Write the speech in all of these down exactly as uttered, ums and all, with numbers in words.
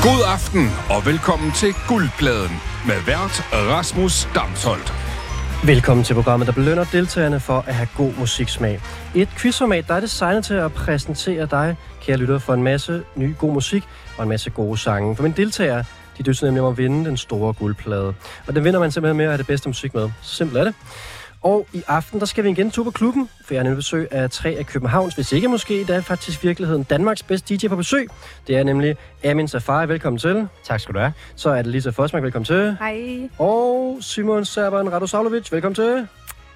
God aften og velkommen til Guldpladen med vært Rasmus Damsholdt. Velkommen til programmet, der belønner deltagerne for at have god musiksmag. Et quizformat, der er designet til at præsentere dig, kære lytter, for en masse ny god musik og en masse gode sange. For mine deltagere, de dyster nemlig om at vinde den store guldplade. Og den vinder man simpelthen med at have det bedste musik med. Så simpelt er det. Og i aften, der skal vi igen tur på klubben, for jeg har nemlig besøg af tre af Københavns, hvis ikke måske, der er faktisk virkeligheden Danmarks bedste D J på besøg. Det er nemlig Amin Safari, velkommen til. Tak skal du have. Så er det Lisa Forsmark, velkommen til. Hej. Og Simon Serban Radosavlovic, velkommen til.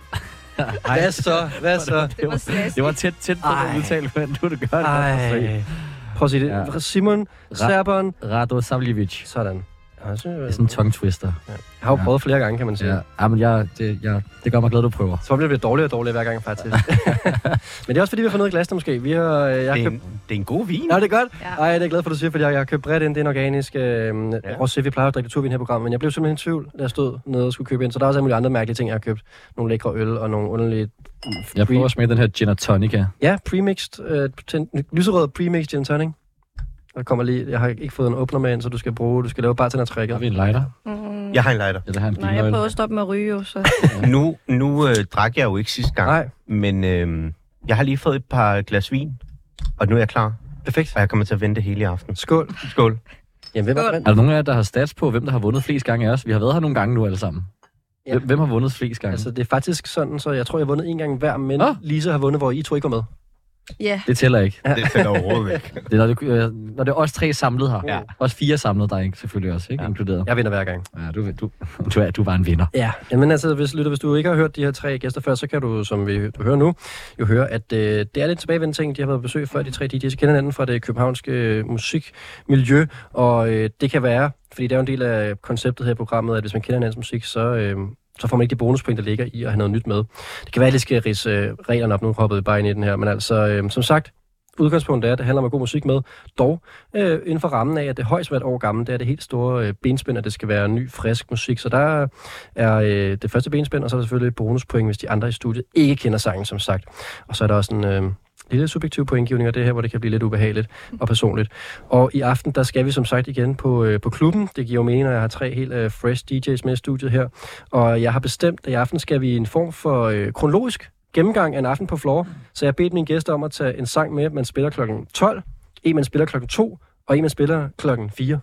Hvad så? Hvad så? Det var, det var tæt, tæt på at udtale, men du det gør det. Ej. Prøv at sige det. Ja. Simon Serban Radosavlovic. Sådan. Altså, det er sådan en tongue twister. Ja. Jeg har jo prøvet ja. flere gange, kan man sige. Ja, ja men jeg, det, jeg, det gør mig glad, du prøver. Så bliver det dårligere og dårligere hver gang, faktisk. Men det er også fordi, vi har fået noget glas, der måske. Vi har, jeg det, er har købt... en, det er en god vin. Ja, det er godt. Ja. Ej, det er glad for, at du siger, fordi jeg, jeg har købt bredt ind. Det er en organisk øh, ja. rosé. Vi plejer at drikke naturvin her i programmet, men jeg blev simpelthen i tvivl, da jeg stod nede og skulle købe ind. Så der er også alle mulige andre mærkelige ting, jeg har købt. Nogle lækre øl og nogle underlige... Jeg prøver at smage den her gin og tonica. Ja, premixed. Øh, lyserød premixed gin tonic. Der kommer lige, jeg har ikke fået en åbner med ind, så du skal bruge, du skal lave bartendertrækket. Har vi en lighter? Mm. Jeg har en lighter. Eller har en Nej, jeg prøver at stoppe med at ryge jo, så... nu nu øh, drak jeg jo ikke sidste gang. Nej. Men øh, jeg har lige fået et par glas vin, og nu er jeg klar. Perfekt. Og jeg kommer til at vente hele i aften. Skål. Skål. Jamen, hvem er, er der nogen af jer, der har stats på, hvem der har vundet flest gange af os? Vi har været her nogle gange nu alle sammen. Ja. Hvem, hvem har vundet flest gange? Altså, det er faktisk sådan, så jeg tror, jeg har vundet en gang hver, men oh. Lisa har vundet, hvor I to ikke var med. Ja. Det tæller ikke. Ja. Det tæller overhovedet ikke. Det er, når det, øh, når det er os tre samlet her. Ja. Os fire samlet, der er ikke selvfølgelig også, ikke? Ja. Inkluderet. Jeg vinder hver gang. Ja, du, du, du, er, du var en vinder. Ja, men altså, hvis, lytter, hvis du ikke har hørt de her tre gæster før, så kan du, som vi, du hører nu, jo høre, at øh, det er lidt tilbagevendende ting. De har været på besøg før, de tre D J's. kender hinanden fra det københavnske øh, musikmiljø, og øh, det kan være, fordi det er jo en del af konceptet her i programmet, at hvis man kender hinandens musik, så... Øh, så får man ikke de bonuspoint, der ligger i at have noget nyt med. Det kan være, at det skal ridse øh, reglerne op. Nu hoppede vi bare ind i den her. Men altså, øh, som sagt, udgangspunktet er, at det handler om god musik med. Dog, øh, inden for rammen af, at det højst hvert år gammel, det er det helt store øh, benspænd, at det skal være ny, frisk musik. Så der er øh, det første benspænd, og så er der selvfølgelig bonuspoint, hvis de andre i studiet ikke kender sangen, som sagt. Og så er der også en... Øh, lille subjektiv pointgivning af det her, hvor det kan blive lidt ubehageligt og personligt. Og i aften, der skal vi som sagt igen på, øh, på klubben. Det giver jo mening, at jeg har tre helt øh, fresh D J's med i studiet her. Og jeg har bestemt, at i aften skal vi i en form for øh, kronologisk gennemgang af en aften på floor. Så jeg har bedt mine gæster om at tage en sang med, man spiller klokken tolv, en man spiller klokken to, og en man spiller klokken fire.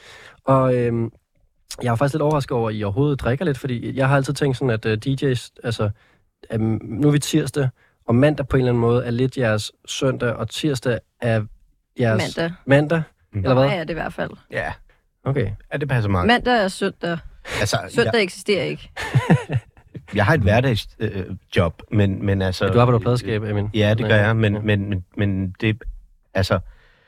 Og øh, jeg er faktisk lidt overrasket over, at I overhovedet drikker lidt, fordi jeg har altid tænkt sådan, at uh, D J's, altså, um, nu er vi tirsdag, og mandag på en eller anden måde er lidt jeres søndag, og tirsdag er jeres... Mandag. Mandag? Mm. Eller hvad? Nej, er det i hvert fald. Ja. Okay. Ja, det passer meget. Mandag er søndag. Altså, søndag jeg, eksisterer ikke. jeg har et hverdagsjob, øh, men, men altså... Ja, du arbejder på pladeskab, Amin. Ja, det gør jeg, men, ja. men, men, men det... Altså...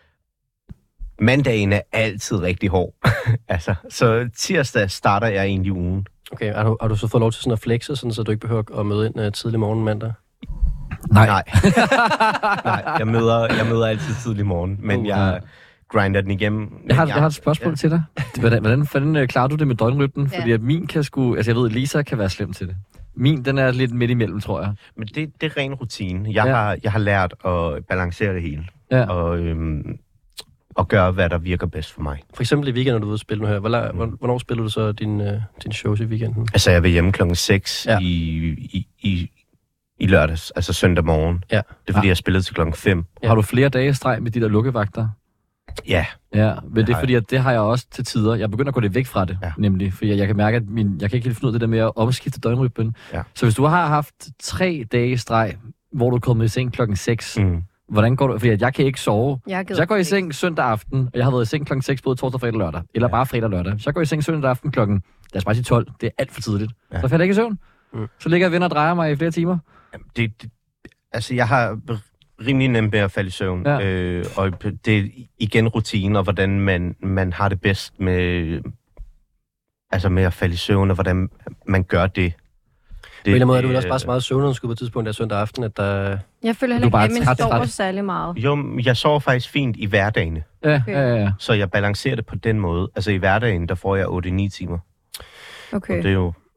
Mandagen er altid rigtig hård. altså, så tirsdag starter jeg egentlig ugen. Okay, har du, har du så fået lov til sådan at flexe, sådan, så du ikke behøver at møde ind uh, tidlig morgen mandag? Nej. Nej. Nej, jeg møder, jeg møder altid tidlig morgen, men uh, jeg grinder den igennem. Jeg har, jeg, jeg har et spørgsmål ja. til dig. Hvordan, hvordan, hvordan klarer du det med døgnrytmen? Ja. Fordi at min kan sgu... Altså, jeg ved, Lisa kan være slem til det. Min, den er lidt midt imellem, tror jeg. Men det, det er ren rutine. Jeg, ja. har, jeg har lært at balancere det hele. Ja. Og, øhm, og gøre, hvad der virker bedst for mig. For eksempel i weekenden, når du er ude at spille nu her. Hvornår, mm. hvornår spiller du så din, uh, din shows i weekenden? Altså, jeg vil hjemme klokken seks ja. i, i, i, i lørdags, altså søndag morgen. Ja. Det er, fordi ja. jeg spillede til klokken fem. Ja. Har du flere dage i streg med de der lukkevagter? Ja. Ja, men det er fordi, at det har jeg også til tider. Jeg begynder at gå lidt væk fra det, ja. nemlig. Fordi jeg, jeg kan mærke, at min, jeg kan ikke helt finde ud af det der med at omskifte døgnrytmen. Ja. Så hvis du har haft tre dage i streg, hvor du er kommet i seng klokken seks, mm. hvordan går du? Fordi jeg kan ikke sove. Jeg så jeg går i seng søndag aften, og jeg har været i seng klokken seks både torsdag, fredag og lørdag. Eller ja. bare fredag og lørdag. Så jeg går i seng søndag aften klokken, lad os bare sige tolv. Det er alt for tidligt. Ja. Så falder jeg ikke i søvn. Mm. Så ligger jeg og vender og drejer mig i flere timer. Jamen, det, det, altså, jeg har rimelig nemt med at falde i søvn. Ja. Øh, og det er igen rutine, og hvordan man, man har det bedst med, altså med at falde i søvn, og hvordan man gør det. På en eller anden måde er du også bare så meget søvnunderskud på et tidspunkt af søndag aften, at der... Jeg føler heller ikke, at man sover særlig meget. Jo, jeg sover faktisk fint i hverdagene. Ja, okay. ja, ja. Så jeg balancerer det på den måde. Altså i hverdagen, der får jeg otte ni timer. Okay. Og det er jo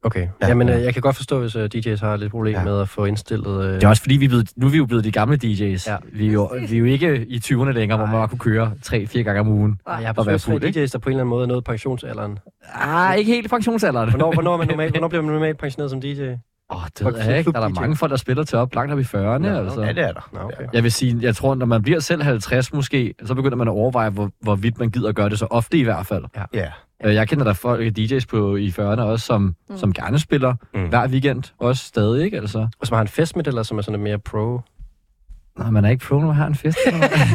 Okay, ja, jamen øh, jeg kan godt forstå, hvis uh, D J's har lidt problemer ja. med at få indstillet... Øh... Det er også fordi, vi er blevet, nu er vi jo blevet de gamle D J's. Ja. Vi, er jo, vi er jo ikke i tyverne længere, Nej. hvor man bare kunne køre tre-fire gange om ugen. Nej, jeg har besøgt tre D J's, der på en eller anden måde er nået pensionsalderen. Ah, ikke helt pensionsalderen. Hvornår, hvornår, man normalt, hvornår bliver man normalt pensioneret som D J? Åh, oh, det ved jeg ikke. Der er der mange folk, der spiller til op langt op i fyrrerne. Ja, altså. Ja, det er der. Nå, okay. Jeg vil sige, jeg tror, når man bliver selv halvtreds måske, så begynder man at overveje, hvor, hvorvidt man gider at gøre det så ofte i hvert fald. Ja. Ja. Jeg kender der folk, D J's på i fyrrerne også, som, mm. som gerne spiller mm. hver weekend. Også stadig, ikke? Altså. Og som har en fest med det, eller som er sådan mere pro? Nej, man er ikke pro, når man har en fest.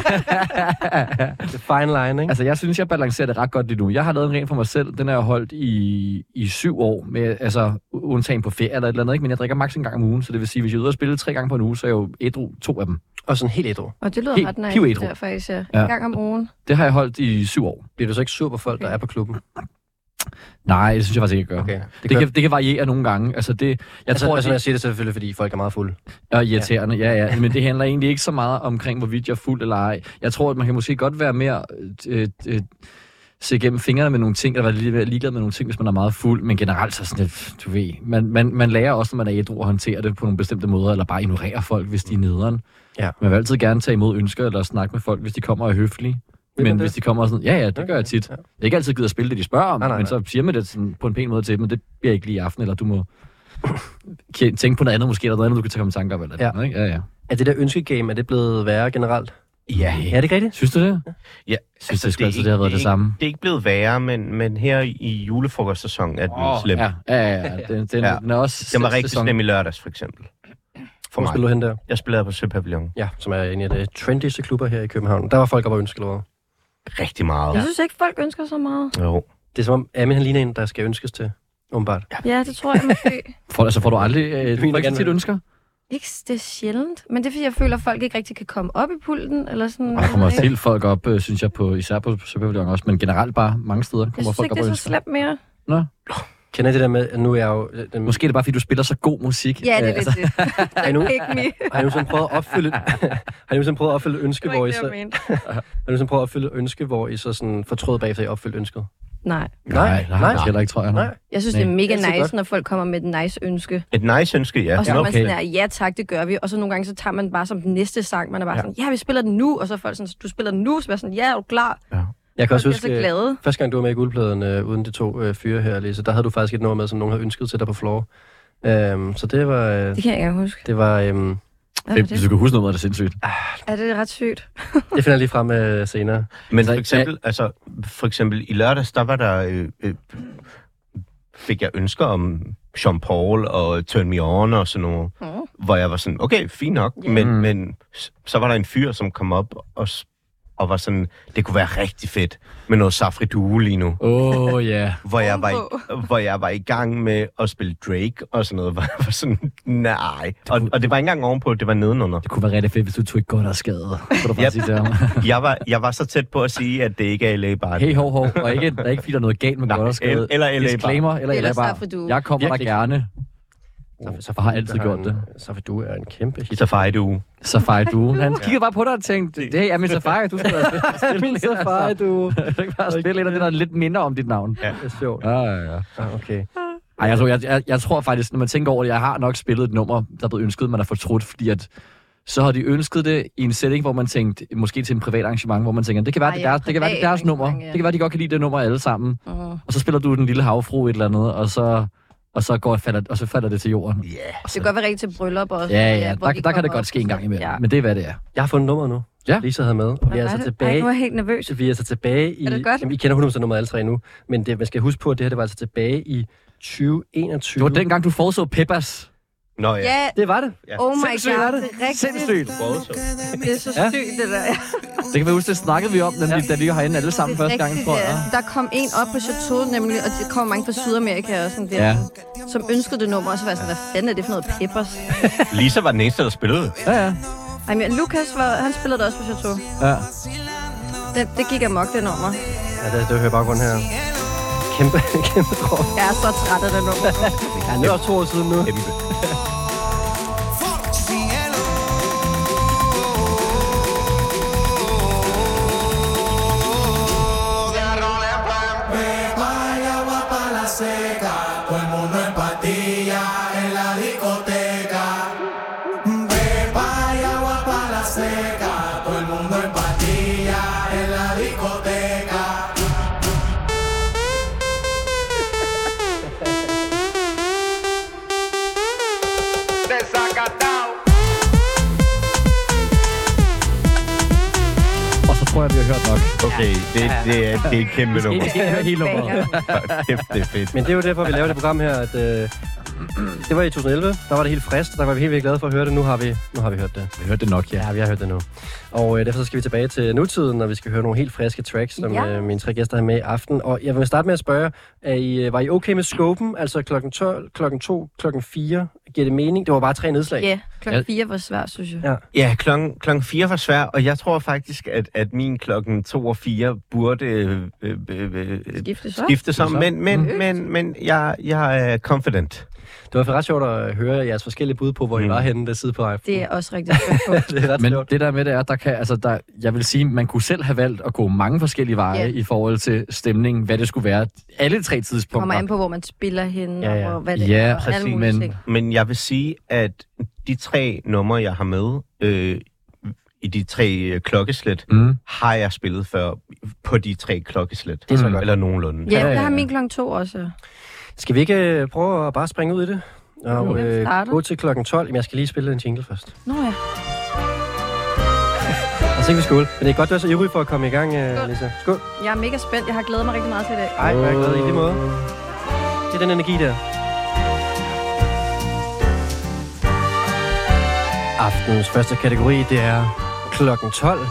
The fine line, ikke? Altså, jeg synes, jeg balancerer det ret godt lige nu. Jeg har lavet en ren for mig selv. Den er jeg holdt i, i syv år, med, altså undtagen på ferie eller et eller andet, ikke? Men jeg drikker maks en gang om ugen, så det vil sige, hvis jeg er ude og spille tre gange på en uge, så er jeg jo ædru to af dem. Og sådan helt ædru. Og det lyder helt, ret nice, der faktisk, ja. En gang om ugen. Det har jeg holdt i syv år. Bliver du så ikke sur på folk, der er på klubben? Nej, det synes jeg faktisk ikke, jeg gør. Okay. Det, det, kan, det kan variere nogle gange. Altså, det, jeg altså, tror, altså, jeg siger det selvfølgelig, fordi folk er meget fulde. Og irriterende, ja, ja. Men det handler egentlig ikke så meget omkring, hvorvidt jeg er fuld eller ej. Jeg tror, at man kan måske godt være mere... Øh, øh, se igennem fingrene med nogle ting, eller være ligeglad med nogle ting, hvis man er meget fuld, men generelt så sådan lidt, du ved, man, man, man lærer også, når man er ædru, at håndtere det på nogle bestemte måder, eller bare ignorere folk, hvis de er nederen. Ja. Man vil altid gerne tage imod ønsker, eller snakke med folk, hvis de kommer og er høflige. Men hvis de kommer og sådan, ja, ja, det gør jeg tit. Jeg er ikke altid gider at spille det, de spørger om, nej, nej, nej. Men så siger man det sådan, på en pæn måde til dem, men det bliver ikke lige i aften, eller du må tænke på noget andet måske, eller noget andet, du kan tage med tanker om, eller ja. Noget, ikke? Ja, ja. Er det der ønskegame, er det blevet værre generelt? Ja. Er det ikke rigtigt? Synes du det? Ja. Synes altså, det, det, det, det har været det, det samme? Det er ikke blevet værre, men, men her i julefrokostsæsonen er den oh, slem. Ja, ja, ja. ja. Den, den, ja. den er også den var rigtig sæson. Slem i lørdags, for eksempel. Hvor spiller du hen der? Jeg spillede på Søpavillon. Ja, som er en af de trendyste klubber her i København. Der var folk, der var ønsket eller rigtig meget. Jeg synes ikke, folk ønsker så meget. Jo. Det er som om, Amin han ligner en, der skal ønskes til, umiddelbart. Ja, det tror jeg måske. For, altså får du aldrig øh, du ikke tit ønsker? Ikke, det er sjældent. Men det er, fordi jeg føler, at folk ikke rigtig kan komme op i pulten. Eller sådan. Der kommer også helt folk op, øh, synes jeg, på, især på Søpavillon også, men generelt bare mange steder kommer folk op og ønsker. Jeg synes ikke, det er så slemt mere. Nå. Kender det der med, at nu er jeg jo... Den... Måske er det bare, fordi du spiller så god musik. Ja, det er altså... det. Har I nu, har I nu sådan prøvet at opfylde... har I nu sådan prøvet at opfylde ønske, hvor I så... har I nu sådan prøvet at opfylde ønske, hvor I så sådan fortrød bagefter, I opfyldt ønsket? Nej. Nej, nej, nej. Heller ikke, tror jeg. Nej. Jeg synes, nej. Det er mega nice, godt. Når folk kommer med et nice ønske. Et nice ønske, ja. Og så er ja, man okay. sådan her, ja tak, det gør vi. Og så nogle gange, så tager man bare som den næste sang. Man er bare ja. Sådan, ja, vi spiller den nu. Og så er folk sådan, du spiller den nu. Så er sådan, ja, er du klar? Ja. Jeg kan også huske, første gang du var med i Guldpladen øh, uden de to øh, fyre her, Lise, der havde du faktisk et nummer med, som nogen havde ønsket til dig på floor. Øhm, så det var... Øh, det kan jeg ikke huske. Det var... Øh, Hvis du kan huske noget, er det sindssygt. Ah, er det ret sygt? Det finder jeg lige frem øh, senere. Men for eksempel, ja. altså, for eksempel i lørdags, der var der... Øh, øh, fik jeg ønsker om Jean Paul og Turn Me On og sådan noget, mm. hvor jeg var sådan, okay, fint nok, yeah. men, men så var der en fyr, som kom op og og var sådan, det kunne være rigtig fedt med noget Safri Duo lige nu. Åh, oh, ja. Yeah. Hvor, jeg var i, hvor jeg var i gang med at spille Drake og sådan noget. Hvor jeg var sådan, nej. Og, og det var ikke engang ovenpå, det var nedenunder. Det kunne være rigtig fedt, hvis du tog ikke godt af skade. Kunne du bare yep. sige til ham. jeg, var, jeg var så tæt på at sige, at det ikke er L A Bar. Hey, ho, ho. Og ikke, der er ikke fordi, der er noget galt med godt af skade. Eller L A Bar. Disclaimer, eller, eller L A Bar. Jeg kommer der gerne. Oh, så har altid gjort det. Safari Duo er en kæmpe hit. Safari Duo. Safari Duo. Han kiggede bare på dig og tænkte, det er min Safari, du skal da spille. Min Safari Duo. Du kan bare spille lidt af det, der er lidt mindre om dit navn. Ja, det er sjovt. Ja, ja, ja. Ah, okay. Ej, jeg tror, jeg, jeg, jeg tror faktisk, når man tænker over det, jeg har nok spillet et nummer, der er blevet ønsket, man har fortrudt, fordi at så har de ønsket det i en setting, hvor man tænkte, måske til en privat arrangement, hvor man tænker, det kan være, Ej, det, deres, det kan være det deres nummer. Ja. Det kan være, de godt kan lide det nummer alle sammen. Uh-huh. Og så spiller du den lille havfru et eller andet, og så... Og så, går, falder, og så falder det til jorden. Yeah. Det kan godt være rigtig til bryllup også. Ja, ja, der, de der kan det godt ske en gang imellem. Ja. Men det er, hvad det er. Jeg har fundet nummer nu, ja. Lisa havde med. Og vi er, er så tilbage... Ej, nu er jeg helt nervøs. Vi er så tilbage i... Er det godt? Jamen, I kender hundrede procent nummeret alle tre nu. Men det, man skal huske på, at det her det var altså tilbage i tyve enogtyve. Det var dengang, du foreså Peppers. Nå ja. ja. Det var det. Ja. Oh my Sindssygt, god, det. det er rigtigt. Sindssygt. Det er så sygt, ja. det der. Det kan vi huske, det snakkede vi om, nemlig, ja. da vi var herinde alle sammen første gang, tror jeg. Ja. Der kom en op på Chateau, nemlig, og det kommer mange fra Sydamerika og sådan der, ja. som ønskede det nummer, og så var jeg sådan, hvad fanden er det for noget Peppers? Lisa var den eneste, der spillede. Ja, ja. Ej, men Lukas, var, han spillede det også på Chateau. Ja. Det, det gik amok, det nummer. Ja, det, det hører baggrunden her. Kæmpe, kæmpe drog. Jeg er så træt af det nummer. Ja, det er også to år siden nu. Kæmpe. Seca, todo el mundo en pati. tror jeg, vi har hørt nok. Okay, det, det, er, det er et kæmpe nummer. Vi skal ikke høre hele nummeret. Kæft, det er fedt. Men det er jo derfor, vi laver det program her, at øh, det var i to tusind elleve. Der var det helt frisk, der var vi helt vildt glade for at høre det. Nu har vi, nu har vi hørt det. Vi har hørt det nok, ja. Ja, vi har hørt det nu. Og øh, derfor så skal vi tilbage til nutiden, når vi skal høre nogle helt friske tracks, som Ja. øh, mine tre gæster har med i aften. Og jeg vil starte med at spørge, er I, øh, var I okay med scopen? Altså klokken tolv, klokken to, klokken fire? Giver det mening? Det var bare tre nedslag. Ja, yeah, klokken fire var svært, synes jeg. Ja. Ja, klokken, klokken fire var svær, og jeg tror faktisk, at, at min klokken to og fire burde øh, øh, øh, Skifte så. skifte som, så. men, men, Mm. men, men jeg, jeg er confident. Det var for ret sjovt at høre jeres forskellige bud på, hvor mm. I var henne, der side på iPhone. Det er også rigtig spændt. det er ret Men sjovt. det der med det er, der kan, altså der, jeg vil sige, man kunne selv have valgt at gå mange forskellige veje Ja. i forhold til stemningen, hvad det skulle være. Alle tre tidspunkter. Kommer an på, hvor man spiller henne, Ja, ja. og hvad det Ja, er. og alle præcis, mulige men- ting. Men jeg vil sige, at de tre numre, jeg har med øh, i de tre øh, klokkeslæt, Mm. har jeg spillet før på de tre klokkeslæt. Det er så Mm. godt. Eller nogenlunde. Ja, Ja, ja, der har ja. min klokken to også. Skal vi ikke øh, prøve at bare springe ud i det? Og Hvem øh, starter? gå til klokken tolv. Jamen, jeg skal lige spille en jingle først. Nå ja. Og så kan vi skåle. Men det er godt, du er så ivrig for at komme i gang, øh, Skål. Lisa. Skål. Jeg er mega spændt. Jeg har glædet mig rigtig meget til i dag. Ej, hvor er jeg glad i lige måde. Det er den energi der. Aftens første kategori, det er klokken tolv.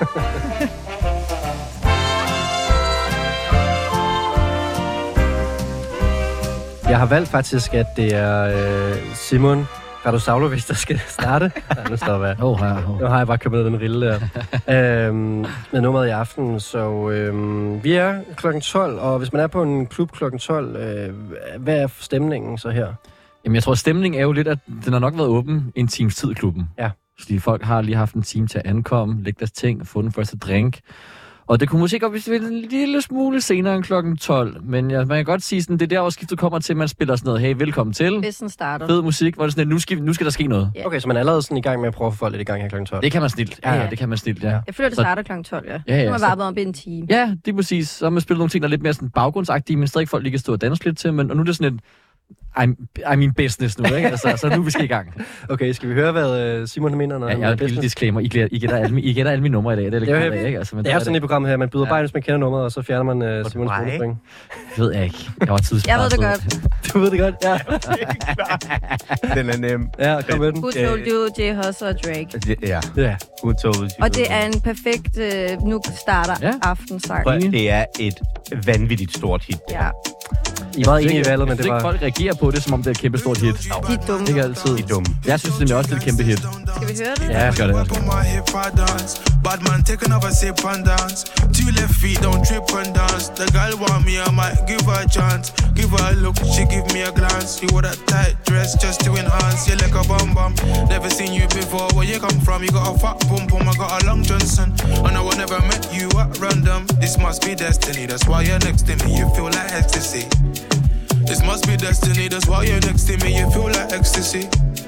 Jeg har valgt faktisk, at det er øh, Simon Radosavlovic, der skal starte. Ja, nu stopper jeg. Oh, ja, oh. Nu har jeg bare købt den rille der. øhm, med nummeret i aften, så øhm, vi er klokken tolv, og hvis man er på en klub klokken tolv, øh, hvad er stemningen så her? Jamen, jeg tror, stemningen er jo lidt, at den har nok været åben en times tid, klubben. Ja. Fordi folk har lige haft en time til at ankomme, lægge deres ting, få den første drink. Og det kunne måske godt blive en lille smule senere end klokken tolv. Men ja, man kan godt sige, sådan, det er der, hvor skiftet kommer til, at man spiller sådan noget, hey, velkommen til. Hvis den starter. Fed musik, hvor det sådan, at nu skal, nu skal der ske noget. Ja. Okay, så man er allerede sådan i gang med at prøve at få folk lidt i gang her klokken tolv. Det kan man snilt. Ja, ja, Ja. det kan man snilt, ja. Jeg føler, det Så- starter klokken tolv, ja. Ja, ja, Nu har så- jeg bare været oppe i en time. Ja, det er præcis. Så har man spillet nogle ting, der er lidt mere sådan baggrundsagtige, men stadig folk lige kan stå og danse lidt til. Men og nu er det sådan et, I'm, I'm in business nu, ikke? Altså, så nu er vi skal i gang. Okay, skal vi høre, hvad øh, Simon mener, når Ja, han jeg har er en lille business? disclaimer. I gætter, I gætter alle, I gætter alle mine numre i dag. Det er lidt Det er ked jo- af, ikke? Altså, men Det er jo sådan i programmet her, man byder Ja. bare, hvis man kender nummeret, og så fjerner man øh, Simons mig? bonuspoint. Det ved jeg ikke. Jeg var tidspresset. Jeg ved det godt. Du ved det godt, ja. Den er nem. Ja, kom med den. Who told you, Jay Huss og Drake? Ja, Ja. who told you? Og det er en perfekt, øh, nu starter Ja. aftensang. Prøv, det er et vanvittigt stort hit. Ja, I er meget enige i valget, men jeg det synes ikke, var... folk reagerer på det, som om det er et kæmpe stort hit. de er dumme. Ikke altid. De er dumme. Jeg synes det er også et kæmpe hit. Skal vi høre det? Ja, gør det. Put my hip hop dance. Bad man take another sip and dance. Two left feet don't trip and dance. The girl want me, I might give her a chance. Give her a look, she give me a glance. You wore that tight dress just to enhance. You like a bum bum. Never seen you before. Where you come from? You got a fat pum pum. I got a long Johnson. And I will never met you at random. This must be destiny. That's why you're next to me. You feel like ecstasy. This must be destiny. That's why you're next to me. You feel like ecstasy.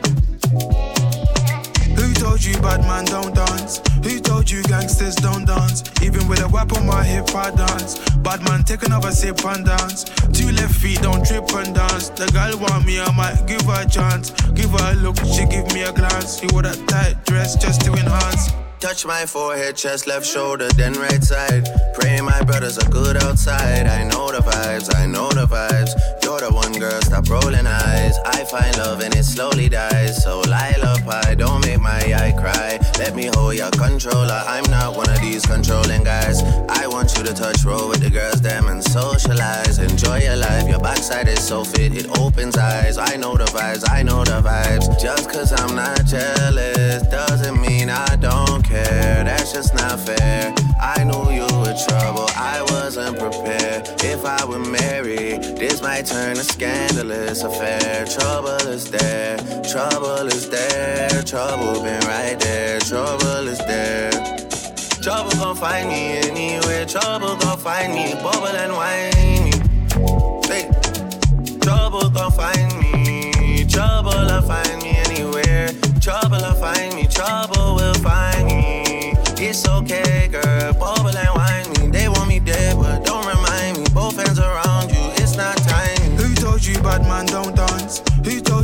Who told you bad man don't dance? Who told you gangsters don't dance? Even with a whip on my hip, I dance. Bad man take another sip and dance. Two left feet don't trip and dance. The girl want me, I might give her a chance. Give her a look, she give me a glance. You wore that tight dress just to enhance. Touch my forehead, chest, left shoulder, then right side. Pray my brothers are good outside. I know the vibes, I know the vibes. You're the one girl, stop rolling eyes. I find love and it slowly dies. So Lila pie, don't make my eye cry. Let me hold your controller. I'm not one of these controlling guys. I want you to touch, roll with the girls, them and socialize. Enjoy your life, your backside is so fit, it opens eyes. I know the vibes, I know the vibes. Just cause I'm not jealous doesn't mean I don't care. That's just not fair. I knew you were trouble, I wasn't prepared. If I were married, this might turn a scandalous affair. Trouble is there, trouble is there. Trouble been right there, trouble is there. Trouble gon' find me anywhere. Trouble gon' find me, bubble and whiny. Hey. Trouble gon' find me. Trouble will find me anywhere. Trouble will find me. Trouble will find me. It's okay, girl. Bubble and whine me. They want me dead, but don't remind me. Both hands around you. It's not time. Who told you bad man don't dance? Who told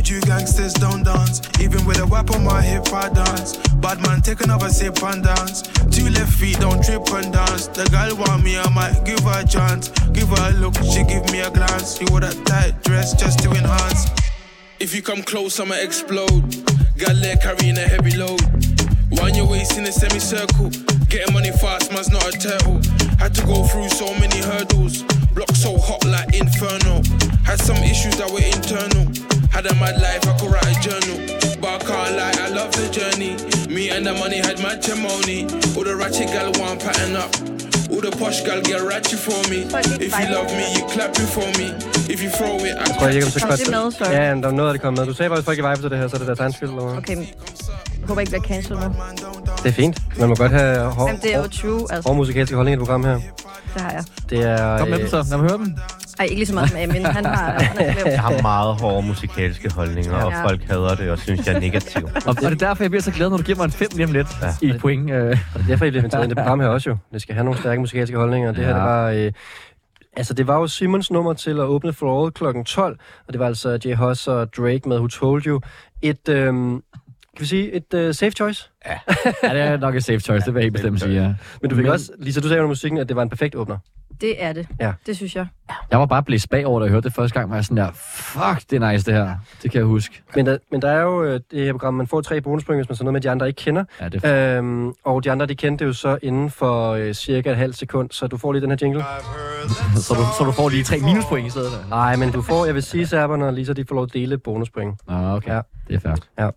you gangsters don't dance. Even with a whip on my hip, I dance. Bad man, take another sip and dance. Two left feet, don't trip and dance. The girl want me, I might give her a chance. Give her a look, she give me a glance. She wore that tight dress just to enhance. If you come close, I'ma explode. Got leg carrying a heavy load. Wind your waist in a semicircle. Getting money fast, man's not a turtle. Had to go through so many hurdles. Block so hot like inferno. Had some issues that were internal. Had a mad life, I could write a journal. But I can't lie, I love the journey. Me and the money had matrimony. All the ratchet gal want pattern up. All the posh gal get ratchet for me. If you love me, you clap it for me. If you throw it, I tror jeg ikke, om så Kom, det er med, så. Ja, der er noget af det kommet med. Du sagde bare, at folk ikke viber til det her, så er det deres egen skyld, eller hvad? Okay, jeg håber ikke, bliver cancelled nu. Det er fint. Man må godt have hår, Jamen, det er jo true, altså. hår musikalske holdning i et program her. Det har jeg. Det er... Kom med dem så, lad mig høre dem. Ej, ikke lige så meget som Amin. Han har... Han er Jeg har meget hårde musikalske holdninger, ja. Og folk hader det og synes, jeg er negativ. Og, og det er derfor, jeg bliver så glad, når du giver mig en fem lige om lidt ja. i et point. Øh. Og det er derfor, jeg bliver inviteret ind i det program her også jo. Det skal have nogle stærke musikalske holdninger. Det ja. her, det var... Øh, altså, det var jo Simons nummer til at åbne For All klokken tolv. Og det var altså J. Hus og Drake med Who Told You. Et... Øh, kan vi sige et uh, safe choice? Ja. ja, det er nok et safe choice, det vil jeg helt bestemt sige, ja. Men du fik Men... også, Lisa, du sagde under musikken, at det var en perfekt åbner. Det er det. Ja. Det synes jeg. Jeg var bare blæst bagover, da jeg hørte det første gang, og jeg sådan der, fuck, det er nice det her. Det kan jeg huske. Men der, men der er jo det her program, man får tre bonuspoint, hvis man så noget med, de andre ikke kender. Ja, det er øhm, og de andre, de kendte jo så inden for øh, cirka et halvt sekund, så du får lige den her jingle. så, du, så du får lige tre minuspoint i stedet? Nej, men du får, jeg vil sige, Serberne og Lisa, de får lov at dele bonuspoint. Ah, okay. Ja. Det er fair. Ja.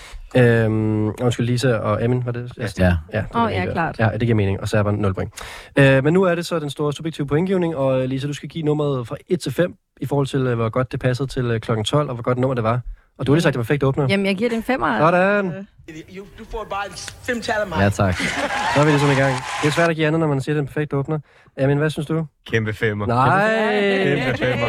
Øhm, undskyld, Lisa og Amin, var det? Ja. Ja, det oh, ja, klart. Ja, det giver mening, og Serberne nul point. Øh, men nu er det så den store subjektive pointgivning, og Lisa, du skal give nummeret fra et til fem, i forhold til, hvor godt det passede til uh, klokken tolv, og hvor godt nummer det var. Og du har lige sagt, det var perfekt åbner. Jamen, jeg giver det en femmer. Sådan. Du får bare fem tal af mig. Ja, tak. Så er vi ligesom i gang. Det er svært at give andet, når man siger, det er en perfekt åbner. Amin, hvad synes du? Kæmpe femmer. Nej! Kæmpe femmer.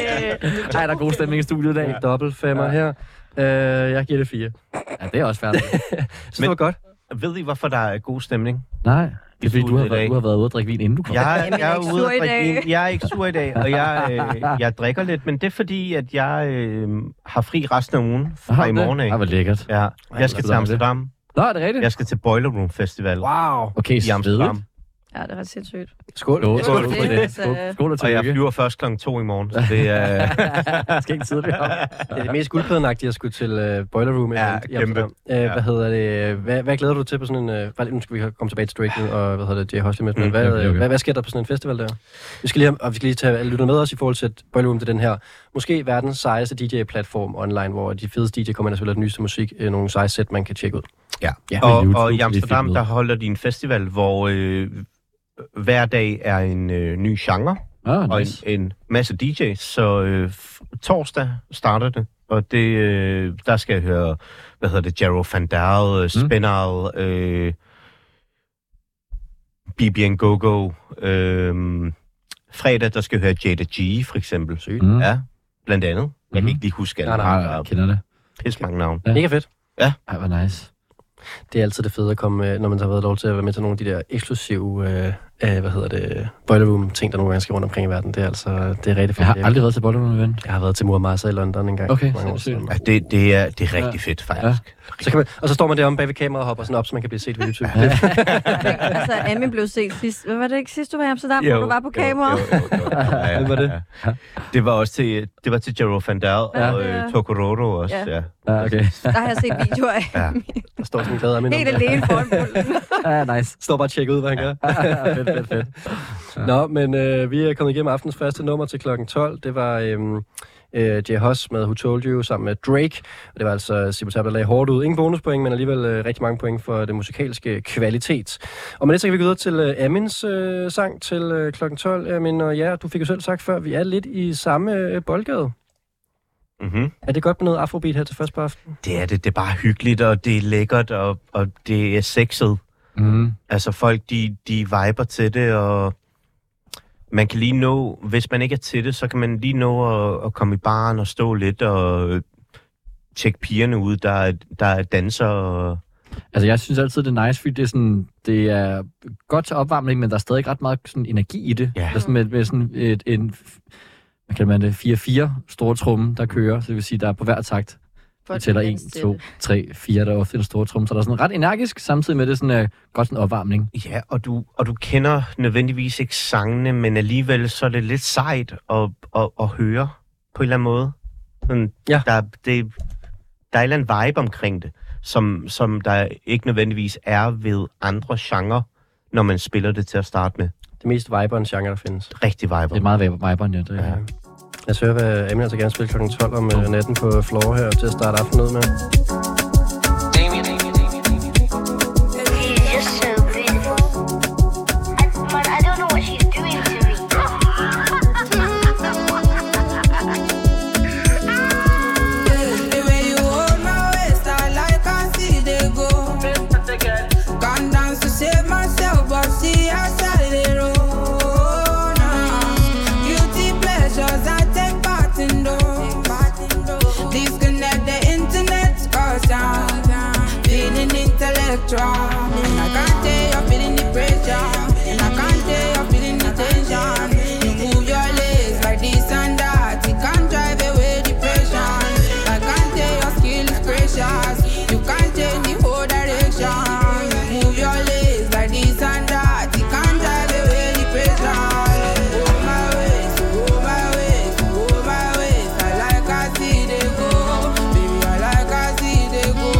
Ej, der er god stemning i studiet i dag. Dobbelt femmer ja. her. Uh, jeg giver det fire. Ja, det er også færdigt. Så det var godt. Ved I, hvorfor der er god stemning? Nej. Det er fordi, du har, været, du har været ude at drikke vin, inden du kom. Jeg, jeg, jeg er ude at drikke vin. Jeg er ikke sur i dag, og jeg, øh, jeg drikker lidt, men det er fordi, at jeg øh, har fri resten af ugen fra i morgen af. Det var lækkert. Ja, jeg skal til Amsterdam. Nå, er det rigtigt? Jeg skal til Boiler Room Festival. Wow. Okay, i Amsterdam. Ja, det er ret sindssygt. Skål. Skål. Skål. Skål. Skål. Skål. Skål. Og jeg flyver først klokken to i morgen, så det er... Jeg skal ikke tidligere. Det er det mest guldpladenagtige at skulle til uh, Boiler Room. Ja, i kæmpe. Uh, ja. Hvad hedder det? Hvad, hvad glæder du til på sådan en... Uh, nu skal vi komme tilbage til Drake og hvad hedder det? J. Hus med. Men hvad, okay, okay. hvad, hvad sker der på sådan en festival der? Vi skal lige, og vi skal lige tage alle lytter med os i forhold til, at Boiler Room, det er den her måske verdens sejeste D J-platform online, hvor de fedeste D J kommer ind og spiller den nyeste musik. Uh, nogle seje sæt, man kan tjekke ud. Ja, ja. Og, og i Amsterdam, der holder de en festival, hvor... Øh, hver dag er en øh, ny genre, ah, nice. og en, en masse D J's. Så øh, torsdag starter det, og det, øh, der skal jeg høre, hvad hedder det, Jero Vandal, mm. Spinal, øh, B B and Go-Go. Øh, fredag, der skal jeg høre Jada G, for eksempel. Mm. Ja, blandt andet. Jeg mm. kan ikke lige huske alle. Nej, nej, jeg kender det. Pisse mange navn. Ja. Mega fedt. Ja. Ej, hvor nice. Det er altid det fede at komme, når man har været lov til at være med til nogle af de der eksklusive, øh, øh, hvad hedder det, Boiler Room ting, der nogle gange skal rundt omkring i verden. Det er altså, det er rigtig fedt. Jeg har aldrig været til Boiler Room event. Jeg har været til Muammar i London en gang. Okay, mange år siden. Ja, det, det, er, det er rigtig ja. fedt, faktisk. Ja. Så kan man, og så står man deromme bag ved kameraet og hopper sådan op, så man kan blive set på YouTube. Ja. Altså, Amin blev set sidst. Hvad var det ikke sidst, du var i Amsterdam, jo, hvor du var på kameraet? Hvem var det? Ja. Det var også til, det var til Jero Vandal ja. og uh, Tokororo også. Ja. Ja. Ja, okay. Der har jeg set videoer af. Ja. Der står sådan en glad Amin. Helt alene foran pulten. Ja, nice. Står bare og tjekker ud, hvad han gør. Fedt, fedt, fedt. Ja. Nå, men øh, vi er kommet igennem aftens første nummer til klokken tolv. Det var øhm, øh, J. Hus med Who Told You sammen med Drake. Og det var altså Sibbo Tab, der lagde hårdt ud. Ingen bonuspoint, men alligevel øh, rigtig mange point for det musikalske kvalitet. Og med det så kan vi gå videre til øh, Amins øh, sang til øh, klokken tolv. Amin, og ja, du fik jo selv sagt før, vi er lidt i samme øh, boldgade. Mm-hmm. Er det godt med noget afrobeat her til først på aftenen? Det er det. Det er bare hyggeligt, og det er lækkert, og, og det er sexet. Mm. Altså folk, de, de viber til det, og man kan lige nå, hvis man ikke er til det, så kan man lige nå at, at komme i baren og stå lidt og tjekke pigerne ud, der, der er danser. Og... Altså jeg synes altid, det er nice, fordi det er, sådan, det er godt til opvarmning, men der er stadig ret meget sådan, energi i det. Ja. Der er sådan med, med sådan et, en, hvad kalder man det, fire fire store tromme, der kører, så det vil sige, der er på hver takt. Vi tæller en, to, tre, fire, der er ofte en stor trum, så der er sådan ret energisk, samtidig med det sådan uh, godt sådan opvarmning. Ja, og du, og du kender nødvendigvis ikke sangene, men alligevel så er det lidt sejt at, at, at høre på en eller anden måde. Sådan, ja. der, det, der er en eller anden vibe omkring det, som, som der ikke nødvendigvis er ved andre genrer, når man spiller det til at starte med. Det mest viberen genre, der findes. Rigtig viber. Det er meget viberen, ja. Det, ja. Jeg så hører, hvad Amin altså gerne spille klokken tolv om uh, natten på Floor her til at starte aftenen ud med. And I can't tell you're feeling the pressure, and I can't tell you're feeling the tension. You move your legs like this and that, it can't drive away depression. I can't tell your skill is precious, you can't change the whole direction. You move your legs like this and that, it can't drive away depression. Oh my ways, oh my ways, oh my ways, I like I see they go, baby I like I see they go.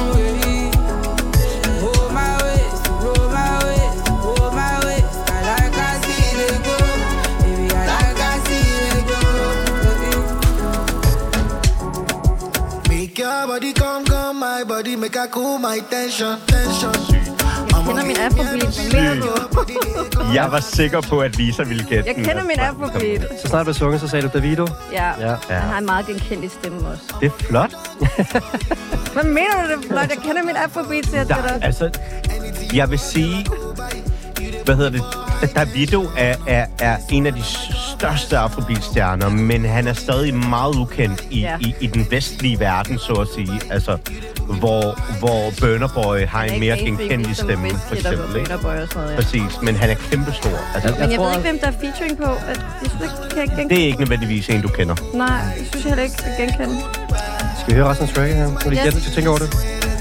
Body come, come, my body make a cool my tension, tension. Jeg kender min afrobeat. Hvad mener du? Jeg var sikker på, at Lisa ville gætte Jeg den. kender min afrobeat. Så snart blev sunget, så sagde du Davido. Ja, ja. Han har en meget genkendelig stemme også. Det er flot. Hvad mener du, det er flot? Jeg kender min afrobeat, siger jeg til dig. Altså, jeg vil sige, hvad hedder det? Davido er, er, er en af de største afrobeat-stjerner, men han er stadig meget ukendt i, ja. i, i den vestlige verden, så at sige. Altså, hvor, hvor Burna Boy har en mere genkendelig stemme, for eksempel. Burna Boy og sådan noget, ja. Præcis, men han er kæmpestor. Altså, men jeg, jeg ved ikke, hvem der er featuring på. At, jeg synes ikke, kan jeg genkende. Det er ikke nødvendigvis en, du kender. Nej, jeg synes jeg heller ikke, jeg kan genkende. Skal vi høre resten af tracket her? Kan du lige yes. gætte, hvis du tænker over det?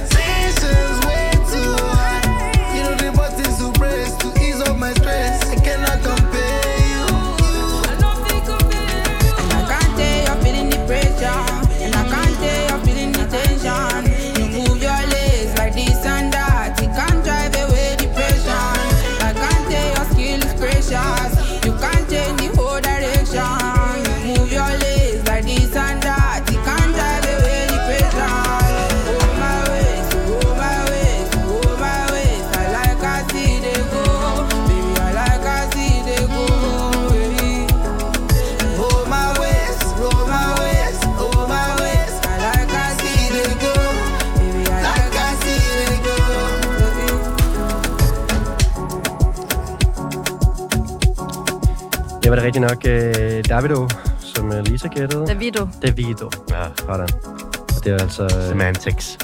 Det var det rigtig nok uh, Davido, som uh, Lisa gættede. Davido. Davido. Ja. Sådan. Og det er altså... Uh... Semantics.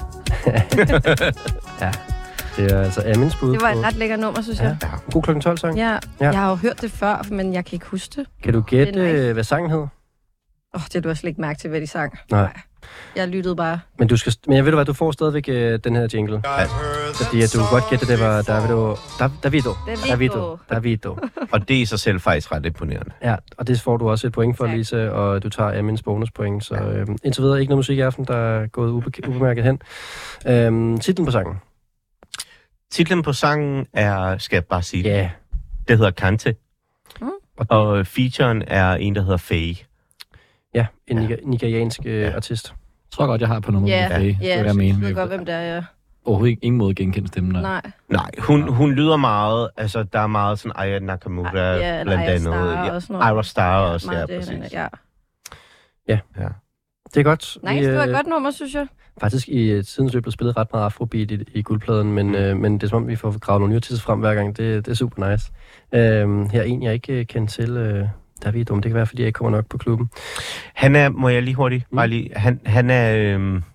ja. Det er altså Amins bud. Det var et ret lækker nummer, synes ja. jeg. Ja. God klokken tolv sang. Ja. ja. Jeg har jo hørt det før, men jeg kan ikke huske det. Kan du gætte, nice. hvad sangen hed? Åh, oh, det har du også ikke mærke til, hvad de sang. Nej. Jeg lyttede bare. Men, du skal, men jeg ved du hvad, du får stadigvæk uh, den her jingle. Ja. Fordi at du godt gætte, det var Davido. Da, Davido. Davido. Davido. Davido. Og det er i sig selv faktisk ret imponerende. Ja, og det får du også et point for, tak. Lisa, og du tager Amins bonuspoint. Så øh, indtil videre ikke noget musik i aften, der er gået ube- ubemærket hen. Øhm, titlen på sangen? Titlen på sangen er, skal jeg bare sige det? Ja. Yeah. Det hedder Kante. Mm. Og featuren er en, der hedder Faye. Ja, en ja. nigeriansk ja. artist. Jeg tror godt, jeg har på nummer yeah. med Faye. Ja, yeah, jeg, jeg ved godt, hvem det er, ja. Overhovedet ikke, ingen måde genkende stemmen. Nej. Nej, hun, hun lyder meget, altså der er meget sådan Aya Nakamura, ja, blandt andet. Star ja, også noget. Ira Star ja, også, ja, det, præcis. Ja. Ja. ja. Det er godt. Nej, nice, det var et godt nummer, synes jeg. Faktisk i tidens løb er spillet ret meget afrobeat i, i guldpladen, men, mm. øh, men det er som om, vi får gravet nogle nye artister frem hver gang. Det, det er super nice. Øhm, her er en, jeg ikke kender til, øh, Davido, det kan være, fordi jeg ikke kommer nok på klubben. Han er, må jeg lige hurtigt, mm. bare lige, han, han er, øhm,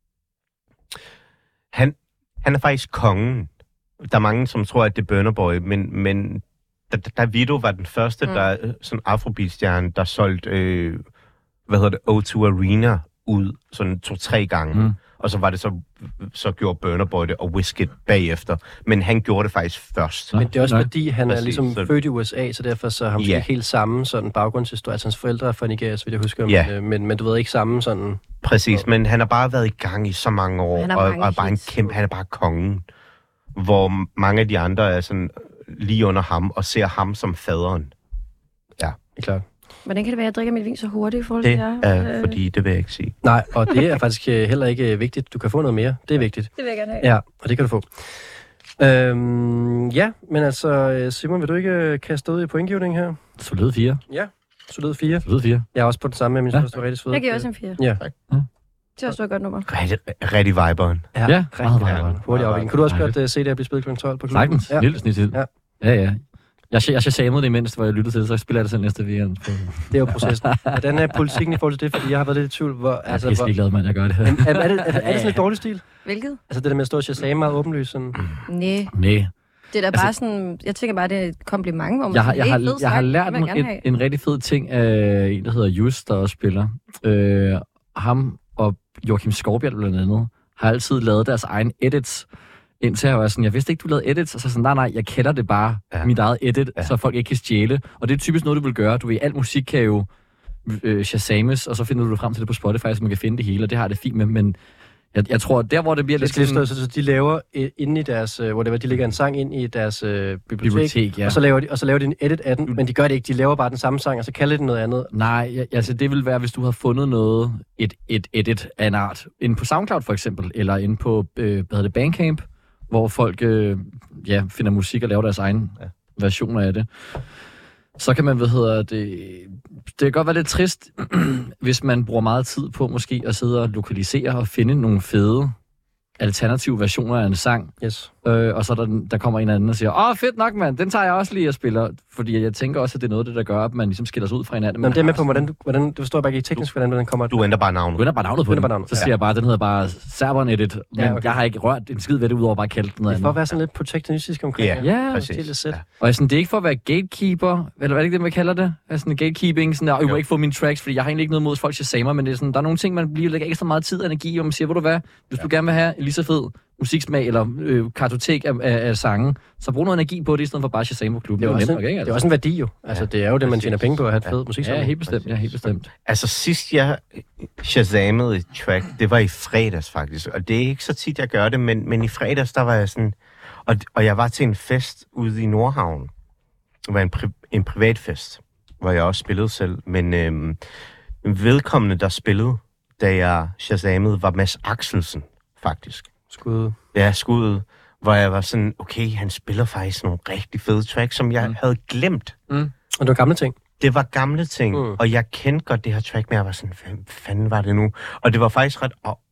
han, han er faktisk kongen. Der er mange, som tror, at det er Burna Boy, men, men Davido var den første, mm. der sådan afrobeat-stjerne, der solgte, øh, hvad hedder det, O to Arena ud sådan to-tre gange. Mm. Og så var det så, så gjorde Burna Boy det, og Wizkid bagefter. Men han gjorde det faktisk først. Men det er også Nej. fordi, han Præcis. er ligesom så... født i U S A, så derfor så har han måske ja. ikke helt samme sådan baggrundshistorie. Altså hans forældre er fra Nigeria, så vidt jeg husker, ja. men, men, men du ved ikke samme sådan... Præcis, men han har bare været i gang i så mange år, mange og, og er bare en hits. kæmpe, han er bare kongen. Hvor mange af de andre er sådan lige under ham, og ser ham som faderen. Ja. Det er klart. Hvordan kan det være, at jeg drikker mit vin så hurtigt i forhold Det til jer? er, øh... fordi det vil jeg ikke sige. Nej, og det er faktisk heller ikke vigtigt. Du kan få noget mere. Det er vigtigt. Det vil jeg gerne have. Ja, og det kan du få. Øhm, ja, men altså, Simon, vil du ikke kaste ud i pointgivningen her? Solid fire. Ja, solid fire. Solid fire. Jeg er også på den samme, men jeg synes, det var rigtig sødt. Jeg giver også en fire. Ja. ja. Det er også et godt nummer. Rigtig, rigtig viberen. Ja, ja rigtig viberen. Hurtig afvikling. Kunne du også godt uh, se det at blive spillet klokken tolv på klubben? Sagtens. Ja. Lille snit til. Ja. Ja, ja. Jeg, jeg shazamede det imens, hvor jeg lyttede til det, så spiller jeg det selv næste weekend. Det er jo processen. Hvordan er politikken i forhold til det? Fordi jeg har været lidt i tvivl. Hvor, jeg altså, er pisse glad, mand, jeg gør det. Er, er, er, det, er, er det sådan lidt dårlig stil? Hvilket? Altså det der med at stå og shazame meget åbenlyst sådan? Næh. Næh. Det er da bare altså, sådan, jeg tænker bare, det er et kompliment. Hvor man jeg har, jeg, har, jeg, jeg har lært en, en, en rigtig fed ting af en, der hedder Just, der også spiller. Øh, ham og Joachim Skovbjerg blandt andet har altid lavet deres egen edits, indtil jeg var sådan, jeg vidste ikke, du lavede edits, og så sådan, nej, nej, jeg kender det bare, ja. mit eget edit, ja. så folk ikke kan stjæle. Og det er typisk noget, du vil gøre. Du ved, al musik kan jo øh, shazames, og så finder du det frem til det på Spotify, så man kan finde det hele, og det har det fint med, men jeg, jeg tror, der hvor det bliver det lidt sådan... Så, så de laver uh, inde i deres, uh, hvor det var, de lægger en sang ind i deres uh, bibliotek, bibliotek ja. og, så laver de, og så laver de en edit af den, men de gør det ikke, de laver bare den samme sang, og så kalder de noget andet. Nej, ja, altså det vil være, hvis du havde fundet noget, et, et edit af en art, inde på SoundCloud for eksempel, eller inde på, øh, hvad hedder det, Bandcamp, hvor folk øh, ja, finder musik og laver deres egen ja. versioner af det. Så kan man, hvad hedder det... Det kan godt være lidt trist, hvis man bruger meget tid på måske at sidde og lokalisere og finde nogle fede alternative versioner af en sang. Yes. Øh, og så der, der kommer en anden og siger, åh, fedt nok, mand, den tager jeg også lige og spiller. Fordi jeg tænker også, at det er noget, det, der gør, at man ligesom skiller sig ud fra hinanden. Men det er med på, hvordan du... Hvordan, du forstår bare ikke teknisk, hvordan den kommer... Du ændrer bare navnet. Du ændrer bare navnet på den. Navnet. Så siger ja. jeg bare, den hedder bare Serberen Edit. Men ja, okay. jeg har ikke rørt en skid ved det, udover bare at kalde den noget andet. Det er for at være sådan lidt protektionistisk omkring. Ja, ja præcis. Ja. Og sådan, det er ikke for at være gatekeeper, eller hvad er det ikke det, man kalder det? Altså sådan gatekeeping, sådan der, jeg må ikke få mine tracks, fordi jeg har egentlig ikke noget mod folk shazamer, men det er sådan, der er nogle ting, man bliver lægger ekstra meget tid og energi, og man siger, hvor du hvad, hvis ja. du gerne vil have lige så fed musiksmag eller øh, kartotek af, af, af sange, så brug noget energi på det, i stedet for bare shazame på klubben. Det er, det, også nemt, en, ikke? det er også en værdi jo. Altså, det er jo det, man tjener penge på at have et fed musik. Ja, helt bestemt. Ja, helt bestemt. Altså, sidst jeg shazamede et track, det var i fredags faktisk. Og det er ikke så tit, jeg gør det, men, men i fredags, der var jeg sådan... Og, og jeg var til en fest ude i Nordhavn. Det var en, pri- en privat fest, hvor jeg også spillede selv. Men øhm, vedkommende, der spillede, da jeg shazamede, var Mads Axelsen, faktisk. Skud. Ja, skuddet. Hvor jeg var sådan, okay, han spiller faktisk nogle rigtig fede tracks, som jeg mm. havde glemt. Mm. Og det var gamle ting? Det var gamle ting, mm. og jeg kendte godt det her track, men jeg var sådan, hvad fanden var det nu? Og det var faktisk ret... Oh,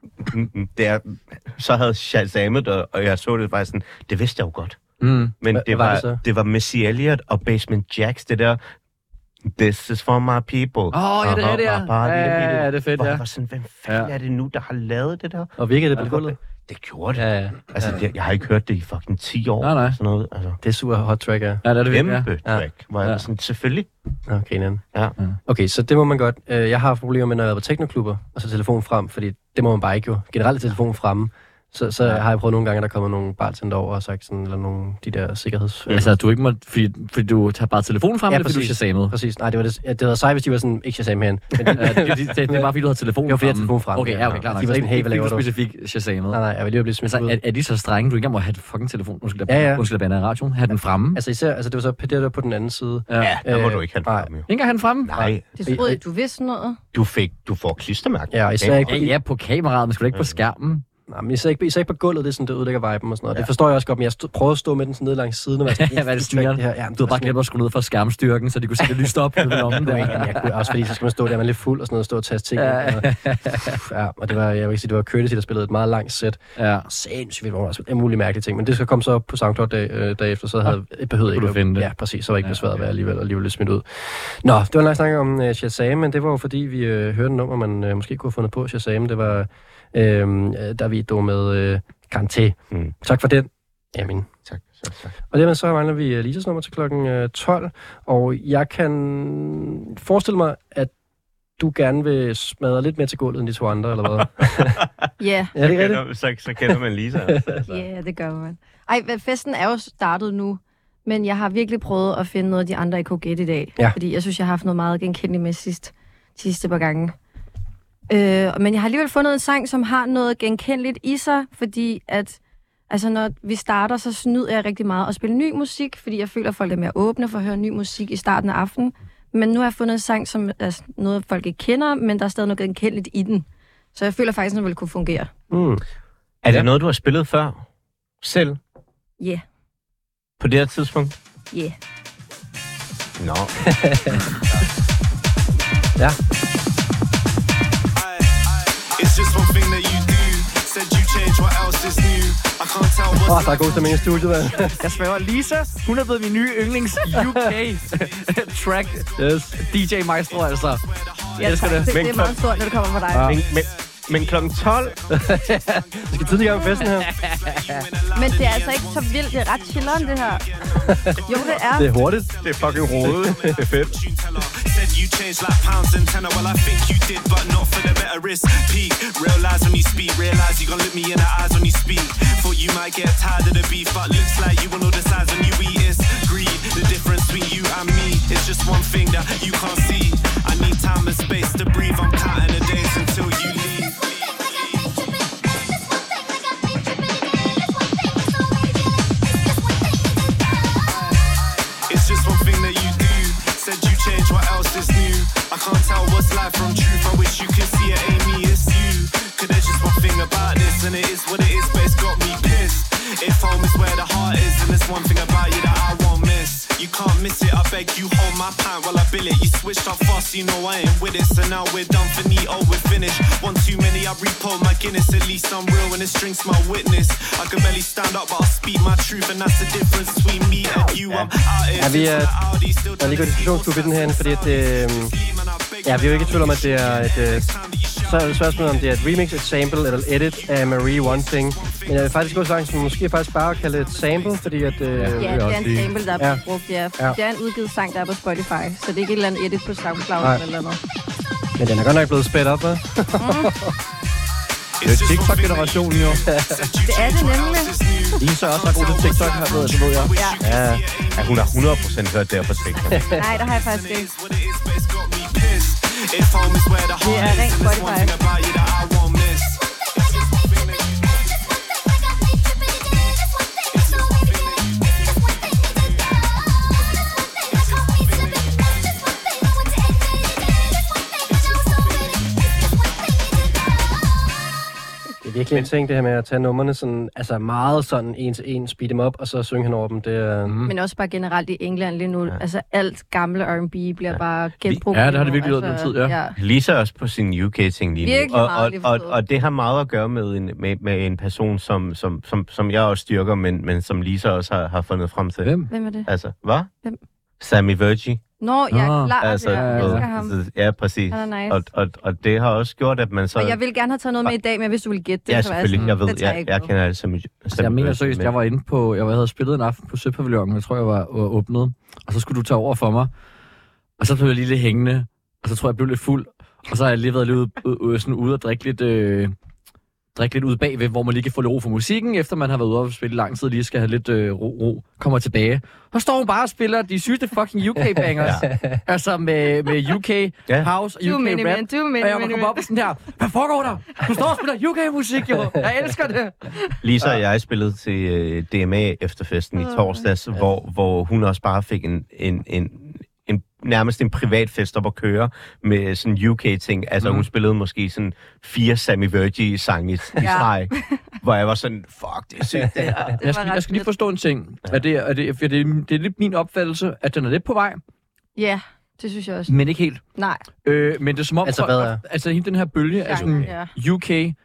der, så havde shazamet det, og jeg så det faktisk sådan, det vidste jeg jo godt. Mm. Men Hva, det, var, var det, det var Missy Elliott og Basement Jaxx, det der... This is for my people. Åh, oh, ja, det er det, ja. Ja, ja, det er fedt, hvor ja. jeg var sådan, hvem fanden ja. er det nu, der har lavet det der? Og virkede det på gulvet? Det gjorde det. Ja, ja. Altså, det, jeg har ikke hørt det i fucking ti år. Nej, nej. Sådan noget. Altså. Det er super hot track, ja. Ja, det er det Kæmpe virkelig, ja. track. Hvor jeg ja. sådan, selvfølgelig. Okay, nemt. Ja. Okay, så det må man godt. Jeg har haft problemer med, når jeg er på teknoklubber, og så telefonen frem, fordi det må man bare ikke jo. Generelt telefonen fremme. Så, så ja. har jeg prøvet nogle gange, at der kommer nogle bartender over og sagt sådan, eller nogle de der sikkerheds... Ja, altså, du ikke må, fordi, fordi du tager bare telefonen frem, ja, eller fordi du shazamede? Præcis. Nej, det var det, ja, det havde sej, hvis de var sådan, ikke shazam herhen. Men det, ja, det, det, det, det, er bare, fordi du har telefonen frem. Det var fordi, jeg telefonen frem. Okay, ja, okay, klar nok. De var sådan, hey, hvad laver du? Specifikt shazamet. Nej, nej, jeg vil lige blive smidt altså, ud. Er, er de så strenge, du ikke engang må have fucking telefon? Undskyld, ja, ja. Undskyld, bande af radioen. Have den fremme? Altså, især, altså, det var så det der på den anden side. Ja, ja der må øh, du ikke have den fremme, jo. Ikke engang have den fremme? Nej. Det troede du vidste noget. Du fik, du får klistermærke. Ja, især ikke ja, på kameraet, men sgu ikke på skærmen. Nej, men især ikke, især ikke på gulvet, det er sådan, det ødelægger viben og sådan noget. Ja. Det forstår jeg også godt, men jeg stod, prøvede at stå med den sådan nede langs siden. Og ja, hvad er det styrer? Ja, du havde bare glemt at skrue ned for skærmstyrken, så de kunne se det lyst op. Det lommen der. Jamen, jeg kunne også, fordi så skal man stå der, man er lidt fuld og sådan noget, og stå og taste ting. Ja, og, ja, og det var, jeg vil ikke sige, det var Courtesy, der spillede et meget langt sæt. Ja. Sindssygt vildt, hvor man en mulig mærkelige ting. Men det skal komme så på SoundCloud dag, øh, bagefter, så havde jeg behøvet ikke. Finde det. Ja, præcis, så var ikke ja, besværet at være alligevel, alligevel lidt smidt ud. Nå, det var en lang snak om uh, Shazam, men det var jo fordi, vi øh, hørte nummer, man øh, måske kunne have fundet på Shazam. Det var Øhm, der vi dog med øh, Kanté. Mm. Tak for den, Amin. Tak, tak, tak. Og dermed så mangler vi uh, Lisas nummer til klokken uh, tolv, og jeg kan forestille mig, at du gerne vil smadre lidt mere til gulvet end de to andre, eller hvad? Ja. Ja, det er rigtigt. Så, så kender man Lisa. Ja, yeah, det gør man. Ej, festen er jo startet nu, men jeg har virkelig prøvet at finde noget af de andre i K G i dag. Ja. Fordi jeg synes, jeg har haft noget meget genkendeligt med sidst, sidste par gange. Øh, men jeg har alligevel fundet en sang, som har noget genkendeligt i sig, fordi at altså, når vi starter, så snyder jeg rigtig meget at spille ny musik, fordi jeg føler, at folk er mere åbne for at høre ny musik i starten af aftenen. Men nu har jeg fundet en sang, som er noget, folk ikke kender, men der er stadig noget genkendeligt i den. Så jeg føler faktisk, at den vil kunne fungere. Mm. Er det noget, du har spillet før? Selv? Ja. Yeah. På det her tidspunkt? Ja. Yeah. Nå. Ja. It's just one thing that you do. Said you change, what else is new? I can't tell what's... Åh, oh, der er god stemning i studiet, hvad? Jeg spørger, Lisa, hun er blevet min nye yndlings U K-track. Yes. D J Maestro, altså. Ja, jeg elsker det. det. Det er meget stort, når det kommer fra dig. Ja. Men, men, men klokken tolv... Vi skal tidligere med festen her. Men det er altså ikke så vildt. Det er ret chilleren, det her. Jo, det er. Det er hurtigt. Det er fucking rodet. Det er fedt. Said you changed like pounds and tenner. Well, I think you did, but not for the better risk. Peak, realize when you speak. Realize you gonna look me in the eyes when you speak. Thought you might get tired of the beef, but looks like you will know the size when you eat. It's greed. The difference between you and me is just one thing that you can't see. I need time and space to breathe. I'm counting the days until you leave. It's just one thing that you do. Said you change, what else is new? I can't tell what's life from truth. I wish you could see it, Amy, it's you. Cause there's just one thing about this, and it is what it is, but it's got me pissed. If home is where the heart is, and there's one thing about you that I won't miss. You can't miss it, I beg you hold my pint while I bill it. You switched up fast, you know I ain't with it. So now we're done for Neato, we're finished. One too many, I repo my Guinness. At least I'm real when the strings my witness. I can barely stand up, but I'll speak my truth. And that's the difference between me and you. I'm out here. Ja, vi er, der er lige gået diskussionsklub i den herinde, fordi at, øh, ja, vi er jo ikke i tvivl om, at det er et, øh, så er det spørgsmålet, om det er et remix, et sample eller et edit af Marie One Thing. Men jeg vil faktisk gå så langt, som måske faktisk bare kalde det et sample, fordi at... Øh, ja, det er en lige... sample, der er ja. brugt, ja. ja. Det er en udgivet sang, der er på Spotify, så det er ikke et eller andet edit på SoundCloud eller noget. Men den er godt nok blevet spædt op, hva'? Mm. Det er TikTok-generationen jo. Det er det nemlig. Lisa er også god til TikTok, her ved, det ved jeg. Ja. Ja, ja, hun har hundrede procent hørt det her på TikTok. Nej, der har jeg faktisk ikke. Det er rent Spotify. Det er virkelig en ting, det her med at tage numrene sådan, altså meget sådan en til en, speed dem op, og så synge hen over dem. Det er, mm. Men også bare generelt i England lige nu. Ja. Altså alt gamle R and B bliver ja. bare genbrugt. Ja, det har det virkelig gjort altså, den tid, ja. ja. Lisa er også på sin U K-ting lige nu. Virkelig og, meget og, og, og det har meget at gøre med en, med, med en person, som, som, som, som jeg også styrker, men, men som Lisa også har, har fundet frem til. Hvem? Hvem er det? Altså, hvad? Hvem? Sammy Vergi. Nå, jeg er klar altså, til at elske ham. Ja, præcis. Han er nice. Og, og, og det har også gjort, at man så... Og jeg ville gerne have taget noget med i dag, men hvis du ville gætte det, ja, så var selvfølgelig. sådan, Jeg ved, det tager jeg, jeg, jeg, jeg kender det som... Altså, jeg mener seriøst, jeg var inde på... Jeg havde spillet en aften på Søpavillonen, jeg tror, jeg var, var åbnet. Og så skulle du tage over for mig. Og så blev jeg lige lidt hængende. Og så tror jeg, jeg blev lidt fuld. Og så har jeg lige været lidt ude, ude, sådan ude og drikke lidt... Øh, drikke lidt ud bagved, hvor man lige kan få lidt ro for musikken, efter man har været ude og spille lang tid, lige skal have lidt øh, ro, ro, kommer tilbage. Så står hun bare og spiller de sygeste fucking U K-bangers. ja. Altså med, med U K yeah. house og U K many, rap. Man, many, og jeg var kommet op og sådan her, hvad foregår der? Du står og spiller U K-musik, jo. Jeg elsker det. Lisa og jeg spillede til uh, D M A efterfesten i torsdags, ja. hvor, hvor hun også bare fik en, en, en En, nærmest en privat fest op at køre med sådan U K-ting. Altså, mm. hun spillede måske sådan fire Sammy Vergi-sange i streg, ja. hvor jeg var sådan, fuck, det er sygt, det her. det jeg, skal, jeg skal lige forstå en ting. Ja. Er det, er det, er det, det er lidt min opfattelse, at den er lidt på vej. Ja, det synes jeg også. Men ikke helt. Nej. Øh, men det er som om, altså, hvad er? altså hele den her bølge af sådan ja. U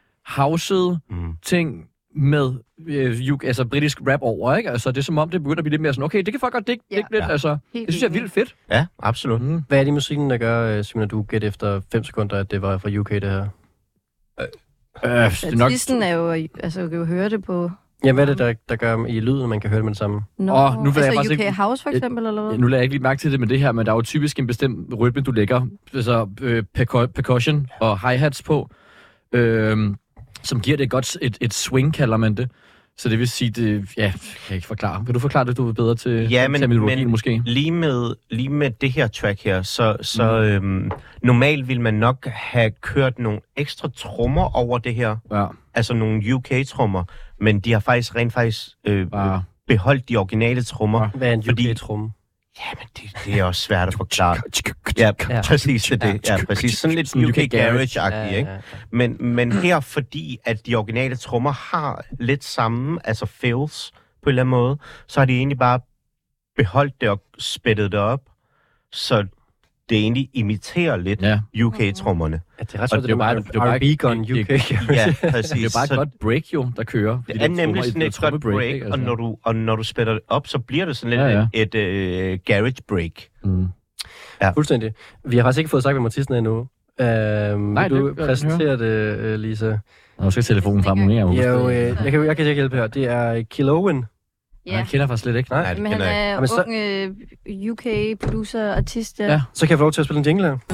K-housed mm. ting, med øh, altså britisk rap over, ikke? Altså, det er som om, det begynder at blive lidt mere sådan, okay, det kan folk godt digge ja. lidt, ja. altså. Helt det synes jeg er vildt fedt. Ja, absolut. Mm. Hvad er det i musikken, der gør, Simon, at du gæt efter fem sekunder, at det var fra U K, det her? Øh, øh, det er nok... Artisten er jo, altså, du kan jo høre det på Ja, hvad er det, der, der gør i lyden, man kan høre det med det samme? Nå, Og nu vil jeg altså faktisk U K ikke- House for eksempel, eller hvad? Nu lader jeg ikke lige mærke til det med det her, men der er jo typisk en bestemt rytme, du lægger. Altså øh, percu- percussion og hi-hats på, øh, som giver det et godt et, et swing, kalder man det. Så det vil sige, det... Ja, kan jeg ikke forklare. Vil du forklare det, du er bedre til Ja, men, terminologien men måske? Lige, med, lige med det her track her, så, så mm. øhm, normalt vil man nok have kørt nogle ekstra trommer over det her. Ja. Altså nogle U K-trommer. Men de har faktisk rent faktisk øh, Ja. beholdt de originale trommer. Hvad er en Fordi- U K-tromme? Jamen, det, det er også svært at forklare. Ja, Ja. præcis det. er det. Ja, præcis. Sådan lidt Sådan U K U K garage. Garage-agtigt, ikke? Men, men her, fordi at de originale trommer har lidt samme, altså fills på en eller anden måde, så har de egentlig bare beholdt det og spættet det op, så det egentlig imiterer lidt Ja. U K-trommerne. Ja, det er ret Og sjovt, det er jo bare- det er jo bare R B Gun U K. Ja, præcis. Det er jo bare et Så godt break, jo, der kører. det er nemlig sådan et godt break, og når, du, og når du spætter det op, så bliver det sådan lidt Ja, ja. et, et uh, garage break. Mm. Fuldstændig. Vi har faktisk ikke fået sagt, hvem artisten er endnu. Øhm, Nej, vil du det- jeg præsentere det, øh, Lisa? Nu skal telefonen frem, hun er Ja, jo, øh, jeg, kan, jeg kan ikke hjælpe her. Det er Killowen. Jeg kender faktisk slet ikke. Nej, Nej, det Men han kender jeg ikke. er Jamen, så- ung øh, U K-producer, artist. Ja. Så kan jeg få lov til at spille en jingle her.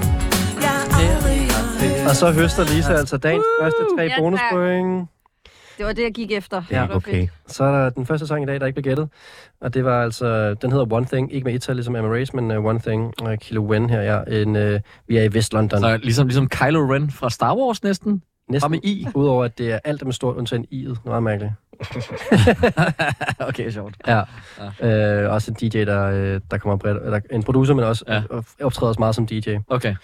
Og så høster Lisa altså dagens første tre Ja, tak. bonuspoint. Det var det, jeg gik efter. Ja, Det var Okay. fedt. Så er der den første sang i dag, der ikke blev gættet. Og det var altså, den hedder One Thing. Ikke med et-tal, ligesom Emma Race, men uh, One Thing. Og Killowen her, ja. En, uh, vi er i Vest-London. Så ligesom, ligesom Kylo Ren fra Star Wars næsten. Næsten med I. Udover at det er alt med stort undtagen i'et. Meget mærkeligt. Okay, sjovt. Ja. Øh, også en D J, der, øh, der kommer bredt. Eller en producer, men også Ja. ja. optræder også meget som D J. Okay.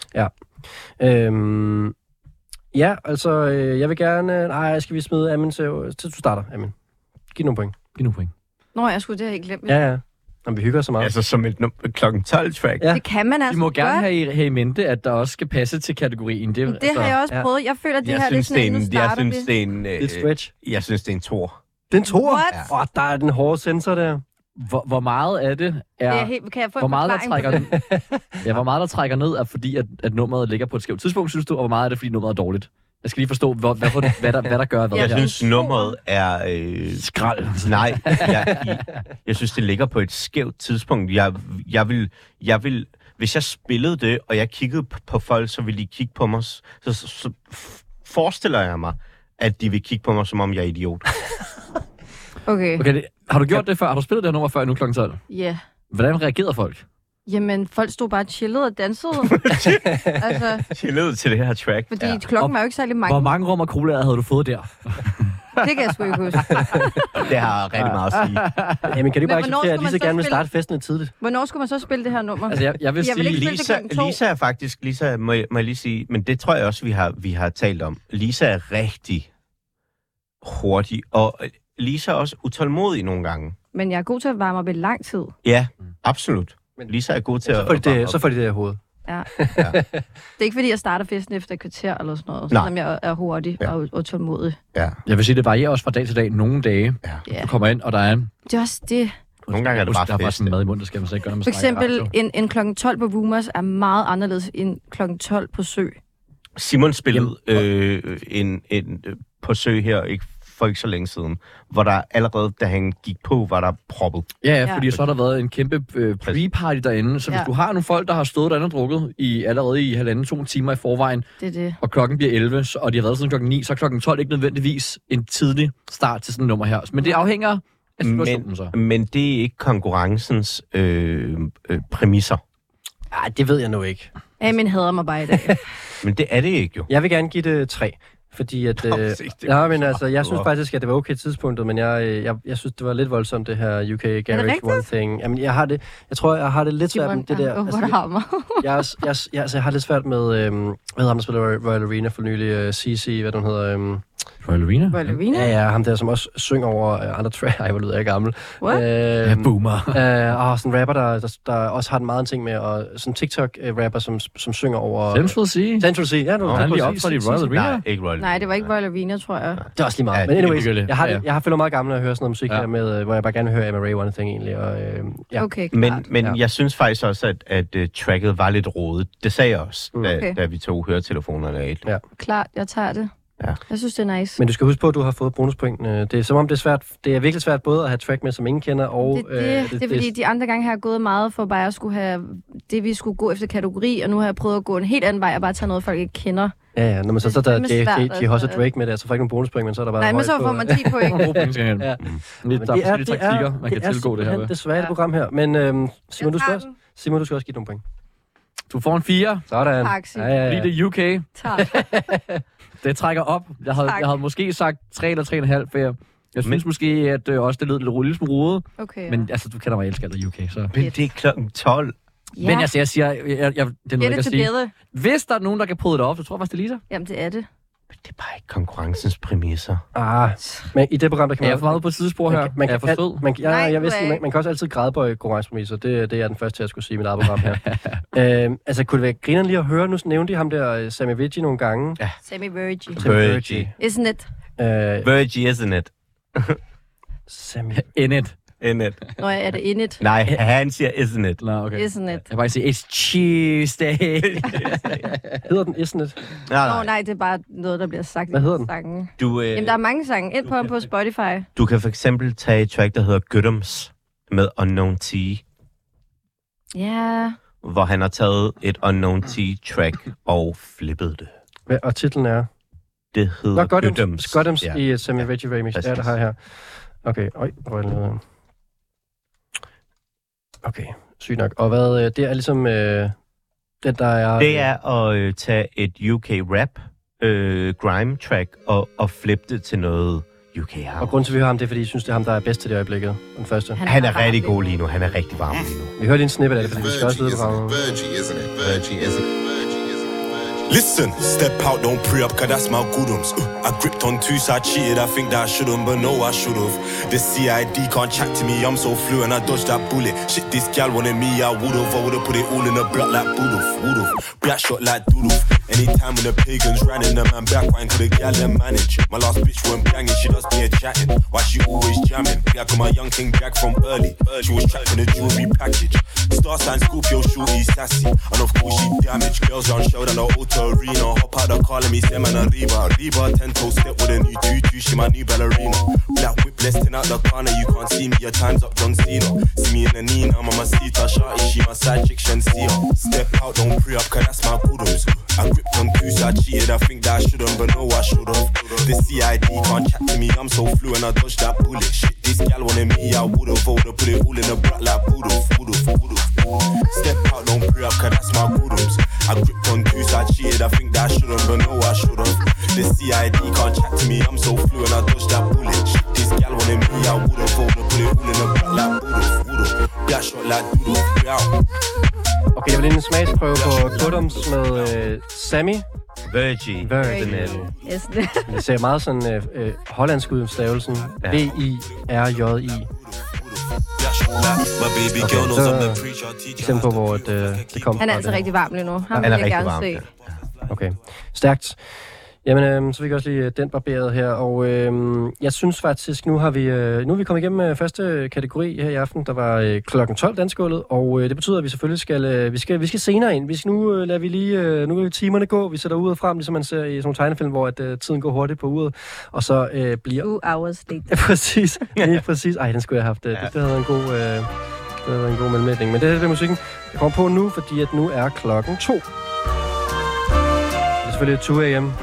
Øhm, ja, altså, øh, jeg vil gerne... Nej, skal vi smide Amin til... til du starter, Amin. Giv nogle point. Giv nu point. Nå, jeg skulle det have ikke glemt. Ja, ja. Jamen, vi hygger så meget. Altså som et num- klokken tolv-track. Ja. Det kan man altså Vi må gerne godt. have i, have i mente, at der også skal passe til kategorien. Det, Det har jeg også ja. prøvet. Jeg føler, at det Jeg her synes, det er det er sådan, en, nu jeg starter synes, vi. det er en, Det er et øh, stretch. jeg synes, det er en tor. Det er en toer. What? Åh, oh, der er den hårde sensor der. Hvor, hvor meget af det er... Det er helt, kan jeg få hvor en meget, der forklaring på trækker, ja, hvor meget der trækker ned, er fordi, at, at nummeret ligger på et skævt tidspunkt, synes du, og hvor meget er det, fordi nummeret er dårligt? Jeg skal lige forstå, hvor, hvad, for, hvad, der, hvad der gør hvad Jeg her. synes, nummeret er... Øh, Skrald. nej, jeg, jeg, jeg synes, det ligger på et skævt tidspunkt. Jeg, jeg, vil, jeg vil... Hvis jeg spillede det, og jeg kiggede p- på folk, så ville de kigge på mig, så, så, så f- forestiller jeg mig, at de vil kigge på mig, som om jeg er idiot. Okay. Okay, det, har du gjort det før? Har du spillet det her nummer før nu klokken tolv? Ja. Hvordan reagerede folk? Jamen, folk stod bare chillet og dansede. altså, Chillede til det her track. fordi Ja. ja. klokken var jo ikke særlig mange. Hvor mange rum og colaer havde du fået der? Det kan jeg sgu ikke huske. Det har rigtig meget at sige. Jamen, kan du Men bare hvornår acceptere, at skulle man Lisa så gerne vil spille? starte festen lidt tidligt? Hvornår skulle man så spille det her nummer? Altså, jeg, jeg vil Jeg vil sige... ikke spille til Lisa, klokken to. Lisa er faktisk, Lisa, må jeg, må jeg lige sige, men det tror jeg også, vi har, vi har talt om. Lisa er rigtig hurtig, og Lisa er også utålmodig nogle gange. Men jeg er god til at varme op i lang tid. Ja, absolut. Lisa er god til Så at... får de at- det, så får de det i hovedet. Ja. Ja. Det er ikke, fordi jeg starter festen efter et kvarter eller sådan noget, Nej. selvom jeg er hurtig Ja. og, og tålmodig. Ja. Jeg vil sige, det varierer også fra dag til dag. Nogle dage, Ja. du kommer ind, og der er en... Det er også det. Nogle gange er det bare Der er bare fest. sådan mad i munden, der skal man så ikke gøre, når man For snakker eksempel radio. en, en klokken tolv på Boomers er meget anderledes end klokken tolv på Sø. Simon spillede øh, en, en øh, på Sø her ikke, for ikke så længe siden, hvor der allerede, da han gik på, var der proppet. Ja, ja, Ja. fordi så har der været en kæmpe øh, pre-party derinde, så hvis Ja. du har nogle folk, der har stået derinde og drukket i, allerede i halvanden, to timer i forvejen, Det er det. og klokken bliver elleve, så, og de har været siden klokken ni, så er klokken tolv ikke nødvendigvis en tidlig start til sådan et nummer her. Men det afhænger af situationen Men, så. men det er ikke konkurrencens øh, øh, præmisser. Ej, det ved jeg nu ikke. Amen hader mig bare i dag. Men det er det ikke jo. Jeg vil gerne give det tre. Fordi at... Nå, Øh, se, det nej, var men så altså, jeg synes meget. faktisk, at det var okay tidspunktet, men jeg, øh, jeg, jeg synes, det var lidt voldsomt, det her U K Garage rigtigt? One Thing. Jamen, jeg har det... Jeg tror, jeg har det lidt svært med det der... Åh, hvor altså, der har mig. jeg, jeg, jeg, jeg, altså, jeg har lidt svært med... Øh, hvad hedder ham, der spiller Royal Arena for nylig? Uh, C C, hvad den hedder... Øh, Royal Arena? Ballerina? ja, ja, ham der, som også synger over øh, andre tracks. Ej, hvor lyder jeg gammel. What? Ja, Øh, boomer. Øh, og sådan en rapper, der, der, der også har en meget en ting med, og sådan en TikTok-rapper, som, som synger over... Central Sea. Central Sea, ja. Nu, Nå, han lige optrådt i Royal Arena. Nej, ikke Royal. Nej, det var ikke Royal Arena, tror jeg. Det er også lige meget. Ja, Men det er anyways, ligegyldigt. jeg har, Ja, det, ja. jeg har følt meget gamle at høre sådan noget musik Ja. ja. med, øh, hvor jeg bare gerne vil høre Emma Ray One Thing egentlig. Og, øh, ja. Okay, klart. Men, men Ja. ja. jeg synes faktisk også, at, at uh, tracket var lidt rodet. Det sagde jeg også, Mm. da, Okay. da vi tog høretelefonerne af. Ja. Klart, jeg tager det. Ja. Jeg synes, det er nice. Men du skal huske på, at du har fået bonuspointene. Det er som om, det er svært. Det er virkelig svært både at have track med, som ingen kender, og... Det, det, øh, det, det er fordi, de andre gange har jeg gået meget for bare at skulle have det, vi skulle gå efter kategori, og nu har jeg prøvet at gå en helt anden vej og bare tage noget, folk ikke kender. Ja, ja. Når man så, så der Det er er svært, J H altså. Drake med det, så får ikke nogen bonuspoint, men så er der bare... Nej, men højt så på- får man ti point. Gode point skal jeg Ja. Lidt, Men der er det er, forskellige det er, taktikker, man det kan er tilgå det her simpelthen ved. desværre det program her. Men øhm, Simon, du skal tager også, Simon, du skal også give nogle point. Du får en fire. Sådan. Tak, Simon. Ja, ja, ja. Fordi det er U K. Tak. Det trækker op. Jeg havde, Tak. jeg havde måske sagt tre eller tre og en halv, for jeg, jeg synes måske, at øh, også det lød lidt roligt som rodet. Okay. Men altså, du kender mig, jeg elsker alt U K, så... Men det er klokken tolv. Ja. Men altså, jeg siger, jeg, jeg, jeg, det er noget, Get jeg it kan sige. together. Hvis der er nogen, der kan prøve det op, så tror jeg faktisk, det er Lisa. Jamen, det er det. Det er bare ikke konkurrencens præmisser. Ah, men i det program, der kan Er man... jeg for meget på sidespor her? Man, kan- man, er jeg kan, for al- sød? man, ja, Nej, jeg du vidste, er man, ikke. man kan også altid grædebøje konkurrencepræmisser. Det, det er den første, jeg skulle sige i mit eget program her. øhm, altså, kunne det være grineren lige at høre? Nu nævnte de ham der, Sammy Vigi, nogle gange. Ja. Sammy Virgie. Virgie. Isn't it? Øh, Virgie, isn't it? Sammy... In it. In it. Nå, er det in it? Nej, han siger isn't it. Nå, okay. Isn't it? Jeg kan bare sige, it's Tuesday. Hedder den Isn't It? Nej, Nå, nej. nej, det er bare noget, der bliver sagt Hvad i hedder den? sangen. Du, øh, Jamen, der er mange sange. Ind på ham på Spotify. du kan for eksempel tage et track, der hedder Goodums med Unknown T, Ja. hvor han har taget et Unknown T-track og flippet det. Hvad- Og titlen er... Det hedder Nå, Goddams, Goodums. Goddams Ja. i uh, Sammy Vigi Remix. Ja, præcis. det har jeg her. Okay, øj, hvor er det nede? Okay, sygt nok. Og hvad, øh, det er ligesom... Øh, den, der er... Det er at øh, tage et U K rap øh, grime track og, og flippe det til noget U K Og house. grunden til, at vi hører ham, det er, fordi jeg synes, det er ham, der er bedst til det øjeblikket. Den første. Han er rigtig god lige nu. Han er rigtig varm lige nu. Vi hører lige en snippet af det, fordi vi skal også vide, hvad Virgie, isn't it? Virgie, isn't it? Listen, step out, don't pre up, cause that's my goodums. Uh, I gripped on two, so I cheated. I think that I shouldn't, but no, I should've. The C I D can't chat to me, I'm so fluent, I dodged that bullet. Shit, this gal wanted me, I would've. I would've put it all in a block like would've, would've. Black shot like doodle. Anytime when the pagans ran in, the man back wine could the gal and manage. My last bitch weren't banging, she does me a chatting. Why she always jamming? Yeah, I got my young thing back from early. She was trapped in a jewelry package. Star sign Scorpio, shorty sassy. And of course she damaged. Girls round showed at the auto arena. Hop out the car, let me say man a Reba. Reba, ten toe step with a new tutu. She my new ballerina. Black whip listing out the corner. You can't see me, your time's up, John Cena. See me in the Nina, Mama Sita, shawty. She my side chick, Shensia. Step out, don't pre up, cause that's my kudos. I gripped on two, so I cheated. I think that I shouldn't, but no, I should've. The C I D can't chat to me, I'm so fluent, I dodged that bullet. Shit, this gal wanted me, I would've. Would've put it all in a block like would've, would've, would've. Step out, don't pre up, cause that's my kudos. I gripped on two, so I cheated. I think that I shouldn't, but no, I should've. The C I D can't chat to me, I'm so fluent, I dodged that bullet. Shit, this gal wanted me, I would've. Would've put it all in a block like would've, would've. Black shot like doodle, out. Okay, jeg vil lige en smagsprøve på Goodums med øh, Sammy. Virgie. Virgie. Yes, det. Det ser meget sådan øh, øh, hollandsk ud, stavelsen. V I R J I. Okay, så eksempel på, hvor det, øh, det kom fra. Han er altså det. rigtig varm lige nu. Ham Han vil er jeg rigtig gerne varm, se. ja. Okay, stærkt. Jamen, øh, så fik jeg også lige øh, den barberet her, og øh, jeg synes faktisk, nu har vi øh, nu er vi kommet igennem øh, første kategori her i aften, der var øh, klokken tolv danskgulvet, og øh, det betyder, at vi selvfølgelig skal, øh, vi skal, vi skal senere ind. Vi skal nu øh, lader vi lige, øh, nu kan timerne gå, vi sætter uret frem, ligesom man ser i sådan nogle tegnefilm, hvor at, øh, tiden går hurtigt på uret, og så øh, bliver... Two hours later. Ja, præcis, lige præcis. Ej, den skulle jeg have haft. Det, det, det havde været en god... Øh, det havde været en god mellemlægning. Men det er det musikken, jeg kommer på nu, fordi at nu er klokken to. Det er selvfølgelig to a m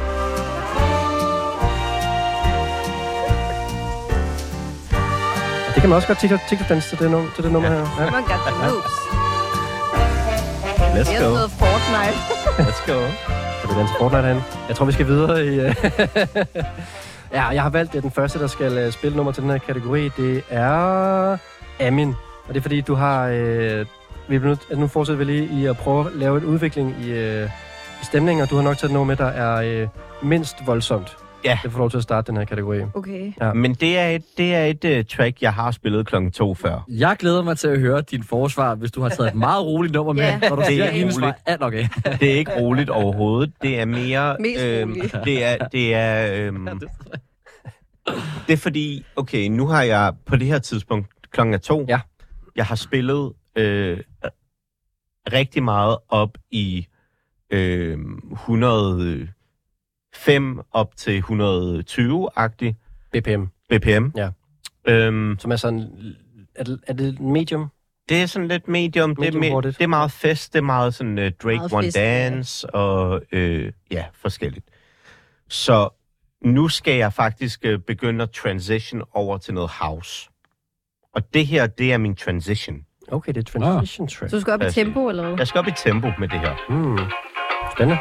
Det kan man også godt TikTok-danse til det, num- til det nummer her. Ja. Someone got the moves. Let's Det go. er noget Fortnite. Let's go. Kan vi danse Fortnite herinde? Jeg tror, vi skal videre i... Uh... ja, jeg har valgt det. Den første, der skal uh, spille nummer til den her kategori, det er Amin. Og det er fordi, du har... Uh... Vi er nødt... altså, nu fortsætter vi lige i at prøve at lave en udvikling i, uh... i stemningen, og du har nok taget noget med, der er uh... mindst voldsomt. Ja. Det får lov til at starte den her kategori. Okay. Ja. Men det er et, det er et uh, track, jeg har spillet klokken to før. Jeg glæder mig til at høre din forsvar, hvis du har taget et meget roligt nummer med, Ja. når du Det er siger, ikke hendes roligt. var alt okay. Det er ikke roligt overhovedet. Det er mere... Mest øhm, roligt. det er... Det er, øhm, det er fordi... Okay, nu har jeg på det her tidspunkt, klokken er to, Ja. jeg har spillet øh, rigtig meget op i øh, et hundrede og fem op til et hundrede og tyve-agtig. B P M. B P M. Ja. Øhm, Som er sådan... Er det, er det medium? Det er sådan lidt medium. medium det, er me- det er meget fest. Det er meget sådan uh, Drake Meget One fest, Dance og øh, ja, forskelligt. Så nu skal jeg faktisk uh, begynde at transition over til noget house. Og det her, det er min transition. Okay, det er transition track. Så du skal op i tempo, eller hvad? Jeg skal op i tempo med det her. Mm. Spændende.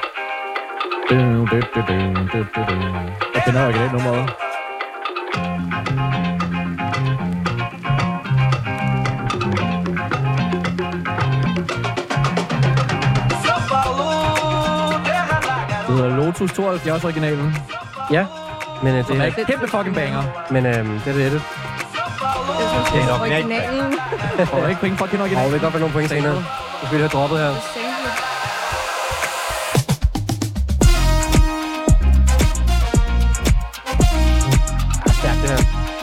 Jeg kender originalt nummeret. Det hedder Lotus tooghalvfjerds originalen. Ja, men øh, det er er en kæmpe fucking banger. Men øh, det er det. Det er originalen. Får du ikke point for at kende Åh, originalen? oh, det kan godt være nogle point senere. Nu skal vi have droppet her. Stærkt det her.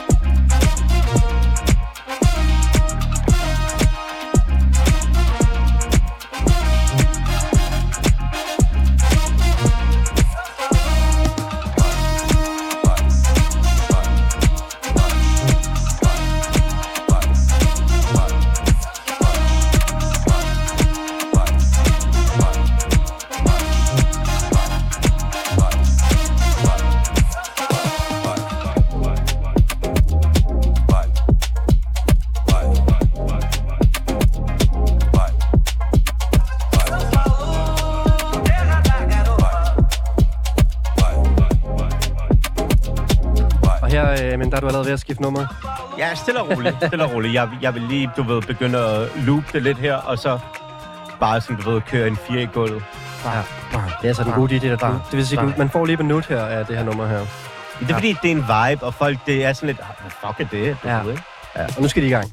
Men der er du allerede ved at skifte nummer. Ja, stille og roligt. Stille og roligt. Jeg, jeg vil lige, du ved, begynde at loop det lidt her, og så bare sådan, du ved, køre en fire i gulvet. Ja. Det er altså den gode idé, der du. Det vil sige, du, man får lige et minut her af det her nummer her. Det er fordi, det er en vibe, og folk, det er sådan lidt, hvad fuck er det? Ja. Ved, ikke? Ja. Og nu skal de i gang.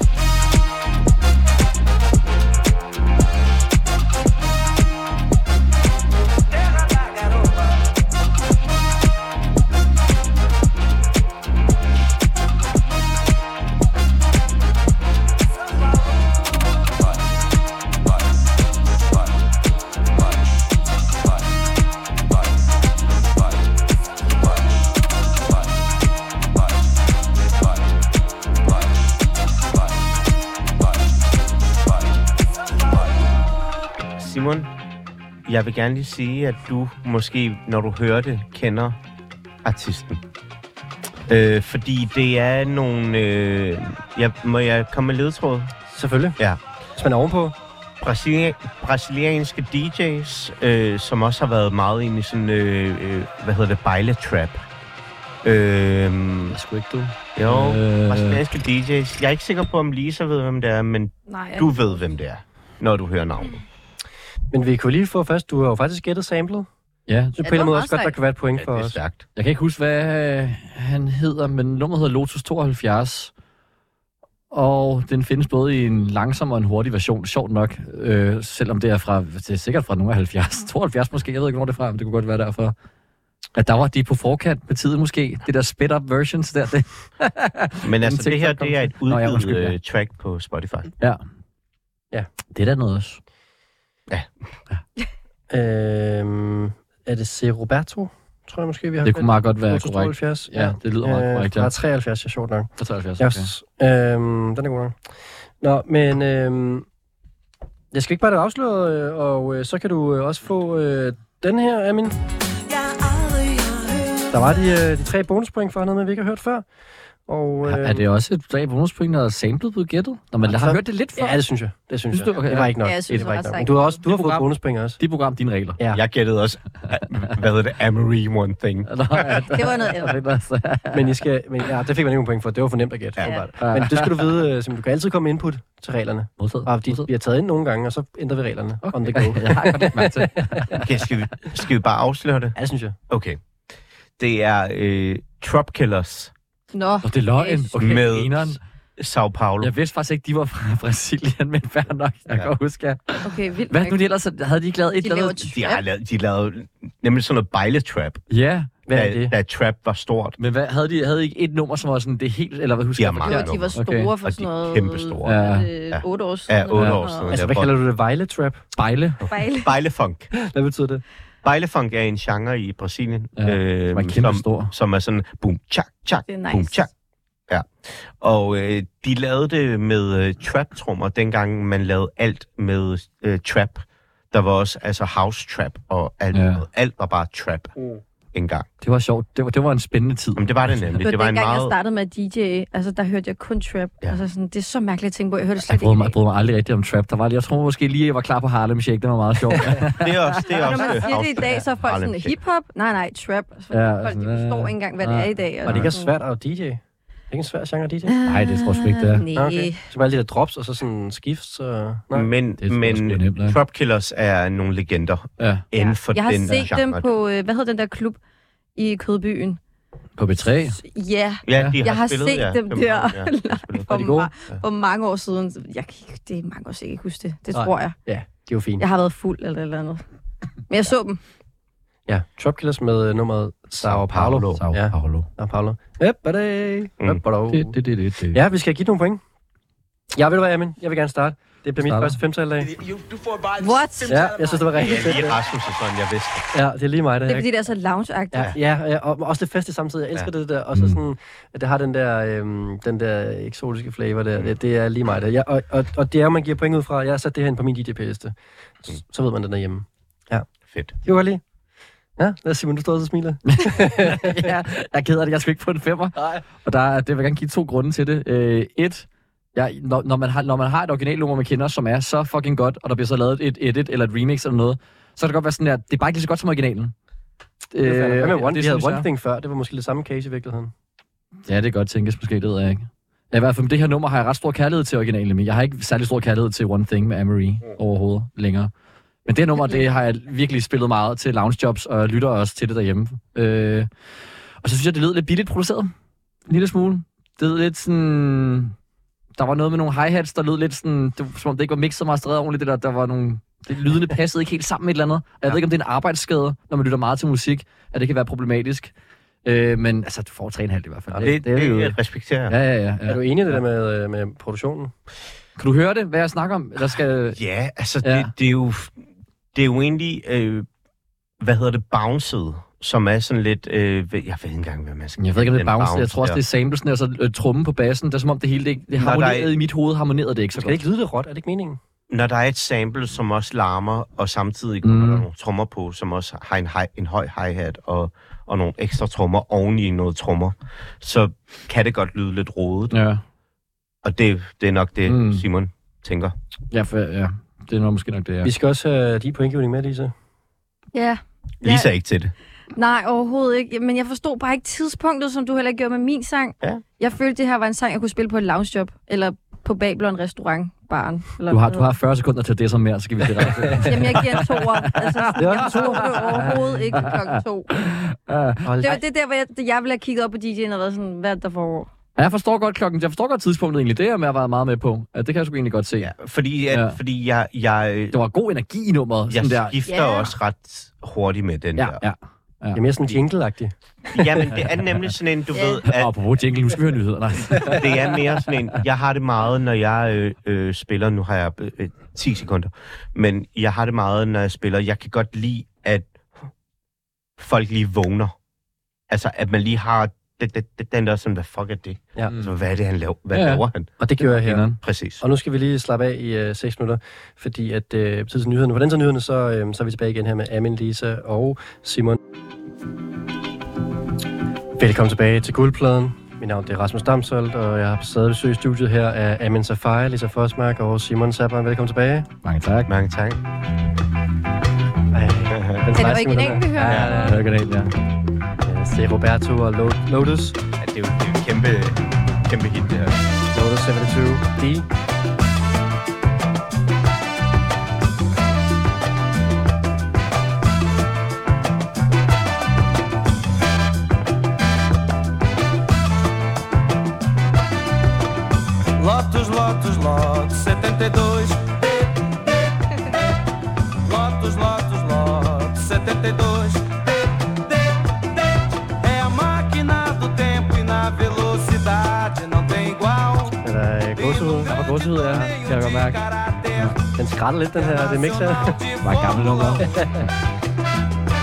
Simon, jeg vil gerne lige sige, at du måske, når du hører det, kender artisten. Øh, fordi det er nogle... Øh, jeg, må jeg komme med ledtråd? Selvfølgelig. Ja. Hvis man er ovenpå. Brasilia- brasilianske D J's, øh, som også har været meget inde i sådan, øh, øh, hvad hedder det, bejletrap. Øh, jeg sgu ikke, du. Jo, øh... brasilianske D J's. Jeg er ikke sikker på, om Lisa ved, hvem det er, men Nej, du ved, hvem det er, når du hører navnet. Men vi kunne lige få først, du har jo faktisk gættet samlet. Ja. Så på en måde også godt, der kan være et point for ja, os. Stærkt. Jeg kan ikke huske, hvad han hedder, men nummeret hedder Lotus tooghalvfjerds. Og den findes både i en langsom og en hurtig version, sjovt nok. Øh, selvom det er fra, det er sikkert fra nogle af halvfjerds. tooghalvfjerds måske, jeg ved ikke, hvor det er fra, men det kunne godt være derfor. At der var de på forkant med tiden måske. Det der sped-up versions der. Det. Men altså, det her, det er et udgivet Nå, ja, undskyld, ja. track på Spotify. Ja. Ja. Det er da noget også. Ja. ja. Øhm, er det C. Roberto, tror jeg måske, vi har. Det kunne meget godt være korrekt. tooghalvfjerds. Ja, det lyder meget korrekt, ja. Der er treoghalvfjerds, ja, sjovt nok. Der er treoghalvfjerds, okay. Yes. Øhm, den er god nok. Nå, men øhm, jeg skal ikke bare det afsløre, og øh, så kan du øh, også få øh, den her, Amin. Der var de, øh, de tre bonuspoint for noget, med, vi ikke har hørt før. Og, øh, er det også et tre bonuspoint, der er samlet på gættet? Når man har hørt det lidt før? Ja, det synes jeg. Det synes, synes jeg. Du, okay, det var ikke nok. Ja, jeg synes, det var det ikke var nok. Men du har, også, du har fået program, bonuspoint også. De program, dine regler. Ja. Jeg gættede også, hvad hedder det, Amory One Thing. Det var noget andet. Men I skal, men, ja, det fik man ikke nogen point for. Det var for nemt at gætte. Ja. Ja. Men det skal du vide, Simon, du kan altid komme input til reglerne. Modtaget. Bare fordi vi har taget ind nogle gange, og så ændrer vi reglerne okay. on the go. Jeg har godt lidt mærke til. Okay, skal vi, skal vi bare afsløre det? Ja, det synes jeg. Okay. Det er øh, Trop Killers. Nå. Og det er løgn. Okay, med eneren. Sao Paulo. Jeg vidste faktisk ikke, de var fra Brasilien, men fair nok. Jeg ja. kan huske, ja. Okay, vildt. Hvad nu de ellers? Havde de ikke lavet et de eller andet? De har lavet, de lavede nemlig sådan noget bejletrap. Ja. Hvad er det? Da, da trap var stort. Men hvad, havde de havde ikke et nummer, som var sådan det helt, eller hvad husker jeg? Ja, jo, de var store okay. for sådan noget... kæmpe store. Ja. Øh, otte år siden. Ja, otte år siden. Altså, hvad kalder du det? Vejletrap? Bejle? Bejle. Bejlefunk. Hvad betyder det? Bailefunk er en genre i Brasilien, ja, øh, som, er som, stor. som er sådan boom, chak, chak, nice. boom, chak. Ja, og øh, de lavede det med øh, trap-trommer, dengang man lavede alt med øh, trap. Der var også altså house trap, og alt, ja. alt var bare trap mm. engang. Det var sjovt. Det var, det var en spændende tid. Jamen, det var det nemlig. Det var, det var dengang, en meget... jeg startede med D J, altså der hørte jeg kun trap. Ja. Altså sådan, det er så mærkeligt at tænke på. Jeg hørte slet jeg brød ikke mig, jeg brød mig aldrig rigtig om trap. Der var, jeg tror måske lige, jeg var klar på Harlem Shake. Det var meget sjovt. det er også det er og også når man siger det i dag, så er folk sådan, hip-hop? Nej, nej, trap. Så ja, folk, de forstår ikke engang, hvad ja. det er i dag. Og det er svært at D J? Det er ikke en svær genre D J? Nej, det tror jeg ikke, det er. Nej. Okay. Så bare alle de der drops, og så sådan skifts, og... Nej. Men, men nemt, Trap Killers er nogle legender ja. inden for jeg den har set genre. dem på, hvad hedder den der klub i Kødbyen? På B tre? Ja, ja de har jeg har spillet, set ja. dem der ja, for, ma- for mange år siden. Jeg, det er mange år siden, jeg kan huske det. Det Nej. tror jeg. Ja, det er jo fint. Jeg har været fuld eller eller andet. Men jeg så dem. Ja, Trap Killers med nummeret Sao Paulo. Sao ja. Paulo. Sao Paulo. Mm. Ja, vi skal give nogle point. Ja, ved du hvad, Amin? Jeg vil gerne starte. Det bliver mit første femtal dag. What? Ja, jeg synes, det var rigtig fedt. Det er Rasmus og sådan, jeg vidste. Ja, det er lige mig, det Det er her. fordi, det er så lounge-agtigt. Ja, ja, og også det feste samtidig. Jeg elsker ja. det der. Og så sådan, at det har den der, øhm, den der eksotiske flavor der. Det, det er lige mig, det. Ja, og, og, og det er jo, man giver point ud fra. Jeg har sat det her ind på min D J-liste. Så, så ved man, den er hjemme. Ja. Fedt. Det var lige. Ja, lad os Simon, du står og smiler. ja, jeg er ked af det. Jeg skal ikke få en femmer. Nej. Og der, det vil jeg gerne give to grunde til det. Øh, et, ja, når, når, man har, når man har et originalnummer, man kender, som er så fucking godt, og der bliver så lavet et edit eller et remix eller noget, så kan det godt være sådan der, det er bare ikke lige så godt som originalen. Det øh, Hvad med One, det, vi havde One Thing før, det var måske det samme case i virkeligheden. Ja, det kan godt tænkes, måske, det ved jeg ikke. Ja, i hvert fald med det her nummer har jeg ret stor kærlighed til originalen, men jeg har ikke særlig stor kærlighed til One Thing med Amory mm. overhovedet længere. Men det her nummer, det har jeg virkelig spillet meget til loungejobs, og jeg lytter også til det derhjemme. Øh, og så synes jeg, det lød lidt billigt produceret. En lille smule. Det lød lidt sådan... Der var noget med nogle hi-hats, der lød lidt sådan... Det var, som om det ikke var mixet og mastereret ordentligt. Det der, der var nogle... Det lydende passede ikke helt sammen med et eller andet. Og jeg ja. ved ikke, om det er en arbejdsskade, når man lytter meget til musik, at det kan være problematisk. Øh, men altså, du får tre komma fem i hvert fald. Ja, det, det, det, det respekterer ja, ja, ja, ja. Er du enig i det der med, med produktionen? Kan du høre det, hvad jeg snakker om? Eller skal... Ja, altså, ja. Det, det er jo... Det er jo egentlig, øh, hvad hedder det, bounced, som er sådan lidt, øh, jeg ved ikke engang, hvad man skal Jeg ved ikke, om det er bounced. Jeg tror også, det er samplesen, altså øh, trummen på bassen. Det er som om det hele, det, det harmonerede er, i mit hoved, harmonerede det ikke så godt. Skal det ikke lyde det råt? Er det ikke meningen? Når der er et sample, som også larmer, og samtidig kommer mm. der nogle trommer på, som også har en, high, en høj hi-hat, og, og nogle ekstra trommer oven i noget trommer, så kan det godt lyde lidt rodet. Ja. Og det, det er nok det, mm. Simon tænker. Ja, for, ja. Det er nok måske nok det, ja. Vi skal også have uh, de pointgivning med, Lisa. Ja. Lisa er ikke til det. Nej, overhovedet ikke. Men jeg forstod bare ikke tidspunktet, som du heller ikke gjorde med min sang. Ja. Jeg følte, det her var en sang, jeg kunne spille på et loungejob, eller på Babylon restaurant, baren. Eller du, har, du har fyrre sekunder til det som mere, så skal vi det ret. Jamen, jeg giver en toer. Altså, jeg forstod det overhovedet ikke klokken to. Uh, det var det der, hvor jeg, jeg ville have kigget op på D J'en og været sådan, hvad der foregår. Ja, jeg forstår godt klokken. Jeg forstår godt tidspunktet egentlig. Det er jeg med at være meget med på. Ja, det kan jeg sgu egentlig godt se. Ja, fordi, at, ja. fordi jeg, jeg... Det var god energi i nummeret. Jeg der. skifter yeah. også ret hurtigt med den ja, der. Ja, ja. Det er mere sådan jingle-agtigt. Jamen, det er nemlig sådan en, du yeah. ved... At... Åh, på jingle, nu skal vi høre nyheder. Nej. Det er mere sådan en... Jeg har det meget, når jeg øh, øh, spiller... Nu har jeg øh, ti sekunder. Men jeg har det meget, når jeg spiller. Jeg kan godt lide, at folk lige vågner. Altså, at man lige har... Det, det, det, den der sådan, hvad fuck er det? Ja. Altså, hvad er det, han laver? Hvad ja, ja. laver han? Og det gjorde jeg her. Præcis. Og nu skal vi lige slappe af i uh, seks minutter, fordi at uh, tid til nyhederne. For den til nyhederne, så, uh, så er vi tilbage igen her med Amin, Lisa og Simon. Velkommen tilbage til Guldpladen. Mit navn er Rasmus Damsholdt, og jeg har stadig besøg i studiet her af Amin Safai, Lisa Forsmark og Simon Sabban. Velkommen tilbage. Mange tak. Mange tak. Ej, er det originalen, vi hører? Ja, det er originalen, ja. Det er Roberto og Lotus. Ja, det er jo, det er jo et kæmpe, kæmpe hit, det her. Lotus syvogtyve D. Lotus, Lotus, Lotus, setenta e dois. Lotus, Lotus, Lotus, setenta e dois. É a máquina do tempo e na velocidade não tem igual. Er der gåsehud? Der var gåsehud, ja. Kan jeg godt mærke. Ja. Den skrætter lidt, den her, det mix her. Bare gammel nummer.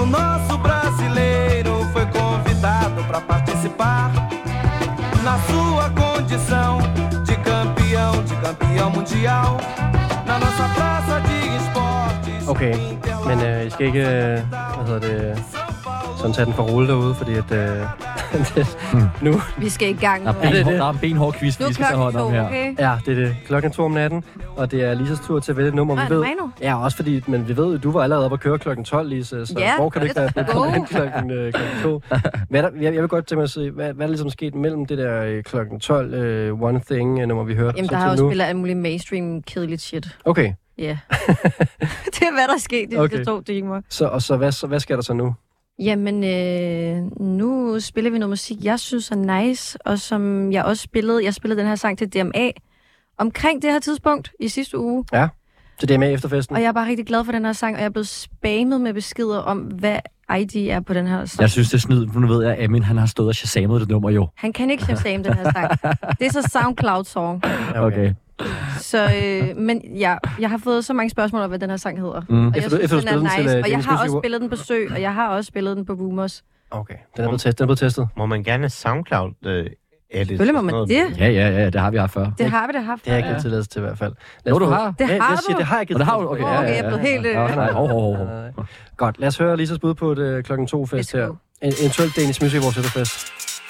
o nosso brasileiro foi convidado pra participar na sua condição de campeão, de campeão mundial, na nossa praça de esportes. Okay, men øh, I skal ikke, øh, hvad hedder det, sådan tage den for rulle derude, fordi at, øh, det, mm. nu... Vi skal i gang. Der er, ben, der er en benhård quiz, vi skal tage hånd om her. Okay. Ja, det er det. Klokken to om natten, og det er Lisas tur til at vælge et nummer. Nå, vi ved, ja, også fordi, men vi ved, du var allerede oppe at køre klokken tolv, Lisa, så ja, hvor kan du ikke være blevet hen klokken, øh, klokken to? Hvad der, jeg, jeg vil godt tænke mig at se, hvad, hvad er ligesom sket mellem det der øh, klokken tolv øh, One Thing-nummer, vi hørte? Jamen, der har også spillet alt muligt mainstream kedeligt shit. Okay. Ja. Yeah. Det er, hvad der er sket i okay. de to timer. Så, og så hvad, så hvad sker der så nu? Jamen, øh, nu spiller vi noget musik, jeg synes er nice, og som jeg også spillede. Jeg spillede den her sang til D M A omkring det her tidspunkt i sidste uge. Ja, til D M A efterfesten. Og jeg er bare rigtig glad for den her sang, og jeg er blevet spammet med beskeder om, hvad I D er på den her sang. Jeg synes, det er snyd. Nu ved jeg, at Amin han har stået og shazamet det nummer jo. Han kan ikke shazame den her sang. Det er så SoundCloud-song. Okay. Så, øh, men ja, jeg har fået så mange spørgsmål om, hvad den her sang hedder. Mm. Og jeg efter, synes, efter, den er nice. Til, uh, og jeg har også spillet den på Sø, og jeg har også spillet den på Boomers. Okay, den er blevet testet. Den er blevet testet. Må man gerne SoundCloud uh, edit? Selvfølgelig må man det. Ja, ja, ja, det har vi haft før. Det har vi da haft. Det har jeg ikke givet tilladelse til i hvert fald. Jo, du har. Det har jeg, jeg du? siger, det har jeg givet det har du. Okay, okay, jeg er blevet helt... Øh... Ja, nej, hov, hov, hov. Godt, lad os høre Lisas bud på et uh, klokken to fest her. En, eventuelt Danish Music vores efterfest.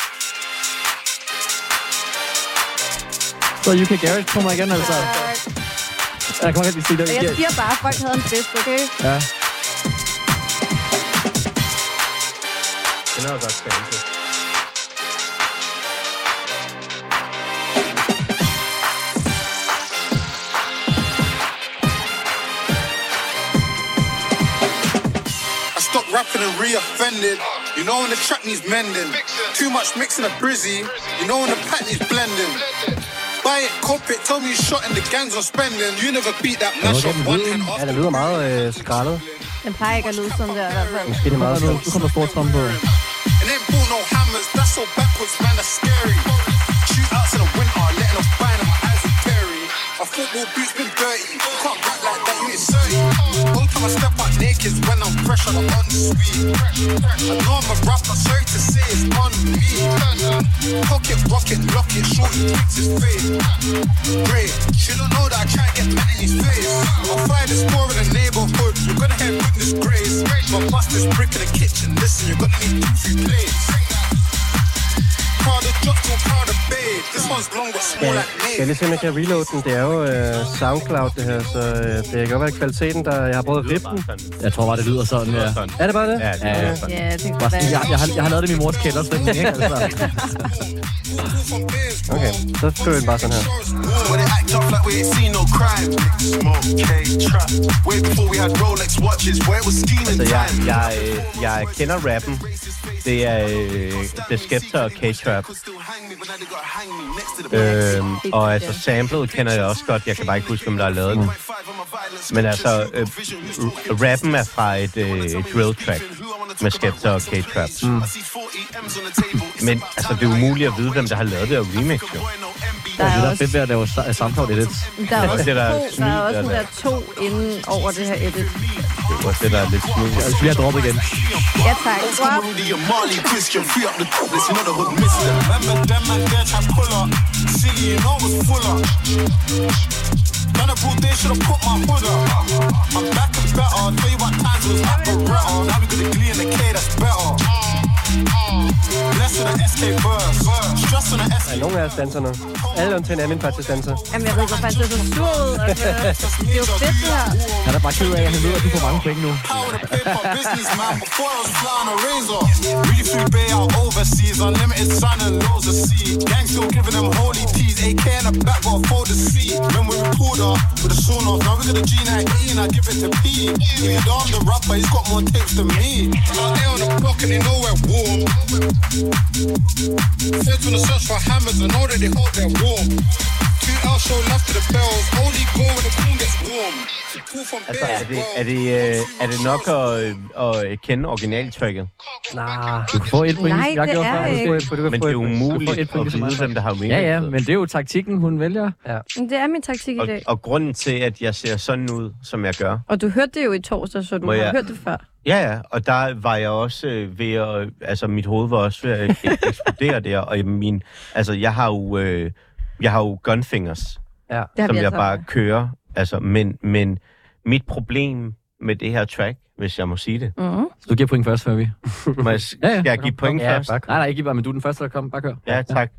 Så U K Garage kommer igen, altså. Jeg kommer rigtig sige det. Jeg siger bare, at folk havde en fest, okay? Ja. Den er jo godt spændende. Stop rapping and re-offended. You know when the track needs mending. Too much mixing a brizzy. You know when the pack needs blending. Buy it, cop it, tell me you shot and the gangs are spending. You never beat that mash up one hand off. Ja, den lyder meget øh, skrællet. Den plejer ikke at lyde sådan der i hvert fald. Måske det er meget sådan. Nu kommer der stor trom på. And ain't bought no hammers, that's so backwards, man, that's scary. Shootouts in the winter, letting off buying and my eyes are teary. My football boots been dirty, can't rap like that, you ain't thirty. Whole time I step out naked when I'm fresh on the unsweet. I know I'm a rapper, sorry to say it's on me. Pocket, rocket, lock it, shorty thinks it's fake. Great, should've know that I try to get mad in his face. I'll fire this store in the neighborhood, you're gonna have witness grace. But bust this brick in the kitchen, listen, you're gonna need two, three plates. Ja, jeg lige se, om jeg kan reload den. Det er jo uh, SoundCloud, det her, så uh, det kan godt være kvaliteten, der... Jeg har prøvet at rippe den. Jeg tror bare, det lyder sådan, ja. Er det bare det? Ja, det ja, ja. Ja, det kan bare være. Jeg, jeg, har, jeg har lavet det i min mors kælderstemning, ikke? Altså. Okay, så skriver vi den bare sådan her. Altså, jeg, jeg, jeg kender rappen. Det er øh, The Skepta og K-Trap. Øhm, og altså, samplet kender jeg også godt. Jeg kan bare ikke huske, om der er lavet den. Men altså, øh, rappen er fra et, øh, et drill track med Skepta og K-Trap. Mm. Men altså, det er umuligt at vide, hvem der har lavet det og remix, jo. Der er det, der også... er fedt ved at lave SoundCloud edits. Der er også det, der er to, smid, der er også der, der to inden over det her edit. Det er også det, der er lidt smooth. Jeg skal lige have droppet igen. Ja, tak. Drop. Man, a broad day should've put my hood up. I'm back and better. I'll tell you what times it was like Beretta. Now we got a glee in the K, that's better. Bless with the S K verse. Stress on the S K. Er nogen af os danserne? Alle om til en anden faktisk danser. Jamen, jeg ved ikke, hvorfor det er så sur ud. Altså, det er jo fedt, det her. Han er bare ked af, at han ved, at du får mange penge nu. Really through bay out overseas. Unlimited sun and loads of sea. Gang still giving them holy teas. A K in the back, got a fold of C. When we record her with the Sonos. Now we got a G nineteen, I give it to P. If you don't, the rapper, he's got more tapes than me. Out there on the block and they know we're warm. Feds on the search for hammers and know that they hold their warm. Two L show left to the bells. Only go when the boom gets warm. Altså, er det, er det, øh, er det nok at, at kende originaltracket? Nej. Du kan få et point, Nej, jeg det gjorde er fra. ikke. Men det er umuligt at vide, hvem der har remixet. Ja, ja, men det er jo taktikken, hun vælger. Ja. Det er min taktik i Og, dag. og grunden til, at jeg ser sådan ud, som jeg gør... Og du hørte det jo i torsdag, så du Må har jeg- hørt det før. Ja, ja, og der var jeg også øh, ved at... Altså, mit hoved var også ved at eksplodere der, og min... Altså, jeg har jo... Øh, jeg har jo gunfingers, ja. som jeg bare kører. Altså, men, men mit problem med det her track, hvis jeg må sige det... Mm. Så du giver point først, før vi... Må jeg, skal ja, ja. jeg give point ja, først? Nej, nej, ikke bare, men du er den første, der kommer. Bare kør. Ja, tak.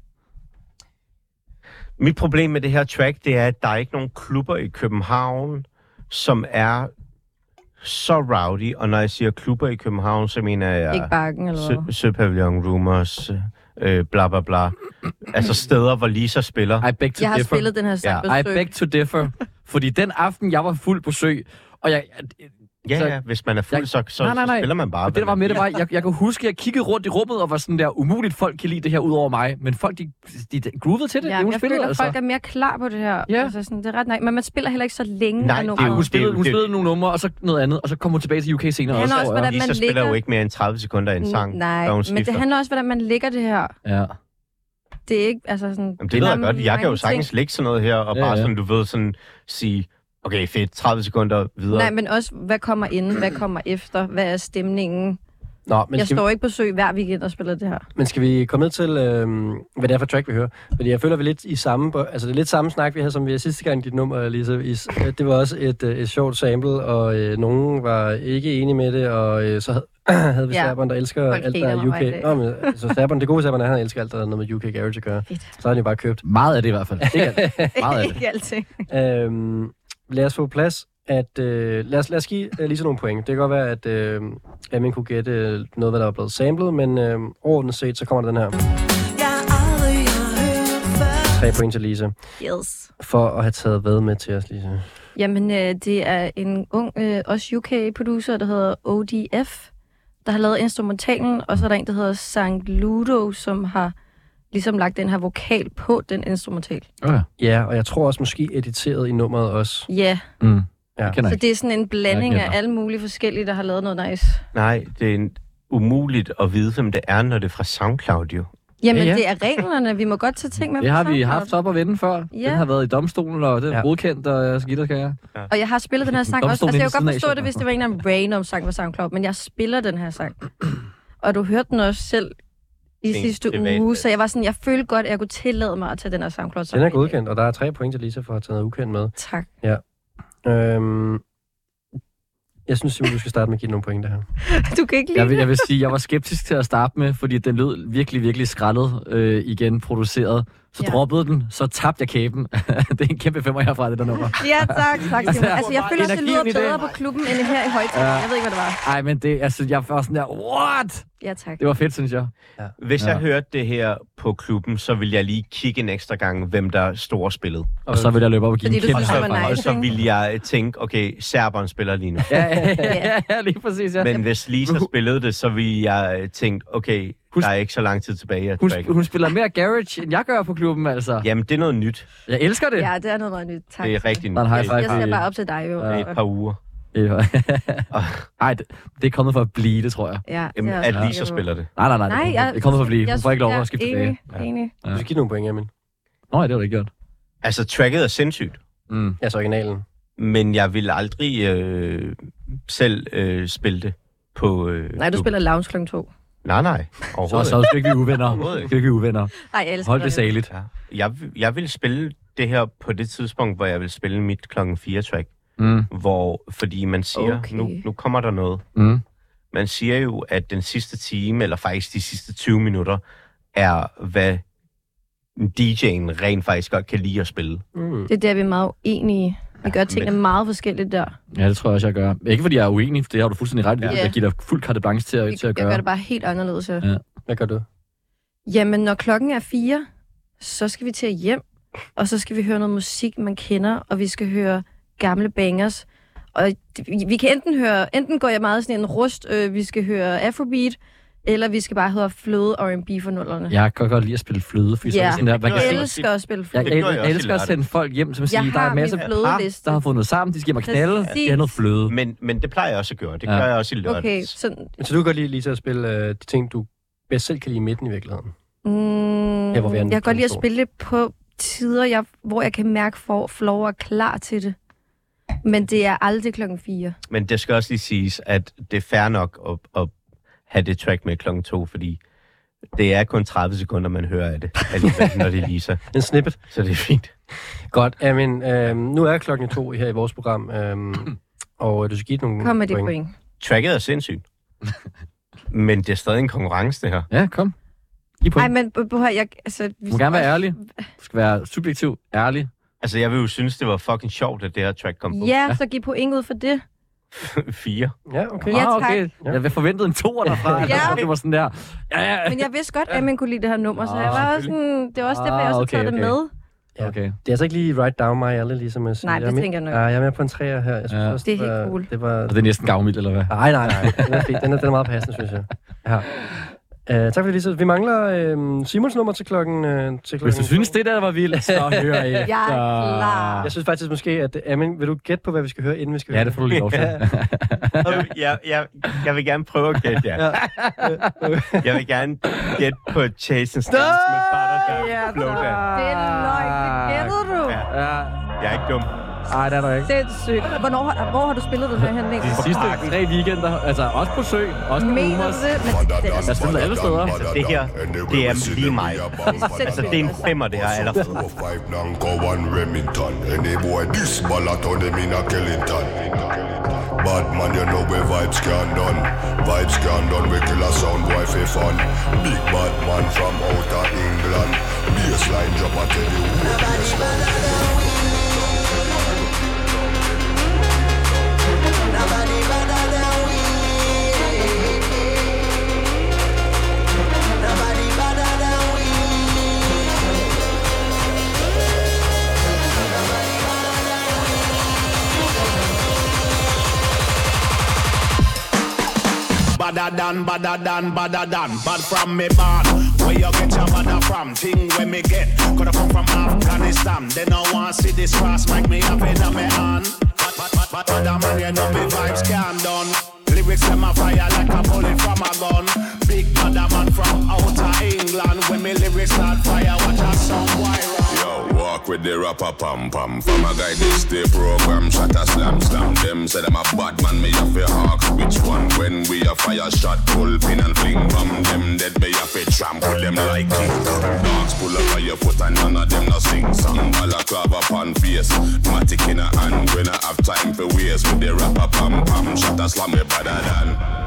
Mit problem med det her track, det er, at der er ikke nogen klubber i København, som er så rowdy. Og når jeg siger klubber i København, så mener jeg... Ikke Bakken, eller hvad? Søpavillon, Rumors, øh, bla bla bla. Altså steder, hvor Lisa spiller. I beg to jeg har differ. spillet den her sang ja. I beg to differ. Fordi den aften, jeg var fuld på sø, og jeg... Ja, så, ja, hvis man er fuld, jeg, så, så, nej, nej, nej. så spiller man bare. Og det, der var med, det var, jeg, jeg kunne huske, at jeg kiggede rundt i rummet og var sådan der, umuligt folk kan lide det her ud over mig. Men folk, de, de, de groovede til det. Ja, det hun jeg spillede, føler, at altså. folk er mere klar på det her. Ja. Altså, sådan, det er ret nej. Men man spiller heller ikke så længe. Nej, det er hun spillede, det, hun det, spillede nogle numre, og så noget andet, og så kom hun tilbage til U K senere. Det også, også, hvordan Lisa man spiller ligger... jo ikke mere end tredive sekunder i en sang. Nej, men det handler også, hvordan man ligger det her. Ja. Det er ikke, altså sådan... Jamen, det ved jeg godt. Jeg kan jo sagtens ting. lægge sådan noget her, og ja, bare ja. sådan, du ved, sådan sige... Okay, fedt. tredive sekunder videre. Nej, men også, hvad kommer inden? Hvad kommer efter? Hvad er stemningen? Nå, men jeg skal står vi... ikke på søg hver weekend og spiller det her. Men skal vi komme ned til, øh, hvad det er for track, vi hører? Fordi jeg føler, vi er lidt i samme... Altså, det er lidt samme snak, vi havde, som vi havde sidste gang, dit nummer, Lisa. Det var også et, et sjovt sample, og øh, nogen var ikke enige med det, og øh, så havde, havde vi ja. Serberen, der elsker Folk alt, der er U K. Nå, men, altså, Serberen, det gode Serberen, han elsker alt, der er noget med U K Garage at gøre. Fedt. Så har han jo bare købt. Meget af det i hvert fald. Ikke alt. Meget af det. Ikke alting. Øhm, lad os få plads. At, øh, lad, os, lad os give øh, lige sådan nogle point. Det kan godt være, at, øh, at man kunne gætte øh, noget, hvad der var blevet samlet, men øh, overordnet set, så kommer der den her. Tre point til Lisa. Yes. For at have tavet hvad med til os, Lisa? Jamen, øh, det er en ung, øh, også U K-producer, der hedder O D F, der har lavet instrumentalen, og så er der en, der hedder Sankt Ludo, som har ligesom lagt den her vokal på den instrumental. Okay. Ja, og jeg tror også måske editeret i nummeret også. Ja. Mm. Ja. Så det er sådan en blanding af alle mulige forskellige, der har lavet noget nice. Nej, det er en umuligt at vide, hvem det er, når det er fra SoundCloud, jo. Jamen, ja, ja. det er reglerne. Vi må godt tage ting med. Det har vi SoundCloud. haft op og vende før. Ja. Den har været i domstolen, og det er ja. godkendt, og skidt og skal jeg. Ja. Og jeg har spillet den her sang også. Altså, jeg kan godt forstå det, hvis det var en eller anden random sang på SoundCloud, men jeg spiller den her sang. Og du hørte den også selv i en sidste privat. uge, så jeg var sådan, jeg følte godt, at jeg kunne tillade mig at tage den her SoundCloud sang. Den er godkendt, og der er tre point til Lisa for at have taget noget ukendt med. Tak. Ja. Øhm, jeg synes simpelthen, du skal starte med at give nogle point, det her. Du kan ikke lide jeg vil, jeg vil sige, jeg var skeptisk til at starte med, fordi den lød virkelig, virkelig skrællet øh, igen, produceret. Så Ja. droppede den, så tabte jeg kæben. Det er en kæmpe femmer herfra, det der nummer. Ja, tak, tak. Simon. Altså, jeg føler også, det lyder Energien i bedre det. på klubben, end her i højtaler. Ja. Jeg ved ikke, hvad det var. Ej, men det, altså, jeg var sådan der, what? Ja, tak. Det var fedt, synes jeg. Ja. Hvis Ja. jeg hørte det her på klubben, så vil jeg lige kigge en ekstra gang, hvem der stod og spillede. Og så vil jeg løbe op og give Fordi en du kæmpe synes, det var high five. Og nice. så vil jeg tænke, okay, serberen spiller lige nu. Ja, ja, ja, ja, lige præcis, ja. Men hvis Lisa spillede det, så ville jeg tænke, okay, der er ikke så lang tid tilbage. Hun, sp- hun spiller mere garage, end jeg gør på klubben, altså. Jamen, det er noget nyt. Jeg elsker det. Ja, det er noget meget nyt. Tak. Det er rigtig nyt. Der er en high five Jeg ser for- bare op til dig, jo. Det er et par uger. Ej, det, det er kommet for at blive det, tror jeg. Ja, det Jamen, er at også Lisa sikker på. spiller det. Nej, nej, nej. Nej, det, jeg, det er kommet for at blive. jeg- Hun får ikke lov jeg at skifte er tilbage. enig, enig. Du skal give nogle point, Emil. Nå, ja, det var det ikke gjort. Altså, tracket er sindssygt. Mm. Altså originalen. Men jeg vil aldrig øh, selv øh, spille det på... Øh, Nej, du klubben. spiller Lounge klokken to. Nej, nej. Så, Overhovedet så skal vi ikke uvenner. Overhovedet ikke. Skal ikke vi uvenner. Ej, jeg elsker Hold det saligt. Ja. Jeg, jeg vil spille det her på det tidspunkt, hvor jeg vil spille mit klokken fire track. Mm. Hvor, fordi man siger, Okay. nu, nu kommer der noget. Mm. Man siger jo, at den sidste time, eller faktisk de sidste tyve minutter, er, hvad D J'en rent faktisk godt kan lide at spille. Mm. Det er der, vi er meget uenige. Vi gør tingene men- meget forskelligt der. Ja, det tror jeg også, jeg gør. Ikke fordi jeg er uenig, for det har du fuldstændig ret i. Ja. Jeg giver dig fuld carte blanche til, at- til at Jeg gør gøre. det bare helt anderledes. Ja. Ja. Hvad gør du? Jamen, når klokken er fire, så skal vi til at hjem, og så skal vi høre noget musik, man kender, og vi skal høre gamle bangers. Og det- vi- vi kan enten høre, enten går jeg meget sådan en rust, øh, vi skal høre Afrobeat, eller vi skal bare høre fløde R and B for nullerne. Jeg kan godt lide at spille fløde, fordi så er Ja, det sådan der, man kan jeg se, elsker at spille jeg, fløde. Det gjorde jeg, jeg jeg også i elsker at lørdag. sende folk hjem, som Jeg siger, der har er masser min af par, flødeliste. der har fundet sammen, de skal mig knalde, Præcis. de har noget fløde. Men, men det plejer jeg også at gøre. Det Ja. gør jeg også i lørdags. Okay, så... Så du kan godt lide, Lisa, at spille øh, de ting, du bedst selv kan lide i midten i virkeligheden. Mm, Her, hvor vi er jeg en kan godt lide at stor. spille det på tider, jeg, hvor jeg kan mærke, for flow er klar til det. Men det er aldrig klokken fire. Men det skal også lige siges, at det er fair nok at, at have det track med klokken to, fordi det er kun tredive sekunder, man hører af det, alligevel, når det lyser. En snippet. Så det er fint. Godt. Amen, øh, nu er klokken to her i vores program, øh, og du skal give nogle Kom med point. det point. Tracket er sindssygt. Men det er stadig en konkurrence, det her. Ja, kom. Nej, men Boha, jeg... Altså, du må gerne være ærlig. Du skal være subjektiv, ærlig. Altså, jeg vil jo synes, det var fucking sjovt, at det her track kom på. Ja, ja. Så giv point ud for det. Fire. Ja, okay. Ja, tak. Ah, okay. Jeg havde forventet en toer derfra. Ja. Det var sådan der. Ja, ja. Men jeg vidste godt, at man kunne lide det her nummer, så jeg var også sådan... Det var også derfor, jeg også okay, taget det okay. med. Ja. Okay. Det er altså ikke lige right down my alley, ligesom jeg siger. Nej, det jeg tænker jeg nok. Ja, jeg er med på en træer her. Jeg synes Ja. også, Det er var, helt cool. Det var... Og det er næsten gavmild, eller hvad? Nej, nej, nej. Den er, fint. Den er, den er meget passende, synes jeg. Ja. Uh, tak for det, Lisa. Vi mangler uh, Simons nummer til klokken... Uh, til klokken Hvis du synes, det der var vildt, så hører jeg efter. Jeg er klar. Jeg synes faktisk måske, at... Amen, vil du gætte på, hvad vi skal høre, inden vi skal høre? Ja, det får du lige lov til. jeg, jeg, jeg, jeg vil gerne prøve at gætte, ja. Jeg vil gerne gætte på Jason's Dance med Butter Ja, Flow det er løgn. Det gættede du. Ja. Jeg er ikke dum. Nej, det er der ikke. Sindssygt. Hvornår, har- hvor har du spillet den her handling? De sidste tre weekender, altså også på Sø, også på Mener Rumors. du det? Men det er Jeg har spillet alle steder. Altså, det her, det er lige mig. Altså, det er en femmer, det her allerede. One Remington. Any boy this Balaton, them in a Kellington. Bad man, you know where vibes can done. Vibes can done, we kill a sound boy for fun. Big bad man from outer England. Bassline drop, I tell you who bassline. Nobody better than we. Nobody better than we. Badder than, badder than, badder than. Bad from me born. Where you get your badder from? Thing where me get. Coulda come from Afghanistan. They no want see this cross make me up in me hand. But other man, you know me vibes can done. Lyrics them a fire like a bullet from a gun. Big other man from outer England. When me lyrics start fire, watch a song wire. Yo, walk with the rapper pam pam. From a guy this day program, shot a slam slam. Them say them a bad man, me a fi hawks. Which one? When we a fire shot, pull pin and fling bomb. Them dead me a fi trample them like king. Dogs pull up on your foot and none of them no sing song. Balaclava pan face, matic in a hand. When I have time for waste with the rapper pam pam. Shot a slam me better than.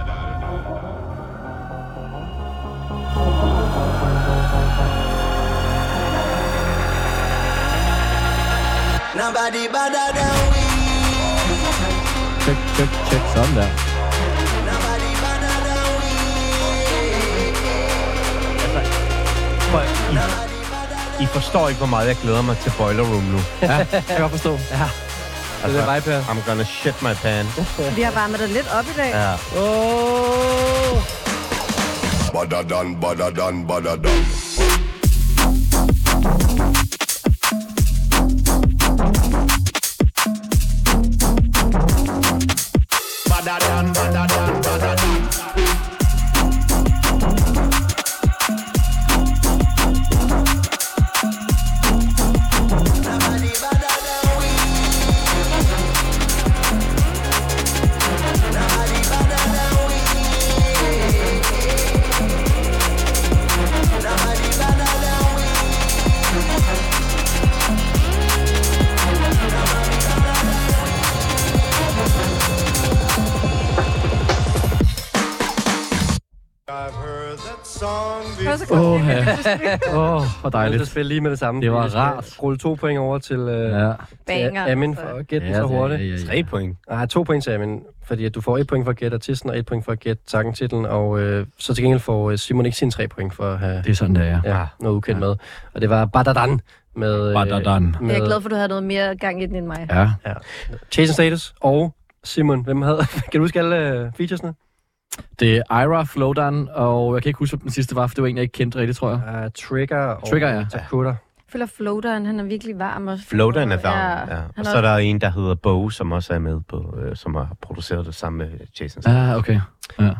Nobody better than we. Check, check, check. Sådan der. Nobody better than we. I, I forstår ikke, hvor meget jeg glæder mig til Boiler Room nu. Ja, jeg kan godt forstå. Ja. Altså, det er vibe her. I'm gonna shit my pants. Vi har varmet dig lidt op i dag. Ja. Oh. Badder than, badder than, badder than. Badder than, badder than, badder than. Nobody better than we. Nobody better than we. Nobody better than we. I've heard that song Åh, ja. Åh, hvor dejligt. Det spille lige med det samme. Det var Vi skal rart. Rulle to point over til, uh, Ja. Banger. til Amin for at gætte Ja, ja, så det- hurtigt. ja, ja, ja. Tre point. Nej, to point til Amin, fordi at du får et point for at gætte artisten, og et point for at gætte sangtitlen, og øh, så til gengæld får øh, Simon ikke sine tre point for at have Det er sådan, det er. ja, noget ukendt ja. med. Og det var Badadan med... Øh, Badadan. med Jeg er glad for, at du havde noget mere gang i den end mig. Ja. ja. Jason Status og Simon. Hvem havde... kan du huske alle øh, featuresne? Det er Ira, Flowdown, og jeg kan ikke huske, hvad den sidste var, for det var en, jeg ikke kendte rigtigt, tror jeg. Uh, Trigger og Trigger, ja. Dakota. Jeg føler, Floateren, han er virkelig varm også. Floateren er varm, Ja, ja. han Og så er der en, der hedder Bo, som også er med på, øh, som har produceret det sammen med Jason. Ah, okay. Ja.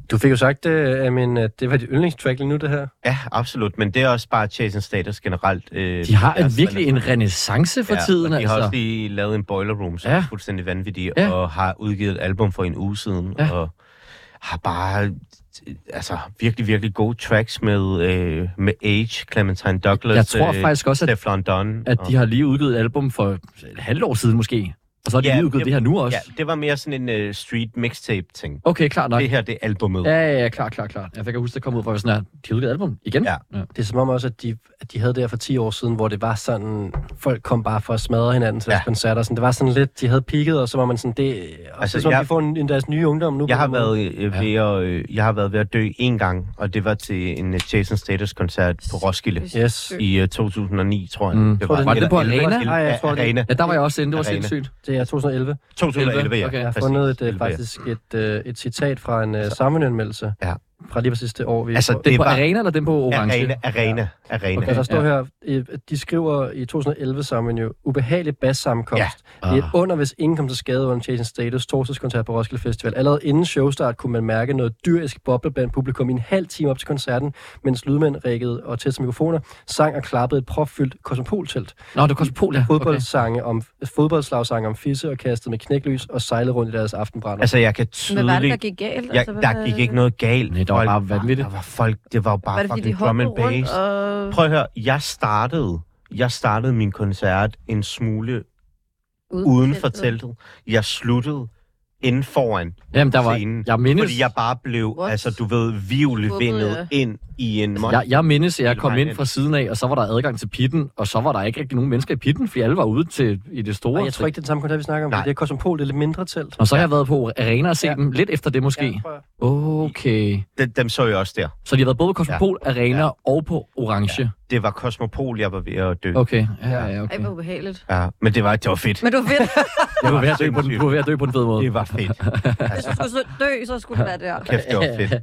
Du fik jo sagt, at min, det var dit yndlingstrack lige nu, det her. Ja, absolut. Men det er også bare Chasing Status generelt. Øh, de har en, virkelig en renaissance for ja, tiden, og de altså. har også lige lavet en Boiler Room, som ja. er fuldstændig vanvittig, ja. og har udgivet et album for en uge siden, ja. og har bare altså virkelig, virkelig gode tracks med, øh, med Age, Clementine Douglas, jeg tror faktisk også, at, Teflon Don. At de har lige udgivet et album for et halvt år siden måske. Og så har de ja, lige udgivet det, det her nu også. Ja, det var mere sådan en uh, street mixtape-ting. Okay, klart nok. Det her, det er albumet. Ja, ja, ja, klart, klart, klart. Jeg fik huske, det kom ud fra sådan her, de har udgivet album igen. Ja. ja. Det er som om også, at de, at de havde det her for ti år siden, hvor det var sådan, folk kom bare for at smadre hinanden til ja. koncerter. Sådan, det var sådan lidt, de havde peaked, og så var man sådan, det, og altså, så som jeg, de får en, en deres nye ungdom nu. Jeg har, været, øh, ved ja. at, øh, jeg har været ved at dø en gang, og det var til en uh, Jason Status-koncert på Roskilde yes. i uh, to tusind og ni, tror jeg. Mm. Det var, var, var det på Arena? Ja, jeg tror, Arena. Ja, der var jeg også inde, det var sindssygt. Det er to tusind og elleve. to tusind og elleve, ja. Okay. Jeg har fundet et, faktisk et, et, et citat fra en uh, sammenmeldelse ja. fra lige præcis det år. Vi altså, det er på var... Arena, eller den på Orange? Arena, Arena, ja. Arena. Okay, der står ja. her, de skriver i to tusind og elleve sammen jo, ubehagelig bass-sammenkomst. Ja. Det er et under, hvis ingen kom til skade under Chasing Status torsdagskoncert på Roskilde Festival. Allerede inden showstart kunne man mærke noget dyrisk boble blandt publikum i en halv time op til koncerten, mens lydmænd rækkede og testede mikrofoner, sang og klappede et propfyldt kosmopoltelt. Nå, det er kosmopol, ja. Fodboldsange om, fodboldslagsange om fisse og kastet med knæklys og sejlede rundt i deres aftenbrænder. Altså, jeg kan tydeligt... Hvad var det, der gik galt? Jeg, altså, der gik ikke noget galt. Nej, der var bare vanvittigt. Der var folk, det var jo bare var det, fucking drum and bass. Og... Prøv at høre, jeg startede, jeg startede min koncert en smule uden, uden for teltet. Jeg sluttede inden foran Jamen, der var, scenen, jeg mindes, fordi jeg bare blev, What? altså du ved, vivlevindet ja. ind i en... Jeg, jeg mindes, at jeg kom ind fra siden af, og så var der adgang til pitten, og så var der ikke rigtig nogen mennesker i pitten, fordi alle var ude til i det store. Nej, jeg tror ikke, det er det samme koncert, vi snakker om. Nej. Det er Cosmopol, det er lidt mindre telt. Og så har jeg været på Arena og set ja. dem lidt efter det måske. Ja, okay. Dem, dem så jeg også der. Så de har været både på Cosmopol, ja. Arena ja. og på Orange. Ja. Det var Cosmopol, jeg var ved at dø. Okay, ja, ja, okay. Ej, hvor ubehageligt. Ja, men det var, det var fedt. Men det var fedt. Jeg var ved at dø på den, du var ved at dø på en fed måde. Det var fedt. Hvis du skulle dø, så skulle det være der. Kæft, det var fedt.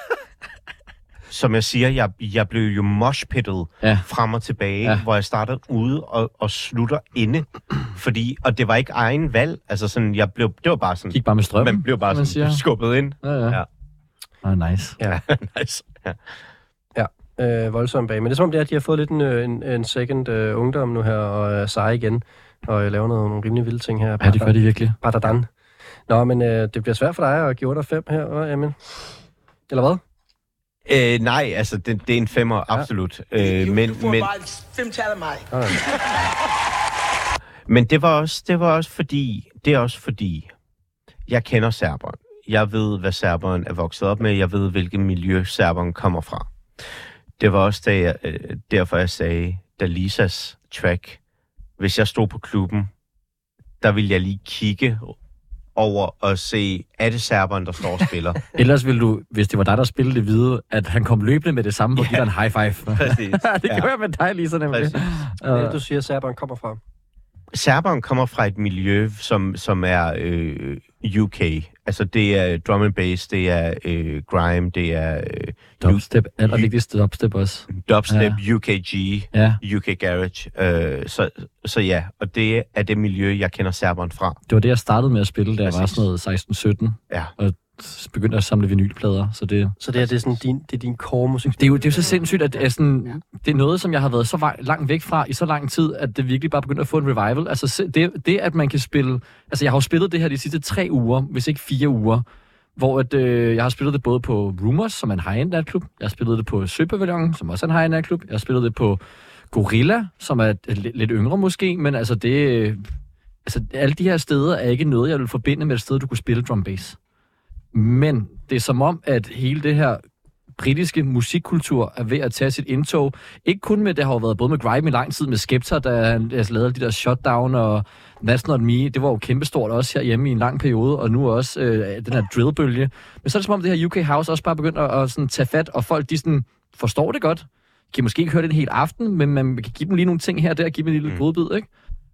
Som jeg siger, jeg, jeg blev jo moshpittet ja. frem og tilbage, ja. hvor jeg startede ude og, og slutter inde. Fordi, og det var ikke egen valg. Altså sådan, jeg blev, det var bare sådan... Gik bare med strømmen. Man blev bare sådan skubbet ind. Ja, ja. ja. Oh, nice. Ja, nice. Ja. ja. Øh, voldsomt bag. Men det er som om det er, at de har fået lidt en, en, en second uh, ungdom nu her, og uh, seje igen, og uh, laver noget, nogle rimelig vilde ting her. Ja, det gør de virkelig. Patadan. Nå, men uh, det bliver svært for dig at give under fem her, uh, Amin. Eller hvad? Øh, nej, altså, det, det er en femmer, ja. absolut. Øh, men, du får men, bare fem-tal af mig. Okay. Men det var også, det var også fordi, det er også fordi, jeg kender serberen. Jeg ved, hvad serberen er vokset op med. Jeg ved, hvilket miljø serberen kommer fra. Det var også der, jeg, øh, derfor, jeg sagde, da Lisas track, hvis jeg stod på klubben, der ville jeg lige kigge over og se, er det serberen, der står og spiller? Ellers ville du, hvis det var dig, der spillede det, vide, at han kom løbende med det samme, og ja. giver en high five. Præcis. det gør jeg med dig, Lisa, nemlig. Uh, du siger, at serberen kommer fra? Serberen kommer fra et miljø, som, som er øh, U K. Altså, det er drum and bass, det er øh, grime, det er... Øh, dubstep, allervigtigste dubstep også. Dubstep, ja. U K G, ja. U K Garage. Øh, så, så ja, og det er det miljø, jeg kender serberen fra. Det var det, jeg startede med at spille, da jeg var sådan noget seksten sytten. Ja. Og begyndte at samle vinylplader, så det... Så det er, det er sådan din, det er din core-musik? Det er jo det er jo så sindssygt, at det er, sådan, det er noget, som jeg har været så langt væk fra i så lang tid, at det virkelig bare begynder at få en revival. Altså det, det at man kan spille... Altså jeg har jo spillet det her de sidste tre uger, hvis ikke fire uger, hvor at, øh, jeg har spillet det både på Rumors, som er en high-end natklub. Jeg har spillet det på Søpavillon, som også er en high-end natklub. Jeg har spillet det på Gorilla, som er lidt, lidt yngre måske, men altså det... Altså alle de her steder er ikke noget, jeg vil forbinde med et sted, du kunne spille drum bass. Men det er som om, at hele det her britiske musikkultur er ved at tage sit indtog. Ikke kun med, det har jo været både med Grime i lang tid, med Skepta, der altså, lavede de der Shutdown og That's Not Me. Det var jo kæmpestort også herhjemme i en lang periode, og nu også øh, den her drillbølge. Men så er det som om, det her U K House også bare begyndt at, at sådan, tage fat, og folk de sådan, forstår det godt. Kan måske ikke høre det en hel aften, men man kan give dem lige nogle ting her og der, give dem en lille godbid, ikke?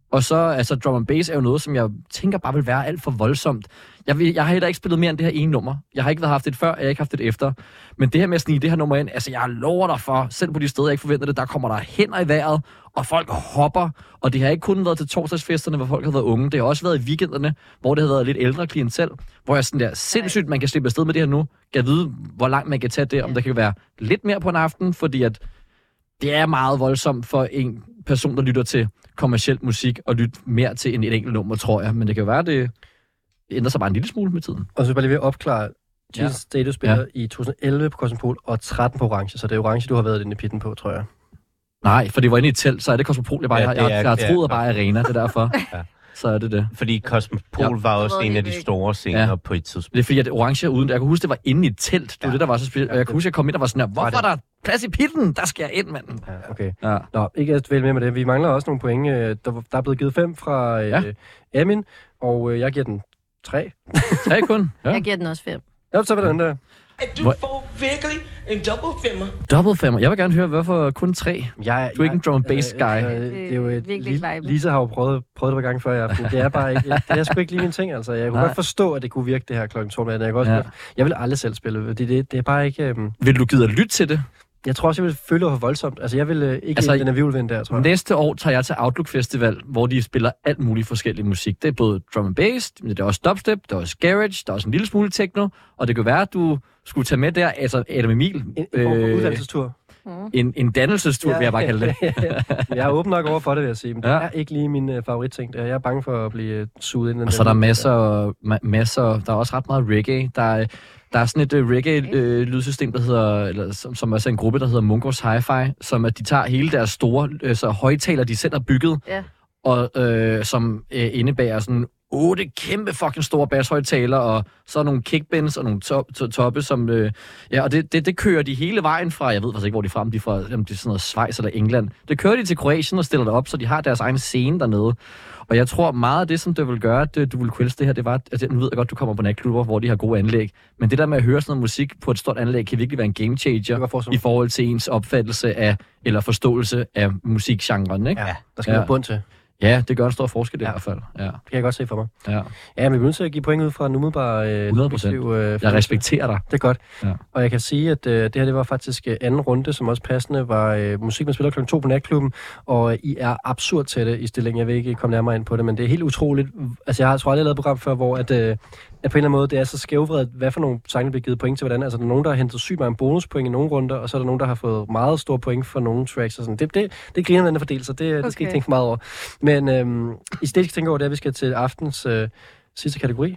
Og så, altså, drum and bass er jo noget, som jeg tænker bare vil være alt for voldsomt. Jeg, vil, jeg har heller ikke spillet mere end det her ene nummer. Jeg har ikke haft det før, jeg har ikke haft det efter. Men det her med at snige det her nummer ind, altså jeg lover dig for, selv på de steder, jeg ikke forventer det, der kommer der hænder i vejret, og folk hopper. Og det har ikke kun været til torsdagsfesterne, hvor folk har været unge. Det har også været i weekenderne, hvor det har været lidt ældre klientel, hvor jeg sådan der, sindssygt, man kan slippe afsted med det her nu. Kan vide, hvor langt man kan tage det, om der kan være lidt mere på en aften, fordi at det er meget voldsomt for en person, der lytter til kommerciel musik, og lytte mere til en, et enkelt nummer, tror jeg. Men det kan jo være, det ændrer sig bare en lille smule med tiden. Og så bare lige ved at opklare, Jesus ja. Day, spiller ja. i to tusind og elleve på Cosmopol, og tretten på Orange, så det er Orange, du har været inde i pitten på, tror jeg. Nej, for det var inde i et telt, så er det Cosmopol, jeg bare ja, jeg, jeg, jeg, jeg troede bare Arena, det er derfor. Ja. Så er det det. Fordi Cosmopol ja. var også en af de store scener ja. på et tidspunkt. Det er fordi, at Orange er uden. Jeg kan huske, det var inde i et telt. Det var ja. det, der var så spil. Og jeg kan huske, at jeg kom ind, der var sådan her, hvorfor er der plads i pitten? Der skal jeg ind, manden. Ja, okay. Ja. Nå, ikke at dvæle med med det. Vi mangler også nogle point. Der er blevet givet fem fra ja. øh, Amin, og jeg giver den tre. Tre kun? Ja. Jeg giver den også fem. Ja, så var det den der. Du får virkelig en double femmer. Double femmer. Jeg vil gerne høre, hvorfor kun tre? Jeg, du er ikke en drum and bass guy. Øh, øh, det er jo et, Lise, Lise har jo prøvet, prøvet det et gang før i aften. Det er bare ikke, det er sgu ikke lige min ting, altså. Jeg kunne Nej. godt forstå, at det kunne virke det her klokken to. Jeg, også ja. jeg vil aldrig selv spille. Det, det, det er bare ikke... Um... Vil du gide at lytte til det? Jeg tror også, jeg vil føle det for voldsomt. Altså, jeg vil uh, ikke altså, den avivelvind der, tror jeg. Næste år tager jeg til Outlook Festival, hvor de spiller alt muligt forskellig musik. Det er både drum and bass, men det er også dubstep, der er også garage, der er også en lille smule techno, og det kan være, at du skulle tage med der, altså Adam Emil. En, en form for uddannelsestur. Mm. En, en dannelsestur, ja, vil jeg bare kalde det. Jeg er åben nok over for det, vil jeg sige, men det ja. er ikke lige min uh, favoritting. Jeg er bange for at blive uh, suget ind. Og så er der masser, ma- masser, der er også ret meget reggae. Der er, der er sådan et uh, reggae-lydsystem, der hedder, eller, som, som også er en gruppe, der hedder Mungos Hi-Fi, som at de tager hele deres store uh, så højtaler, de selv har bygget, ja. og uh, som uh, indebærer sådan otte kæmpe fucking store basshøjtalere, og så nogle kickbends og nogle to- to- toppe, som... Øh, ja, og det, det, det kører de hele vejen fra... Jeg ved faktisk ikke, hvor de er fra, om de er fra om det er sådan noget Schweiz eller England. Det kører de til Kroatien og stiller det op, så de har deres egen scene dernede. Og jeg tror meget af det, som det vil gøre, at du vil quills det her, det var... Altså, nu ved jeg godt, du kommer på natklubber, hvor de har gode anlæg, men det der med at høre sådan noget musik på et stort anlæg, kan virkelig være en game changer i forhold til ens opfattelse af, eller forståelse af musikgenren, ikke? Ja, der skal ja. være bund til. Ja, det gør en stor forskel i ja. hvert fald. Ja. Det kan jeg godt se for mig. Ja, ja men vi bliver nødt til at give point ud fra en umiddelbar... Øh, hundrede procent. Øh, jeg respekterer dig. Det er godt. Ja. Og jeg kan sige, at øh, det her det var faktisk øh, anden runde, som også passende var øh, musik, man spiller klokken to på natklubben, og øh, I er absurd tætte i stillingen. Jeg vil ikke komme nærmere ind på det, men det er helt utroligt. Altså, jeg har tror aldrig lavet et program før, hvor at, øh, at på en eller anden måde, det er så skævvredet, hvad for nogle sange, der bliver givet point til hvordan. Altså, der er nogen, der har hentet sygt meget bonuspoint i nogle runder, og så er der nogen, der har fået meget store point for nogle tracks. Og sådan. Det, det, det griner den fordel, så det, okay. det skal ikke tænke for meget over. Men øh, i stedet skal tænke over det, at vi skal til aftens øh, sidste kategori.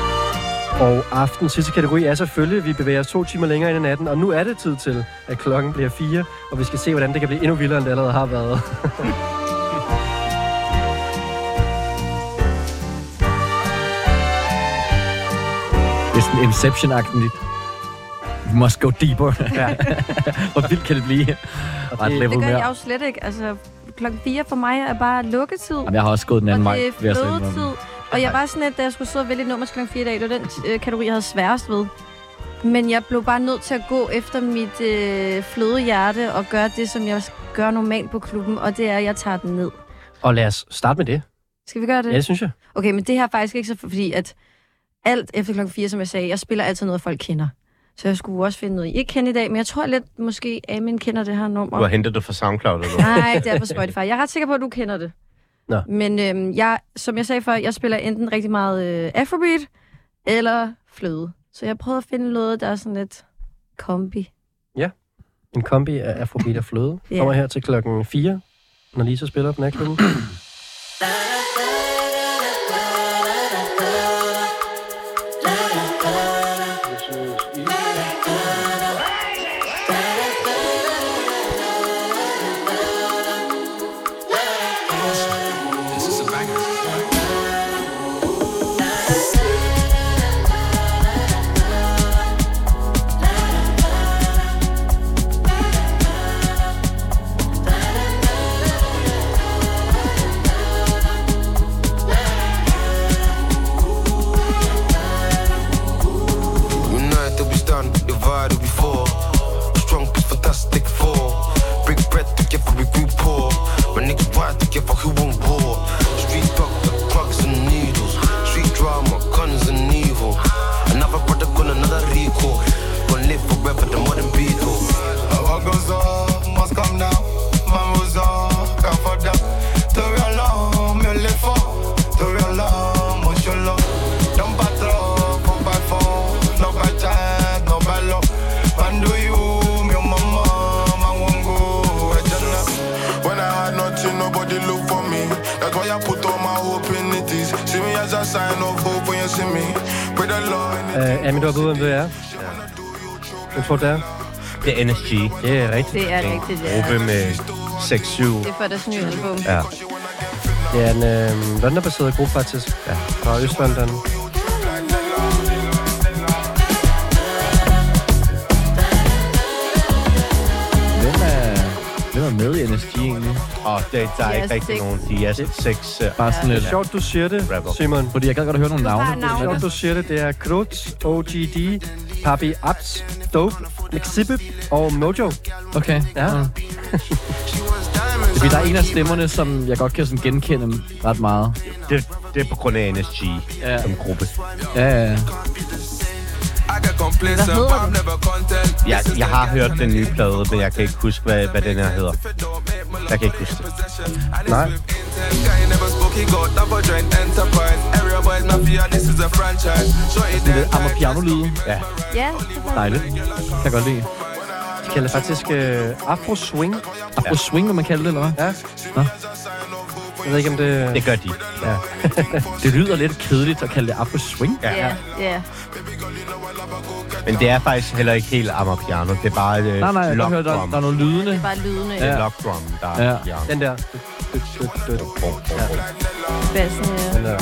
Og aftens sidste kategori er selvfølgelig, at vi bevæger os to timer længere ind i natten, og nu er det tid til, at klokken bliver fire, og vi skal se, hvordan det kan blive endnu vildere, end det allerede har været. Det er sådan Inception-agtigt. We must go deeper. Ja. Hvor vildt kan det blive? Og det, det gør jeg jo slet ikke. Altså, klokken fire for mig er bare lukketid. Jamen, jeg har også gået den anden vej. Og det er flødetid. Og jeg var sådan lidt, da jeg skulle sidde og vælge et nummer til klokken fire i dag, det var den øh, kategori, jeg havde sværest ved. Men jeg blev bare nødt til at gå efter mit øh, flødehjerte og gøre det, som jeg gør normalt på klubben, og det er, at jeg tager den ned. Og lad os starte med det. Skal vi gøre det? Ja, det synes jeg. Okay, men det her er faktisk ikke så, fordi at alt efter klokken fire, som jeg sagde, jeg spiller altid noget, folk kender. Så jeg skulle også finde noget, I ikke kender i dag, men jeg tror lidt, måske Amin kender det her nummer. Du har hentet det fra SoundCloud, eller Nej, det er på Spotify. Jeg er ret sikker på, at du kender det. Nå. Men øhm, jeg, som jeg sagde før, jeg spiller enten rigtig meget øh, afrobeat eller fløde. Så jeg prøvede at finde noget, der er sådan lidt kombi. Ja, en kombi af afrobeat og fløde. Yeah. Kommer her til klokken fire, når Lisa spiller på natklubben. Big breath together, we grew poor. My niggas ride together, who won't war? That's why I put all my hope in it is. See me as a sign of hope when you see me. Pray the Lord. Uh, Amin, du har ved, hvem det er? Hvem tror du, det er? Det er N S G. Det er rigtigt. Det er rigtigt, ja. Gruppe med seks syv. Det er for deres nye album. Ja. Det er en øh, London-baseret gruppe, faktisk. Ja. Fra Øst-London. Hvem er med i N S G egentlig? Åh, oh, der, der er ikke rigtig nogen. De er seks... Uh, Bare sådan ja, lidt. Det er sjovt, du siger det, rapper. Simon. Fordi jeg gad godt at høre nogle navne. Det er sjovt, du siger det. Det er Kroz, O G D, Papi Abs, Dope, Mixibib og Mojo. Okay. Ja. Mm. Fordi der er en af stemmerne, som jeg godt kan sådan genkende ret meget. Det, det er på grund af N S G ja. som gruppe. Ja, ja, ja. Hvad hedder den? Jeg, jeg har hørt den nye plade, men jeg kan ikke huske, hvad, hvad den her hedder. Jeg kan ikke huske det. Nej. Det er Amapiano-lyde. Ja. Ja. Dejligt. Kan jeg godt lide. De kalder det faktisk uh, Afro-swing. Afro-swing, vil man kalde det, eller hvad? Ja. Nå. Jeg ved ikke, om det... Det gør de. Ja. Det lyder lidt kedeligt at kalde det Afro-swing. Ja, ja. ja. Men det er faktisk heller ikke helt Amapiano. Det er bare et Nej, nej, jeg kan høre, der, drum. der er nogle lydende. Det er bare lydende. Det er Ja. lock drum, der er Ja. piano. Den der. Ja. Bassen, ja. Den der.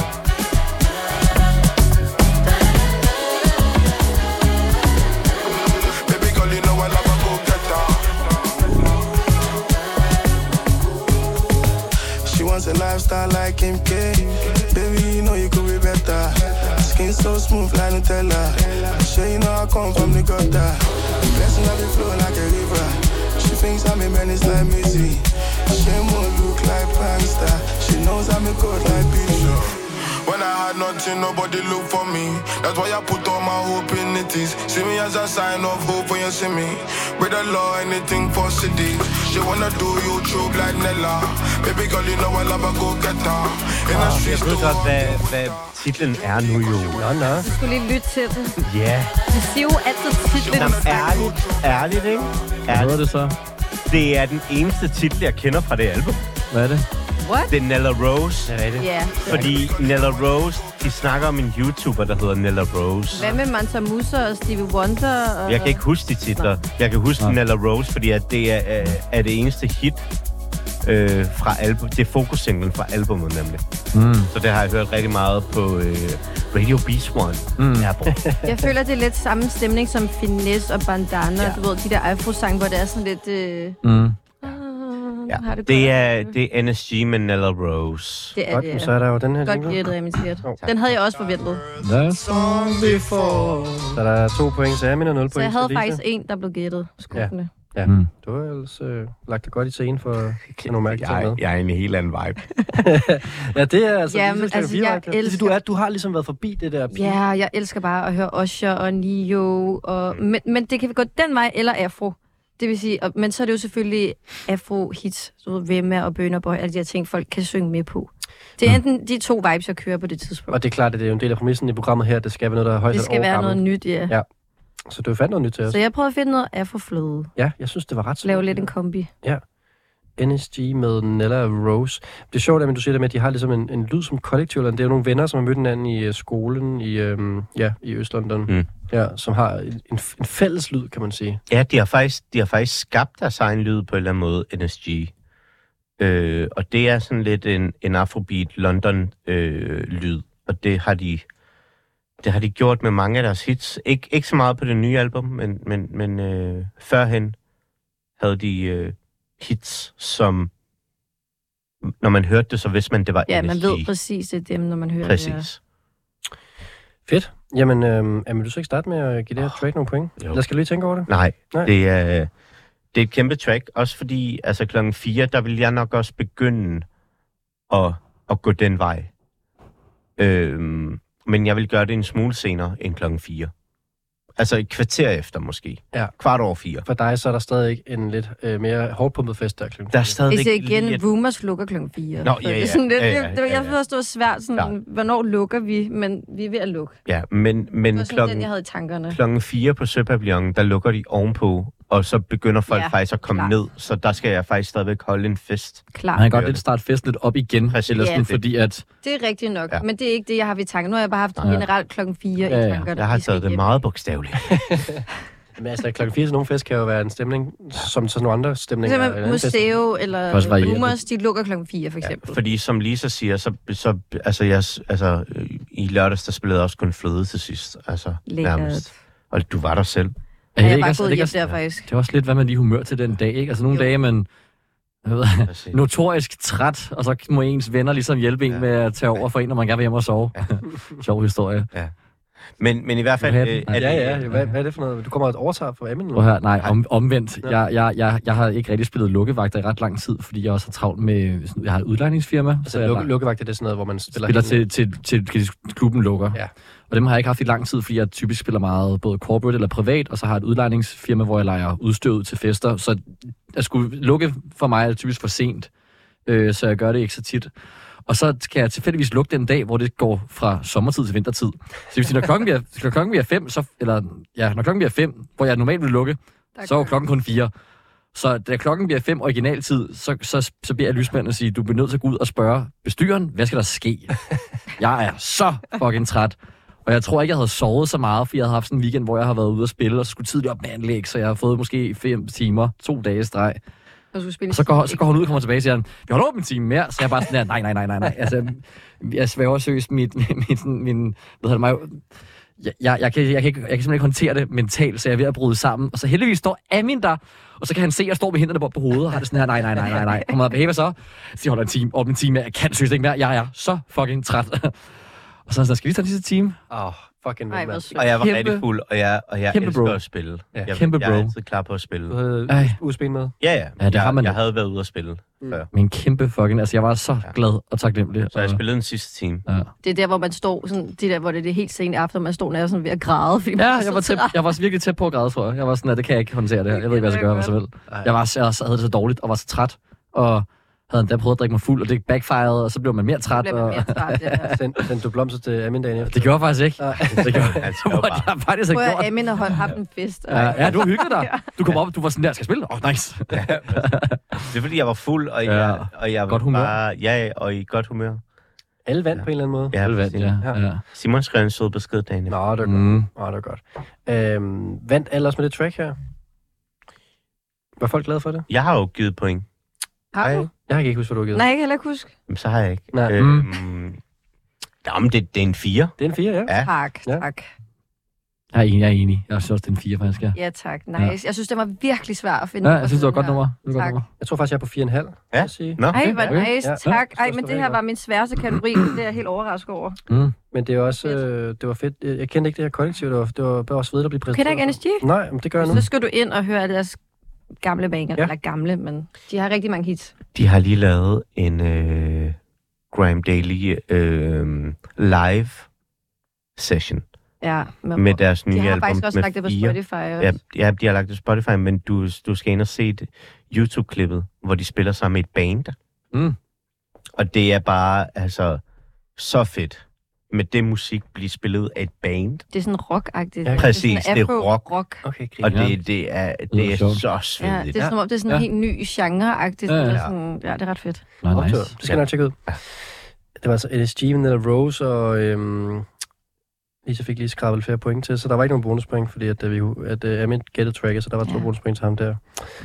She wants a lifestyle like Kim K. Baby, you know you could be better. Skin so smooth like Nutella. Sure you know I come from the gutter. Blessing of the flow like a river. She thinks I'm a menace like Missy. She won't look like prankster. She knows I'm a god like Bishop. When I had nothing, nobody look for me. That's why I put all my hope in it is. See me as a sign of hope when you see me. With the law, anything for city. She wanna do YouTube like Nella. Baby girl, you know I love her, go get her. In the streets, Jeg ved godt, hvad, hvad titlen er nu jo. Nå, nå. Du skulle lige lytte til den. Ja. Du siger jo altid titlen. Jamen, ærligt, ærligt, ikke? Hvad hedder det så? Det er den eneste titel, jeg kender fra det album. Hvad er det? What? Det er Nella Rose. Det er rigtigt. Ja. Fordi Nella Rose, de snakker om en YouTuber, der hedder Nella Rose. Hvad med Mansa Musa og Stevie Wonder? Og... Jeg kan ikke huske de titler. Jeg kan huske Nå. Nella Rose, fordi at det er, er, er det eneste hit øh, fra album. Det er fokussinglen fra albumet nemlig. Mm. Så det har jeg hørt rigtig meget på øh, Radio Beast One. Mm. Her på. Jeg føler, det er lidt samme stemning som Finesse og Bandana. Ja. Du ved, de der afro-sang, hvor det er sådan lidt... Øh... Mm. Ja. Har det Det godt. er, det er N S G med Nella Rose. Det er Godt, det, men ja. så er der jo den her Godt jingle. gættet, Amin Siert. Oh, Den havde jeg også forventet. That's all before. Så der er to point til Amin og nul Så point jeg havde til Lisa. faktisk en, der blev gættet. Skuffende. Ja, Mm. du har ellers øh, lagt det godt i scenen for for nogle mærkelige ting Jeg, med. jeg er i en helt anden vibe. Ja, det er altså... Ja, lige men så altså, fire jeg vagter. Det vil sige, elsker- Du, er, du har ligesom været forbi det der... Ja, jeg elsker bare at høre Usher og Nio. Og, men, men det kan gå den vej eller afro. Det vil sige, og, men så er det jo selvfølgelig afro-hits, så Vemma og Burna Boy, alle de her ting, folk kan synge med på. Det er enten de to vibes, jeg kører på det tidspunkt. Og det er klart, at det er jo en del af præmissen i programmet her. Det skal være noget, der er højst Det et skal år være gammelt. noget nyt, ja. Ja. Så du fandt noget nyt til os. Så jeg prøvede at finde noget afro-fløde. Ja, jeg synes, det var ret Lave lidt en kombi. Ja. N S G med Nella Rose. Det er sjovt, at du siger det med, at de har ligesom en, en lyd som kollektiv. Det er jo nogle venner, som har mødt hinanden i uh, skolen i, øhm, ja, i Øst-London. Mm. Ja, som har en, en fælles lyd, kan man sige. Ja, de har faktisk, de har faktisk skabt deres egen lyd på en eller anden måde, N S G. Øh, og det er sådan lidt en, en Afrobeat London-lyd. Øh, lyd. og det har de det har de gjort med mange af deres hits. Ik- ikke så meget på det nye album, men, men, men øh, førhen havde de øh, hits, som når man hørte det, så vidste man, det var Ja, N S G. man ved præcis, det er dem, når man hører Præcis. det. Præcis. Fedt. Jamen, øhm, jamen, du skal ikke starte med at give det her track nogle point? Jo. Lad os lige tænke over det. Nej, Nej. det er, det er et kæmpe track. Også fordi, altså klokken fire, der vil jeg nok også begynde at, at gå den vej. Øhm, men jeg vil gøre det en smule senere end klokken fire. Altså et kvarter efter måske. Ja. Kvart over fire. For dig, så er der stadig en lidt øh, mere hårdpumpet fest der klokken Der er fire. stadigvæk Hvis igen, lige et- Rumors lukker klokken fire. Nå, Så ja, det er ja. sådan lidt, Ja, ja, det, det, ja, jeg ja. forstår svært, sådan, Ja. hvornår lukker vi, men vi er ved at lukke. Ja, men, men Det var sådan klokken, den, jeg havde i tankerne. klokken fire på Søpavillon, der lukker de ovenpå og så begynder folk Ja, faktisk at komme klar. ned, så der skal jeg faktisk stadigvæk holde en fest. Klar. Man kan godt lidt starte festen lidt op igen, Præcis. eller sådan, Ja. fordi at... Det er rigtigt nok, Ja. ja. men det er ikke det, jeg har ved tanken. Nu har jeg bare haft Ja. generelt klokken fire Ja, ja. i tankerne. Jeg har Vi skal taget det hjem. meget bogstaveligt. Men altså, klokken fire til nogle fest kan jo være en stemning, som sådan nogle andre For stemninger. eksempel Museo eller også variere Rumors, de lukker klokken fire, for eksempel. Fordi som Lisa siger, så, så altså, jeg, altså, øh, i lørdags, der spillede jeg også kun fløde til sidst. Altså, Lækkert. nærmest. Og du var der selv. Ja, jeg er ikke bare også- gået det er hjem også- der, faktisk. Det er også lidt, hvad man lige humør til den dag, ikke? Altså nogle Jo. dage, man jeg ved, notorisk træt, og så må ens venner ligesom hjælpe en Ja. med at tage over for en, når man gerne vil hjem og sove. Ja. Sjov historie. Ja. Men, men i hvert fald... Vil du have Øh, den? er Ja, det- ja. Hvad, hvad er det for noget? Du kommer og overtager for Amin? Prøv her, nej, om, omvendt. Ja. Jeg, jeg, jeg, jeg har ikke rigtig spillet lukkevagter i ret lang tid, fordi jeg også har travlt med... Jeg har et udlejningsfirma. så Altså, jeg lukke, leger- lukkevagt, det er sådan noget, hvor man spiller... spiller hele- til, til, til, til klubben lukker. Ja. Og dem har jeg ikke haft i lang tid, fordi jeg typisk spiller meget både corporate eller privat, og så har jeg et udlejningsfirma, hvor jeg leger udstyr ud til fester. Så at skulle lukke for mig er typisk for sent, øh, så jeg gør det ikke så tit. Og så kan jeg tilfældigvis lukke den dag, hvor det går fra sommertid til vintertid. Så hvis når klokken bliver, når klokken bliver fem, så, eller ja, når klokken bliver fem, hvor jeg normalt vil lukke, så er jo klokken kun fire. Så da klokken bliver fem originaltid, så, så, så bliver jeg lysmanden og sige, du bliver nødt til at gå ud og spørge bestyren, hvad skal der ske? Jeg er så fucking træt. Og jeg tror ikke, jeg havde sovet så meget, fordi jeg havde haft sådan en weekend, hvor jeg har været ude og spille, og så skulle tidligt op med anlæg, så jeg har fået måske fem timer, to dage i streg. Og så, spille Og så går, så går hun ud og kommer tilbage og siger, vi holder åbent en time mere. Så jeg er bare sådan der, nej, nej, nej, nej, nej. Altså, jeg svæver seriøst mit, mit, min, min, hvad hedder det mig, jeg, jeg, jeg, kan, jeg, kan ikke, jeg kan simpelthen ikke håndtere det mentalt, så jeg er ved at bryde sammen. Og så heldigvis står Amin der, og så kan han se, at jeg står med hænderne på, på hovedet, og har det sådan her, nej, nej, nej, nej, nej. Kommer der, hey, hvad så? Så jeg holder en time, åbent en time mere. Jeg kan seriøst ikke mere. Jeg er så fucking træt. Og så er jeg, skal vi tage disse time? Åh, oh, fucking Ej, vildt, hvor mand. sødt. Og jeg var Kæmpe- rigtig fuld, og jeg, og jeg Kæmpe elsker bro. at spille. Ja. Jeg, Kæmpe jeg er bro. altid klar på at spille. Du havde Ej. U S B'en med. Ja, ja. Ja, det jeg, har man jeg da. havde været ude at spille Mm. før. Med en kæmpe fucking, altså jeg var så Ja. glad og taknemmelig. Så jeg Og- spillede den sidste time. Ja. Det er der, hvor man står, sådan, det der, hvor det er det helt sent aften, man står nær sådan ved at græde. Fordi man Ja, er jeg så var, tæt, træt. jeg var virkelig tæt på at græde, tror jeg. Jeg var sådan, at det kan jeg ikke håndtere det her. Jeg ved ikke, hvad jeg skal gøre med sig selv. Ej. Jeg, var, jeg havde det så dårligt og var så træt, og havde endda prøvet at drikke mig fuld, og det backfired, og så blev man mere Så træt. bliver man Og... mere træt, ja. Send, sendte du blomster til Amin dagen efter? Det gjorde jeg faktisk ikke. Nej. Det gjorde Han skal jo jeg bare... har faktisk ikke Prøv gjort. at Amin har holdt haft en fest. og- Ja, ja, du har hygget dig. Ja. Du kom op, du var sådan der, skal jeg spille? Åh, oh, nice. Det er fordi, jeg var fuld, og Ja. jeg, og jeg var Godt humør. bare... Ja, og i godt humør. Alle vand på en eller anden måde? Ja, Alle vand, ja. Ja. ja. Simon skrev en sød besked dagen efter. Nå, det er Mm. godt. Nå, det er godt. Øhm, vandt ellers med det track her? Var folk glade for det? Jeg har jo givet point. Har du? Jeg kan ikke huske, hvad du har givet. Nej, jeg kan heller ikke huske. Men så har jeg ikke. Nej. Øhm, Jamen, det, det er en fire. Det er en fire, ja. Ja. Tak, Ja. tak. Jeg er enig, jeg er enig. Jeg synes også, det er en fire, faktisk, ja. Ja, tak. Nice. Jeg synes, det var virkelig svært at finde. Ja, på jeg synes, det var et godt sådan her. nummer. Det var et godt Tak. nummer. Jeg tror faktisk, jeg er på fire komma fem. Ja. Jeg sige. Nå, Ej, hvor Okay. nice. Ja. Tak. Ja, Ej, det men står det rigtig her var godt. min sværeste kategori. Det er jeg helt overrasket over. Mm. Men det er også, øh, det var fedt. Jeg kendte ikke det her kollektiv. Det var, det var bare også fedt at blive præsenteret. Kender ikke N S G? Nej, men det gør jeg nu. Så skal du ind og høre deres gamle banger. Ja. Eller gamle, men de har rigtig mange hits. De har lige lavet en øh, Grime Daily øh, live session Ja, med, med deres nye de har album faktisk også med lagt det på fire. Spotify også. Ja, ja, de har lagt det på Spotify, men du, du skal ind og se det YouTube-klippet, hvor de spiller sammen med et band. Mm. Og det er bare, altså, så fedt. Med det musik blive spillet af et band. Det er sådan rock-agtigt. Ja. Præcis, sådan det er afro- rock. rock. Okay, Og Ja. det, det er, Det det er er sjovt. så Ja, svedigt. det er som om, det er sådan en Ja. helt ny genre-agtigt. Ja, ja. Ja, sådan, ja, det er ret fedt. Nå, nice. Optur. Det skal jeg nok tjekke ud. Det var altså N S G, Vanilla Rose og øhm, Lisa fik lige skrabet flere point til, så der var ikke nogen bonuspoint, fordi at, at, vi, at uh, Amin gættede tracket, så der var to Ja. bonuspoint til ham der.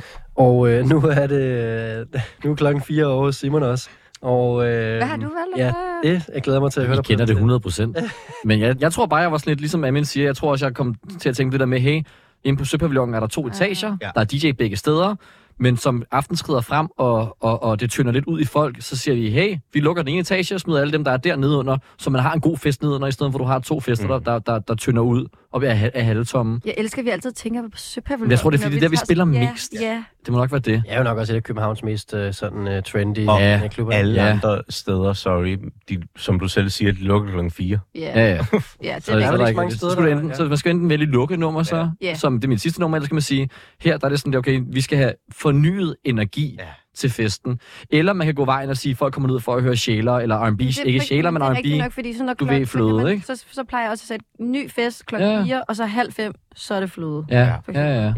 Og øh, nu er det øh, nu er klokken fire over Simon også. Og, øh, Hvad har du valgt? Ja, det jeg glæder mig til at høre Jeg dig kender det præsentere. hundrede procent. Men jeg, jeg tror bare, jeg var sådan lidt, ligesom Amin siger, jeg tror også, jeg kom til at tænke det der med, hey, inde på Søpavillonen er der to etager, Ja. der er D J begge steder, men som aften skrider frem, og, og, og det tynder lidt ud i folk, så siger de, hey, vi lukker den ene etage og smider alle dem, der er dernede under, så man har en god fest nedenunder, i stedet for at du har to fester, Mm. der, der, der, der tynder ud og er, er halvtomme. Jeg elsker, at vi altid tænker på Søpavillonen. Men jeg tror, det er, fordi når det er der, vi tager- spiller ja, mest. Ja, Det må nok være det. Jeg er jo nok også et af Københavns mest uh, sådan uh, trendy Og ja, klubber. alle Ja. andre steder, sorry, de, som du selv siger, de lukker klokken fire. ja, Ja, ja. ja. ja det Så, er så, der så, ikke der, så mange så, steder, skulle du der- enten, ja. så man skal enten vælge lukkenummer, så, Ja. som det er mit sidste nummer, eller skal man sige, her der er det sådan, det er okay, vi skal have fornyet energi Ja. til festen. Eller man kan gå vejen og sige, at folk kommer ned for at høre sjæler, eller R and B, Det er ikke rig- sjæler, men det er R and rigtigt B. nok, fordi så når Du klokken- ved, så kan fløde, man- ikke? Så, så plejer jeg også at sætte en ny fest klokken Ja. fire, og så halv fem, så er det fløde. Ja, for ja, eksempel. ja. ja.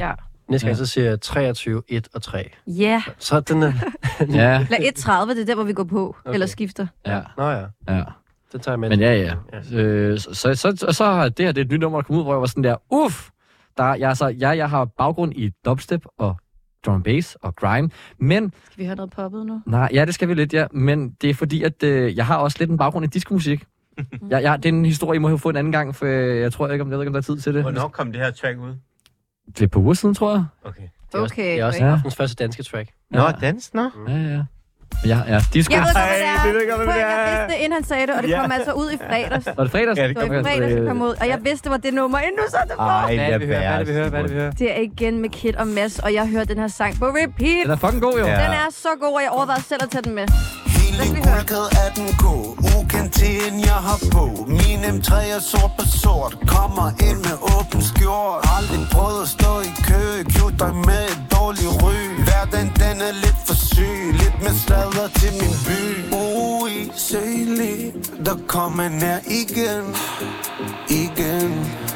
Næste gang, så siger jeg treogtyve, et og tre. Ja. Så den er... ja. Eller et tredive, det er der, hvor vi går på. Okay. Eller skifter. Ja. Nå ja. Ja. Det tager jeg med. Men ja, ja. ja. Øh, så, så, så, så har det her det er et nyt nummer, der kom ud, hvor jeg var sådan der, uff! Der, jeg, så, jeg, jeg har baggrund i dubstep og drum and bass og grime, men... Skal vi høre noget poppet nu? Nej, ja, det skal vi lidt, ja. Men det er fordi, at øh, jeg har også lidt en baggrund i diskomusik. jeg, jeg, det er en historie, I må have fået en anden gang, for jeg tror ikke, om, jeg ved ikke, om der er tid til det. Hvornår kom det her track ud? Det er på uger siden, tror jeg. Okay. Det er også, okay, det er også okay. aftens første danske track. Nå, ja. dans, nå? Ja, ja. Ja, ja. Disco. Jeg ved godt, hvad det er. Ej, det ved jeg godt, hvad det er. Jeg vidste det, inden han sagde det, og det Ja. kom altså ud i fredags. Var det fredags? Ja, Det var i fredags, det kom ud, og jeg vidste, det var det nummer, inden du satte det på. Ej, Hvad er det, vi lad hører? Hvad er det, vi være. hører? Hvad er det, vi hører? Det er igen med Kid og Mads, og jeg hører den her sang på repeat. Den er fucking god, jo. Ja. Den er så god, og jeg overvejede selv at tage den med. Hele gulket er den gå, ukendt til en jeg har på. Min M tre er sort på sort, kommer ind med åben skjort. Aldrig prøvet at stå i kø, cute dig med et dårligt ry. Hverdagen den er lidt for syg, lidt med sladder til min by. Ui, se lige, der kommer nær igen, igen.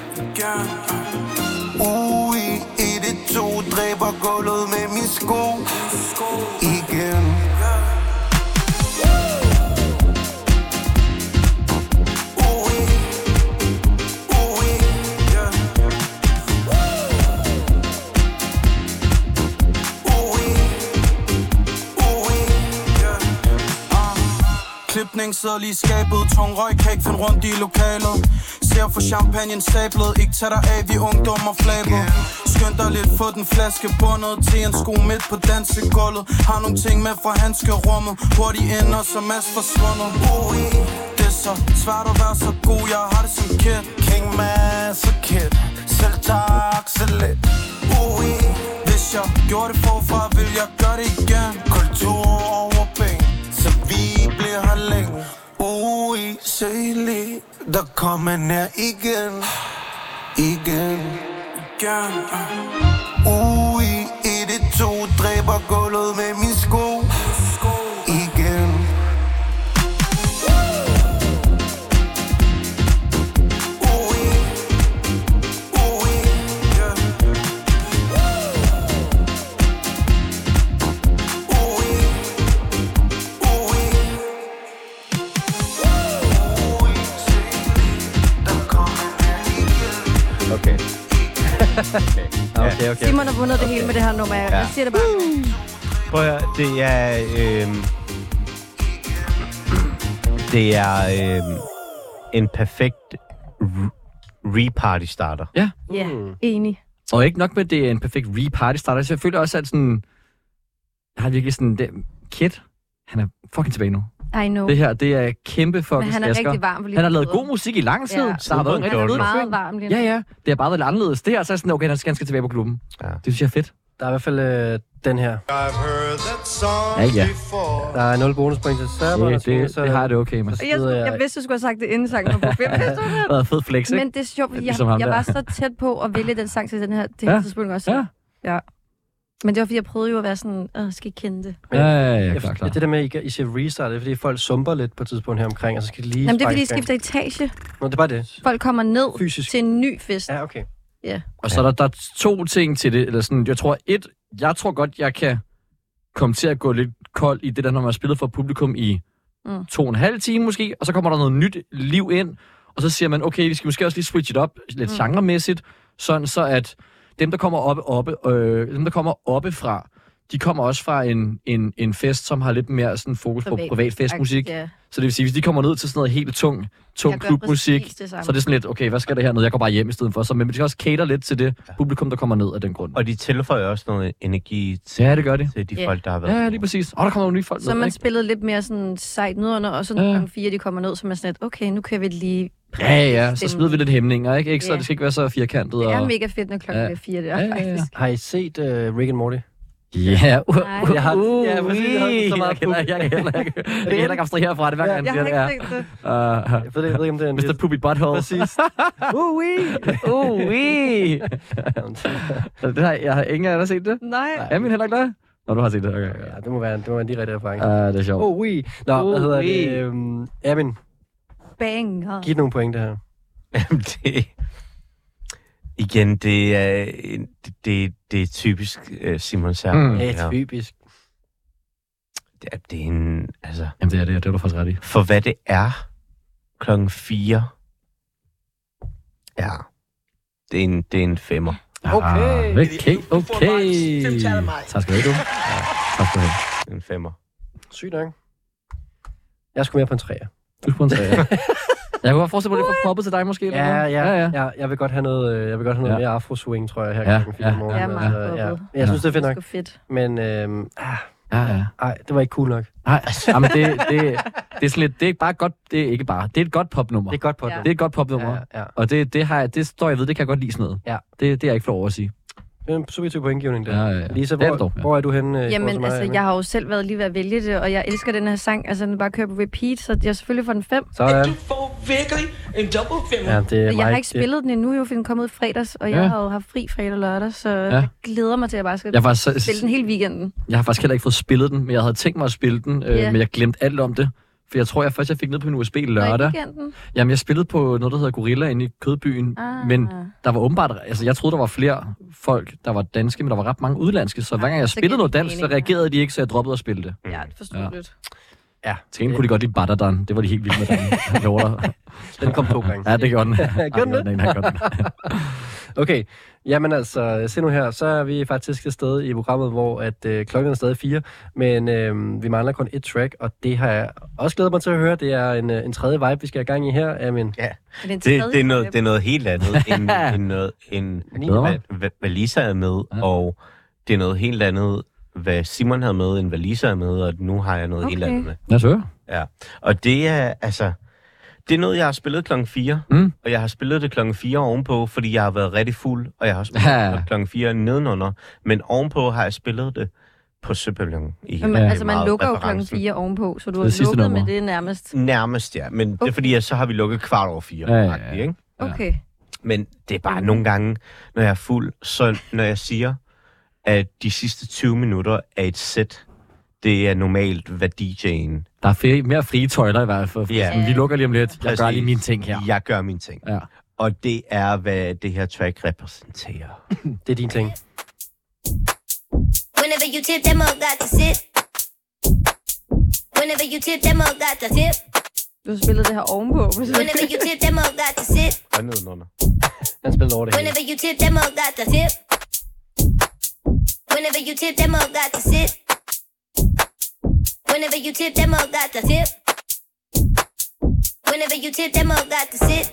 Ui, et, et, to, dræber gulvet med min sko, igen. Klipning sidder lige i skabet, tung røg, kan ikke finde rundt i lokalet. Ser for champagne stablet, ikke tage dig af, vi ungdom og flaber. Skynd dig lidt, få den flaske bundet til en sko midt på dansegulvet. Har nogle ting med fra handskerummet, hurtigt ind og så Mads forsvundet. Ui, det er så svært at være så god, jeg har det som kid. King Mads og Kid, selv tak så lidt. Ui, hvis jeg gjorde det forfra, vil jeg gøre det igen. Kultur over penge, så vi bliver her længe. Ui, se lige, der kommer nær igen, igen. Igen, Ui, et, et, to, dræber gulvet med min sko, igen. Okay. okay. okay, okay. Simon har vundet det hele med det her nummer. Jeg Ja. siger det bare. Prøv at høre, det er... Øh, det er øh, en perfekt re-party starter. Ja. Ja, enig. Og ikke nok med, det er en perfekt re-party starter. Så jeg føler også, at sådan... Jeg har virkelig sådan... Det, Kid, han er fucking tilbage nu. I know. Det her, det er kæmpe fucking Men han er skasker. rigtig varm for lige Han har lavet tiden. god musik i lang tid. Ja. Så har været en rigtig Han er fed meget film. varm lige nu. Ja, ja. Det har bare været lidt anderledes. Det her, så er sådan, okay, han skal tilbage på klubben. Ja. Det synes jeg er fedt. Der er i hvert fald øh, den her. Ja, ja. Der er nul bonuspoint til serveren. Det, det, det har jeg det okay med. Jeg, jeg vidste, du skulle have sagt det inden sangen var på fem. Det har været fed flex, ikke? Men det er sjovt, fordi Ligesom jeg, ham jeg der. var så tæt på at vælge den sang til den her, det her Ja. tidspunkt også. Ja. ja. Men det var, fordi jeg prøvede jo at være sådan, øh, skal I kende det? Ja, ja, ja, Jeg- klar, klar. Det der med, at I, I siger restart, det er fordi folk sumper lidt på et tidspunkt her omkring, og så skal de lige... Jamen, det er fordi, I sparke i gang. skifter etage. Nå, det er bare det. Folk kommer ned Fysisk. til en ny fest. Ja, okay. Ja. Og så er der, der er to ting til det. Eller sådan, jeg tror, et, jeg tror godt, jeg kan komme til at gå lidt kold i det der, når man har spillet for publikum i Mm. to og en halv time måske, og så kommer der noget nyt liv ind, og så siger man, okay, vi skal måske også lige switch it up lidt Mm. genremæssigt, sådan så at dem, der kommer oppe, oppe, øh, dem, der kommer oppefra, de kommer også fra en, en, en fest, som har lidt mere sådan fokus på Privat- privat festmusik. Ja. Så det vil sige, hvis de kommer ned til sådan noget helt tung, tung Jeg gør klubmusik, præcis det så samme. er det sådan lidt, okay, hvad skal der hernede? Jeg går bare hjem i stedet for. Så men vi skal også cater lidt til det publikum, der kommer ned af den grund. Og de tilføjer også noget energi til, Ja, det gør de. til de Ja. folk, der har været. Ja, lige præcis. Og der kommer nogle nye folk Så ned, man ikke? spillede lidt mere sådan sejt nedenunder, og så Ja. når klokken fire, de kommer ned, så er man sådan lidt, okay, nu kan vi lige... Ja, ja, så smider vi lidt hæmninger, ikke? ikke? Så Ja. det skal ikke være så firkantet. Det er og... mega fedt, når klokken Ja. bliver fire, det Ja, er ja, ja. faktisk. Har I set uh, Rick and Morty? Ja, uh, Nej. uh, Jeg har- uh, ja, præcis, jeg har så meget jeg kan jeg kan heller ikke, jeg kan heller ikke abstrahere fra det, hver gang Jeg han siger har det ikke her. set det. Uh, Jeg ved, det, jeg ved ikke, om det er en... mister Poopy Butthole. Præcis. Uh, uh, det har, jeg har ingen af jer, der set det? Nej. Er min heller ikke der? Nå, du har set det, okay. Ja, det må være, det må være en direkte erfaring. Uh, det er sjovt. Oh, oui. Nå, hvad hedder det? Uh, Um, Amin, Bang. giv nogle point det her. Jamen, det... Igen, det er, det, det, det er typisk uh, Simon Server. Mm. Det er typisk. Det er, det er en, altså... Jamen, det er det, det er du faktisk ret i. For hvad det er, klokken fire, ja, det er en, det er en femmer. Okay. Okay, okay. Tak skal du have, du. Ja, tak skal du have. En femmer. Sygt nok. Jeg skulle mere på en træer. Du skulle på en træer. Jeg kunne godt forestille mig, at det får poppet til dig måske. Ja, ja, ja, ja. ja. Jeg vil godt have noget, jeg vil godt have noget ja. mere afro-swing, tror jeg, her ja, klokken fire ja. morgen. Ja, meget altså, ja. poppet. Jeg synes, det er fedt nok. Det er fedt. Men, øhm, ah, ja, ja. Ej, det var ikke cool nok. Nej, jamen det, det, det er sådan lidt, det er ikke bare godt, det er ikke bare, det er et godt popnummer. Det er et godt popnummer. Ja. Det er et godt popnummer. Ja, ja. Og det, det, har jeg, det står jeg ved, det kan jeg godt lide sådan noget. Ja. Det, det er jeg ikke flov over at sige. Det er en subjektiv pointgivning der. Ja, ja, ja. Lisa, hvor, dog, ja. hvor er du henne? Jamen, altså, jeg har jo selv været lige ved at vælge det, og jeg elsker den her sang. Altså, den bare kører på repeat, så jeg selvfølgelig får den fem. Sådan. Du får virkelig en double femmer. Ja, det er jeg har ikke ikke spillet den endnu, jo, fordi den kom ud i fredags, og jeg Ja. har jo haft fri fredag og lørdag, så Ja. jeg glæder mig til, at jeg bare skal Jeg har faktisk- spille den hele weekenden. Jeg har faktisk heller ikke fået spillet den, men jeg havde tænkt mig at spille den, øh, Ja. men jeg glemte alt om det. For jeg tror, jeg først jeg fik ned på min U S B lørdag. Og i weekenden? Jamen, jeg spillede på noget, der hedder Gorilla inde i Kødbyen. Ah. Men der var åbenbart... Altså, jeg troede, der var flere folk, der var danske, men der var ret mange udlandske. Så hver gang jeg så spillede giver noget det dansk, så mening, reagerede de ikke, så jeg droppede at spille det. Ja, det forstår lidt. Ja. Til gengæld kunne de godt lide Badadan. Det var de helt vilde med den. Jeg lover dig. Den kom to gange. Ja, det gjorde den. Gjorde den det? Nej, gjorde den. Okay, jamen altså, se nu her, så er vi faktisk et sted i programmet, hvor at øh, klokken er stadig fire, men øh, vi mangler kun et track, og det har jeg også glædet mig til at høre. Det er en, en tredje vibe, vi skal have gang i her. Amen. Ja, Er det, en det, tredje det, er noget, vibe? det er noget helt andet, end, end, noget, end glæder mig. hvad, hvad, hvad Lisa er med, Ja. og det er noget helt andet, hvad Simon havde med, end hvad Lisa er med, og nu har jeg noget Okay. helt andet med. Lad os høre. Ja, og det er, altså, det er noget, jeg har spillet klokken fire, Mm. og jeg har spillet det klokken fire ovenpå, fordi jeg har været rigtig fuld, og jeg har spillet Ja. det klokken fire nedenunder, men ovenpå har jeg spillet det på Søpavillon. I Men, i altså, man meget lukker jo klokken referencen. fire ovenpå, så du Det er har sidste lukket med nummer. det nærmest. Nærmest, ja, men det Okay. er fordi, at så har vi lukket kvart over fire. Ja, ja, ja. Faktisk, ikke? Okay. Men det er bare nogle gange, når jeg er fuld, så når jeg siger, at de sidste tyve minutter af et sæt, det er normalt, hvad D J'en... Der er fri, mere frie tøjler i hvert fald. Ja. Sådan, vi lukker lige om lidt. Jeg gør Præcis. lige mine ting her. Jeg gør mine ting. Ja. Og det er, hvad det her track repræsenterer. Det er din ting. Whenever you tip, them up got to sit. Whenever you tip, them up got to tip. Du har spillet det her ovenpå. Whenever you tip, them up got to sit. Og nedenunder. Han spiller over det hele. Whenever you tip, them up got to tip. Whenever you tip, them up got to sit. Whenever you tip, them up got to tip. Whenever you tip, them up got to sit.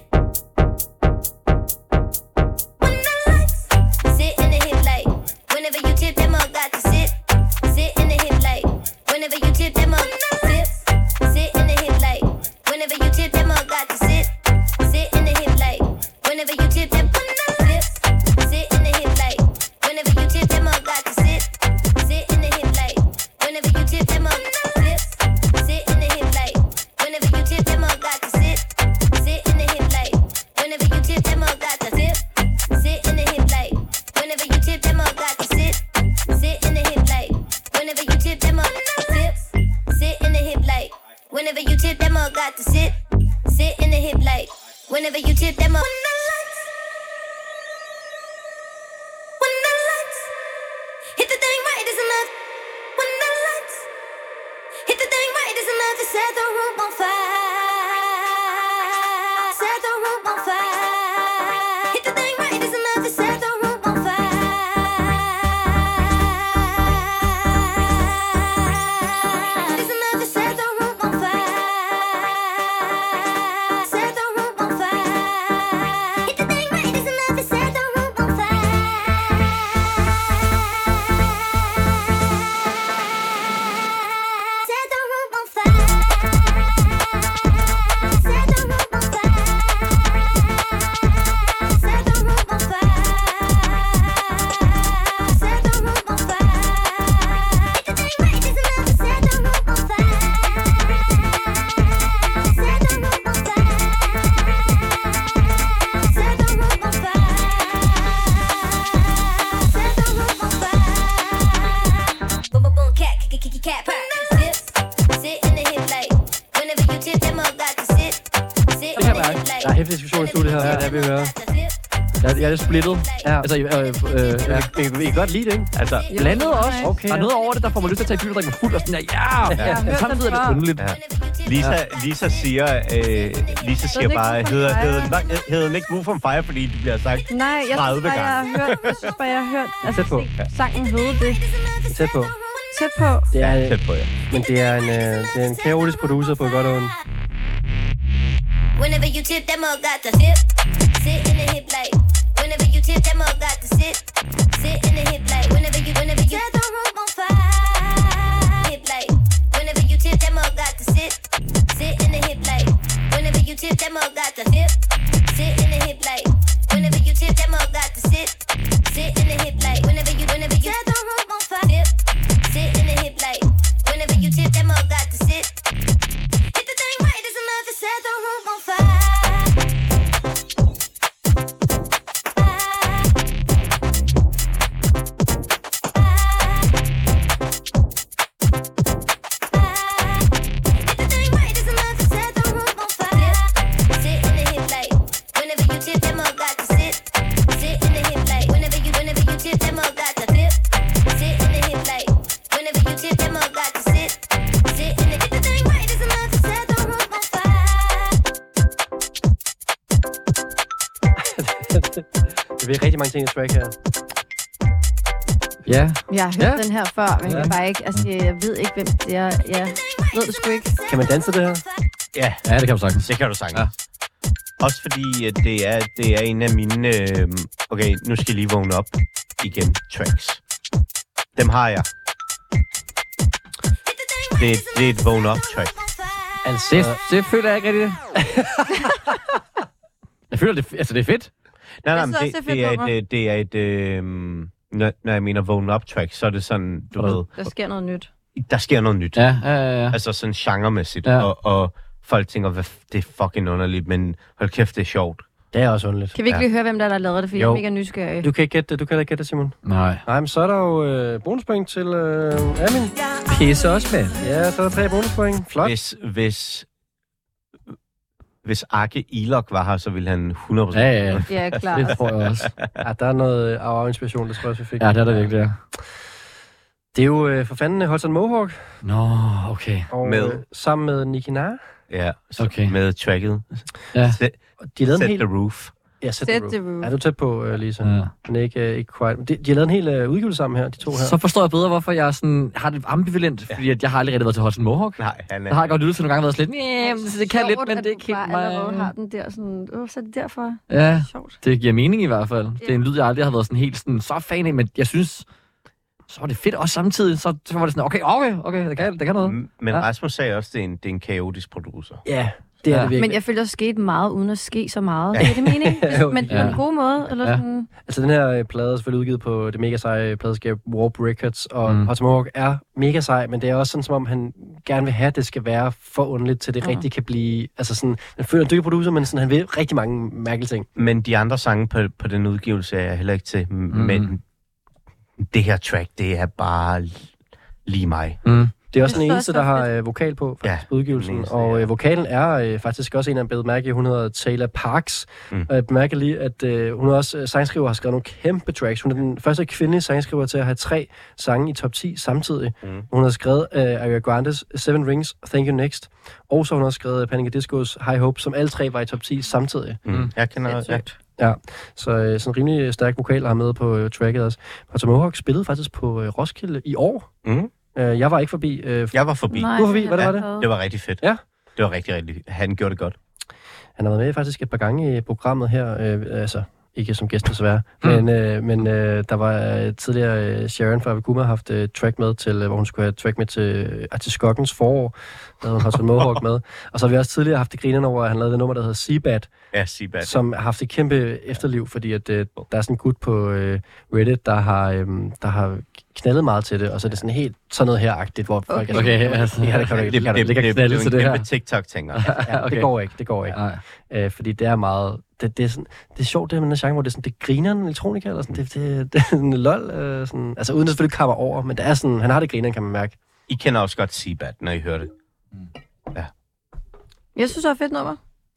When the lights sit in the hip light. Whenever you tip, them up got to sit. Sit in the hip light. Whenever you tip, them up tip. Sit in the hip light. Whenever you tip, them up got to sit. Sit in the hip light. Whenever you tip, them tip. Sit in the hip light. Whenever you tip, them up got to sit. Sit in the hip light. Whenever you tip, them up tip. Sit in the hip light. Whenever you tip, them up got to sit. Sit in the hip light. Whenever you tip, them up got to tip. Sit in the hip light. Whenever you tip, them up got to sit. Sit in the hip light. Whenever you tip, them up tip. Sit in the hip light. Whenever you tip, them up got to sit. Sit in the hip light. Whenever you tip, them up. When the lights hit the thing right is enough. When the lights hit the thing right is enough to set the room on fire. Set the room on fire. Hit the thing right is enough to set the room on fire. It's enough to set the room on fire. Set the room on fire. Hit the thing right is enough to set the room on fire. Set the room on fire. Set the room on fire. Set the room on fire. Set the room on fire. Hit the thing right is enough to set the room on fire. Set the room on fire. Set the room on fire. Set the room on fire. Boom boom boom cat kick kick cat purr. Dip. Sit in the hip light. Whenever you tip them up got to sit. Sit in Det kan the være. hip light. Der er hæftig diskussion i studiet her, det er vi hører. Jeg, jeg er splittet. Ja. Altså, øh, øh, øh, ja. Vi kan godt lide det, ikke? Altså, Jo, blandet også. okay. Der er noget over det, der får mig lyst til at tage i byen og drikke mig fuld og sådan der, ja! Ja, Men samtidig er det underligt. Ja. Lisa, Lisa siger, øh, Lisa siger ikke bare, Move hedder, from Fire. hedder, den- hedder den ikke Move from Fire, fordi det bliver sagt Nej, jeg synes tredive bare, jeg har gange. hørt, jeg synes bare, jeg har hørt, altså, Tæt på. sangen hed det. Tæt på. Tæt på. Det er, Tæt på, ja. men det er en, øh, det er en kaotisk producer på godt og ondt. Whenever you tip, that mug got the tip. Sit in the hip like. Whenever you tip, that mug got the sit. Sit in the hip like. Whenever you, whenever you set the room on fire. Hip like. Whenever you tip, that mug got the sit. Sit in the hip like. Whenever you tip, that mug got the tip. Sit in the hip like. Whenever you tip, that mug got the sit. Sit in the hip like. Whenever you, whenever you set the room on fire. Sit in the hip like. Whenever you tip, that mug got the sit. Hit the thing right, there's enough to set the room on fire. Det er rigtig mange ting i track her. Ja. Jeg har hørt Ja. ja. den her før, men Ja. jeg, bare ikke, altså, jeg ved ikke, hvem det er. Jeg ved det sgu ikke. Kan man danse det her? Ja, Ja, det kan du sagtens. det kan du sagtens. Ja. Også fordi, at det er, det er en af mine... Øh, okay, nu skal jeg lige vågne op igen. Tracks. Dem har jeg. Det, det er et vågne op track. Altså, Det, det føler jeg ikke rigtigt. Jeg føler, det, altså, det er fedt. Nej, nej, Jeg men synes det, også, det det er er fedt et, nummer. øh, det er et øh, når, når jeg mener vågne op track, så er det sådan, du Hvad? ved, Der sker noget nyt. der sker noget nyt. Ja, ja, ja. ja. Altså sådan genremæssigt. Ja. Og, og folk tænker, hvad, f- det er fucking underligt, men hold kæft, det er sjovt. det er også underligt. Kan vi ikke Ja. lige høre, hvem der, der lavede det, fordi Jo. jeg er mega nysgerrig. Du kan ikke gætte det, du kan da ikke gætte det, Simon. Nej. Nej, men så er der jo øh, bonuspoint til øh, Amin. Pisse også med. Ja, så er der tre bonuspoint. Flot. Hvis, hvis, hvis Arke Ilok var her, så ville han hundrede procent. Ja, ja, ja. Ja, klart. Det tror jeg også. Ja, der er noget af inspiration, det tror jeg også, vi fik. Ja, det er der virkelig, ja. Det er jo øh, for fanden Hudson Mohawk. Nå, okay. Og, Med? Øh, sammen med Nicki Minaj. Ja, så Okay. med tracket. Ja. Set, Og de har lavet en set hel... the roof. Ja, set, Set the, the roof. Roof. Ja, du er tæt på, uh, Lisa. Ja. Men ikke, uh, ikke quite. De, de har lavet en hel uh, udgivelse sammen her, de to her. Så forstår jeg bedre, hvorfor jeg sådan, har det ambivalent, fordi at jeg har aldrig rigtig været til Hudson Mohawk. Nej, han er... Jeg har godt lyttet til nogle gange, været sådan lidt, "Næh, det kan lidt, Sjovt, men at det er du ikke helt bare allerede mig." har den der sådan, åh, så er det derfor. Ja, Sjovt. det giver mening i hvert fald. Det er en lyd, jeg aldrig har været sådan helt sådan, så fan af, men jeg synes, så var det fedt også samtidig. Så, så var det sådan, okay, okay, okay, det kan, det kan noget. M- Men Ja. Rasmus sagde også, at det er en, det er en kaotisk producer. Ja, det er Ja. det virkelig. Men jeg følte, der skete meget, uden at ske så meget. Ja. Ja. Er det mening? Jo, Men på ja. en god måde? Eller Ja. sådan? Altså, den her øh, plade er selvfølgelig udgivet på det mega seje pladeskab Warp Records, og Mm. mm. Hudson Mohawk er mega sej, men det er også sådan, som om han gerne vil have, at det skal være for underligt, til det Mm. rigtig kan blive... Altså sådan, han føler en dygtig producer, men sådan, han vil rigtig mange mærkelige ting. Men de andre sange på, på den udgivelse er jeg heller ikke til. Mm. Men det her track, det er bare lige mig. Mm. Det er også Jeg den synes eneste, også, der det er har øh, vokal på, faktisk, Ja, ja, på udgivelsen. den eneste, Og ja. øh, vokalen er øh, faktisk også en af bedt mærke. Hun hedder Taylor Parks. Mm. Mm. Og jeg bemærker lige, at øh, hun er også øh, sangskriver og har skrevet nogle kæmpe tracks. Hun er den første kvindelige sangskriver til at have tre sange i top ti samtidig. Mm. Hun har skrevet øh, Ariana Grandes Seven Rings, Thank You Next. Og så har hun også skrevet Panic! At the Disco's High Hope, som alle tre var i top ti samtidig. Mm. Jeg kender... Ja. Ja, så øh, sådan en rimelig stærk vokal har med på øh, tracket også. Hudson Mohawk spillede faktisk på øh, Roskilde i år. Mm. Øh, jeg var ikke forbi. Øh, Jeg var forbi. Nej, Du var forbi, hvad det var det? har jeg Det var rigtig fedt. Ja. Det var rigtig, rigtig... Han gjorde det godt. Han har været med faktisk et par gange i programmet her, øh, altså ikke som gæst desværre, Mm. men, øh, men øh, der var øh, tidligere øh, Sharon fra Avicuma haft øh, track med til, øh, hvor hun skulle have track med til, øh, til Skokkens forår, der havde hun Hudson Mohawk med. Og så har vi også tidligere haft det grinerne over, at han lavede det nummer, der hedder Seabad, Ja, Seabad. som har haft et kæmpe efterliv, fordi at, øh, der er sådan en gut på øh, Reddit, der har, øh, der har knaldet meget til det, og så er det sådan helt sådan noget her-agtigt, hvor folk Okay. er sådan, Okay, altså. det kan det, kan det, Det, det, det, kan det, det, det, kan det, knalde det, til det det er en her. kæmpe TikTok-ting. ja, Okay. det går ikke, det går ikke. Nej. Øh, fordi det er meget... Det, det, er sådan, det er sjovt, det med den genre, hvor det er sådan, det griner en elektronika, eller sådan, det, det, det er sådan lol, øh, sådan, altså uden at selvfølgelig kammer over, men det er sådan, han har det griner, kan man mærke. I kender også godt Seabad, når I hører det. Jeg synes, det var et fedt nummer.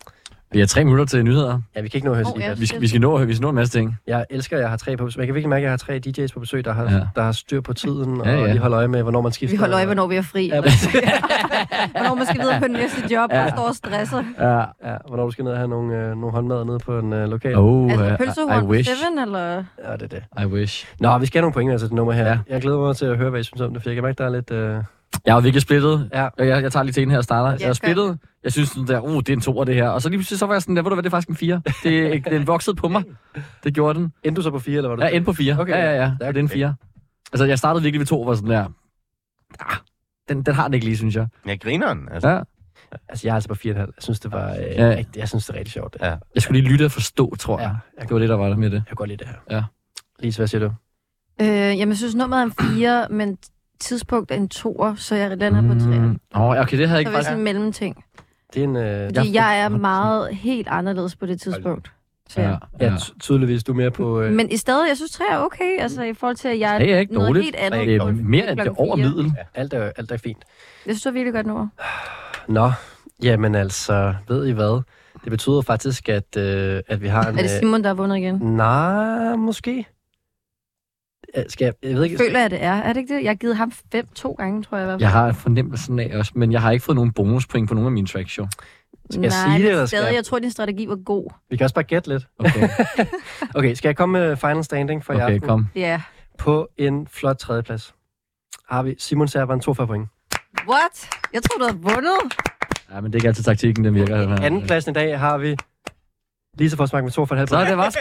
Vi har tre minutter til nyheder. Ja, vi kan ikke nå at høre Oh, ja, oh, Vi skal, vi skal nå, vi skal nå en masse ting. Jeg elsker, at jeg har tre på besøg. Jeg kan virkelig mærke, at jeg har tre D J's på besøg, der har, Ja. der har styr på tiden, Ja, og ja. de holder øje med, hvornår man skifter. Vi holder øje, hvornår vi er fri. Ja, Hvornår man skal videre på den næste job, Ja. og står og stresser. Ja. ja, hvornår du skal ned og have nogle, øh, nogle håndmad nede på en øh, lokal. Oh, Altså uh, I, I pølsehorn på wish. Seven, eller? Ja, det er det. I wish. Nå, vi skal have nogle point, altså det nummer her. Ja. Jeg glæder mig til at høre, hvad I synes om det, for jeg kan mærke, der er lidt... Øh... Jeg er virkelig splittet. Ja. Jeg, jeg tager lige til en her og starter. Ja, Jeg er splittet. Jeg synes sådan der, uh, det er en toer det her. Og så lige pludselig så var jeg sådan der, ved du hvad, det er faktisk en fire. Det, den voksede på mig. Det gjorde den. Endte du så på fire, eller var du? Ja, endte på fire. Okay, Ja, ja, ja. ja. Det er en fire. Altså, jeg startede virkelig ved to, var sådan der, ah, den, den har den ikke lige, synes jeg. Jeg griner den, altså. Ja. Altså, jeg er altså på fire komma fem. Jeg synes, det var... Øh, Ja. rigtig, jeg synes, det er rigtig sjovt. Det. Ja. Jeg skulle lige lytte og forstå, tror jeg. Ja, jeg Det var det, der var der med det. Jeg kan godt lide det her. Ja. Lise, hvad siger du? Øh, jamen, jeg synes, nummeret er en fire, men tidspunkt er en toer, så jeg lander på tre. Mm. Åh, oh, okay, det havde jeg Så ikke er vi faktisk... sådan en mellemting. Det er en... Øh, Fordi jeg er meget helt anderledes på det tidspunkt. Så, Ja, ja. Ja, ty- tydeligvis. Du er mere på... Øh... Men i stedet, jeg synes, tre er okay, altså i forhold til, at jeg Det er ikke noget dårligt. helt andet. Det er mere end det over middel. Alt er, alt er fint. Jeg synes, det er virkelig godt nummer. Nå, jamen altså, ved I hvad? Det betyder faktisk, at, øh, at vi har en... Er det Simon, der har vundet igen? Øh, nej, måske. Øh, Skal jeg... Jeg ved ikke... Føler jeg, det er. Er det ikke det? Jeg har givet ham fem to gange, tror jeg. I hvert fald. Jeg har fornemmelsen af også, men jeg har ikke fået nogen bonuspoint på nogen af mine tracks, jo. Skal jeg Nej, sige det, men eller skal stadig, jeg... jeg tror, din strategi var god. Vi kan også bare gætte lidt. Okay, Okay, skal jeg komme med final standing for i okay aften? kom. Ja. På en flot tredjeplads har vi Simon Serban, toogfyrre point. What? Jeg tror, du havde vundet. Ja, men det er ikke altid taktikken, den virker. Den her. Anden pladsen i dag har vi Lise Forsmark med toogfyrre komma fem Så point. det var sgu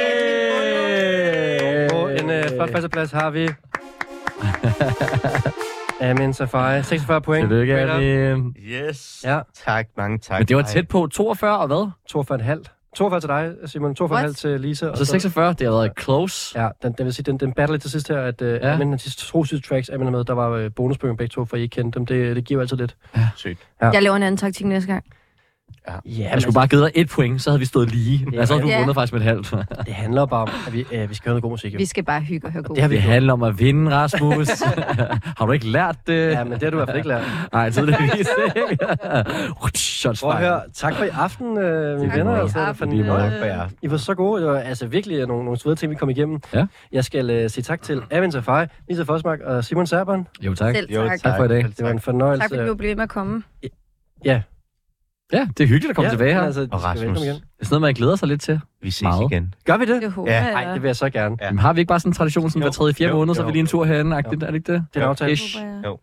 På en øh, flot førsteplads har vi Amin Safari, seksogfyrre point. Tillykke, Straight up. Amin. Yes. Ja. Tak, mange tak. Men det var tæt på toogfyrre og hvad? toogfyrre komma fem. toogfyrre til dig, Simon. toogfyrre komma fem til Lise. Og så seksogfyrre, det har været close. Ja, den, det vil sige, den, den battle til sidst her, at uh, Ja. ja. Amin, de to sidste tracks, Amin er med, der var uh, bonuspoint begge to, for I ikke kendte dem. Det, det giver jo altid lidt. Ja. Sygt. Ja. Jeg laver en anden taktik næste gang. Ja, Jeg skulle bare give dig et point, så havde vi stået lige. Ja. Ja, så havde du Ja. vundet faktisk med et halvt. Det handler bare om, at vi, uh, vi skal høre noget god musik. Jo. Vi skal bare hygge og høre god. Det har vi Det handler om at vinde, Rasmus. Har du ikke lært det? Ja, men det har du i hvert fald ikke lært. Nej, tydeligvis ikke. Shots Prøv at fired. høre, tak for i aften, øh, mine Tak venner. for i Altså, aften. for, Lige meget. Tak for jer. I var så gode. Det var altså virkelig nogle, nogle svede ting, vi kom igennem. Ja. Jeg skal uh, sige tak til Amin Safari, Lisa Forsmark og Simon Serban. Jo, tak. Selv Jo, tak. Tak for i dag. Det var en fornøjelse. Tak, fordi du blev ved med at komme. Ja. Ja, det er hyggeligt at komme ja, tilbage her. Altså, Og skal Rasmus. velkommen igen. Det er sådan noget, man glæder sig lidt til. Vi ses Meget. igen. Gør vi det? Det håber Ja. jeg. Nej, det vil jeg så gerne. Ja. Jamen, har vi ikke bare sådan en tradition, sådan Jo. hver tredje, fjerde Jo. måned, så er vi Jo. lige en tur herinde, agtigt, er det ikke det? Det er en aftale. Ish. Håber jeg. Jo.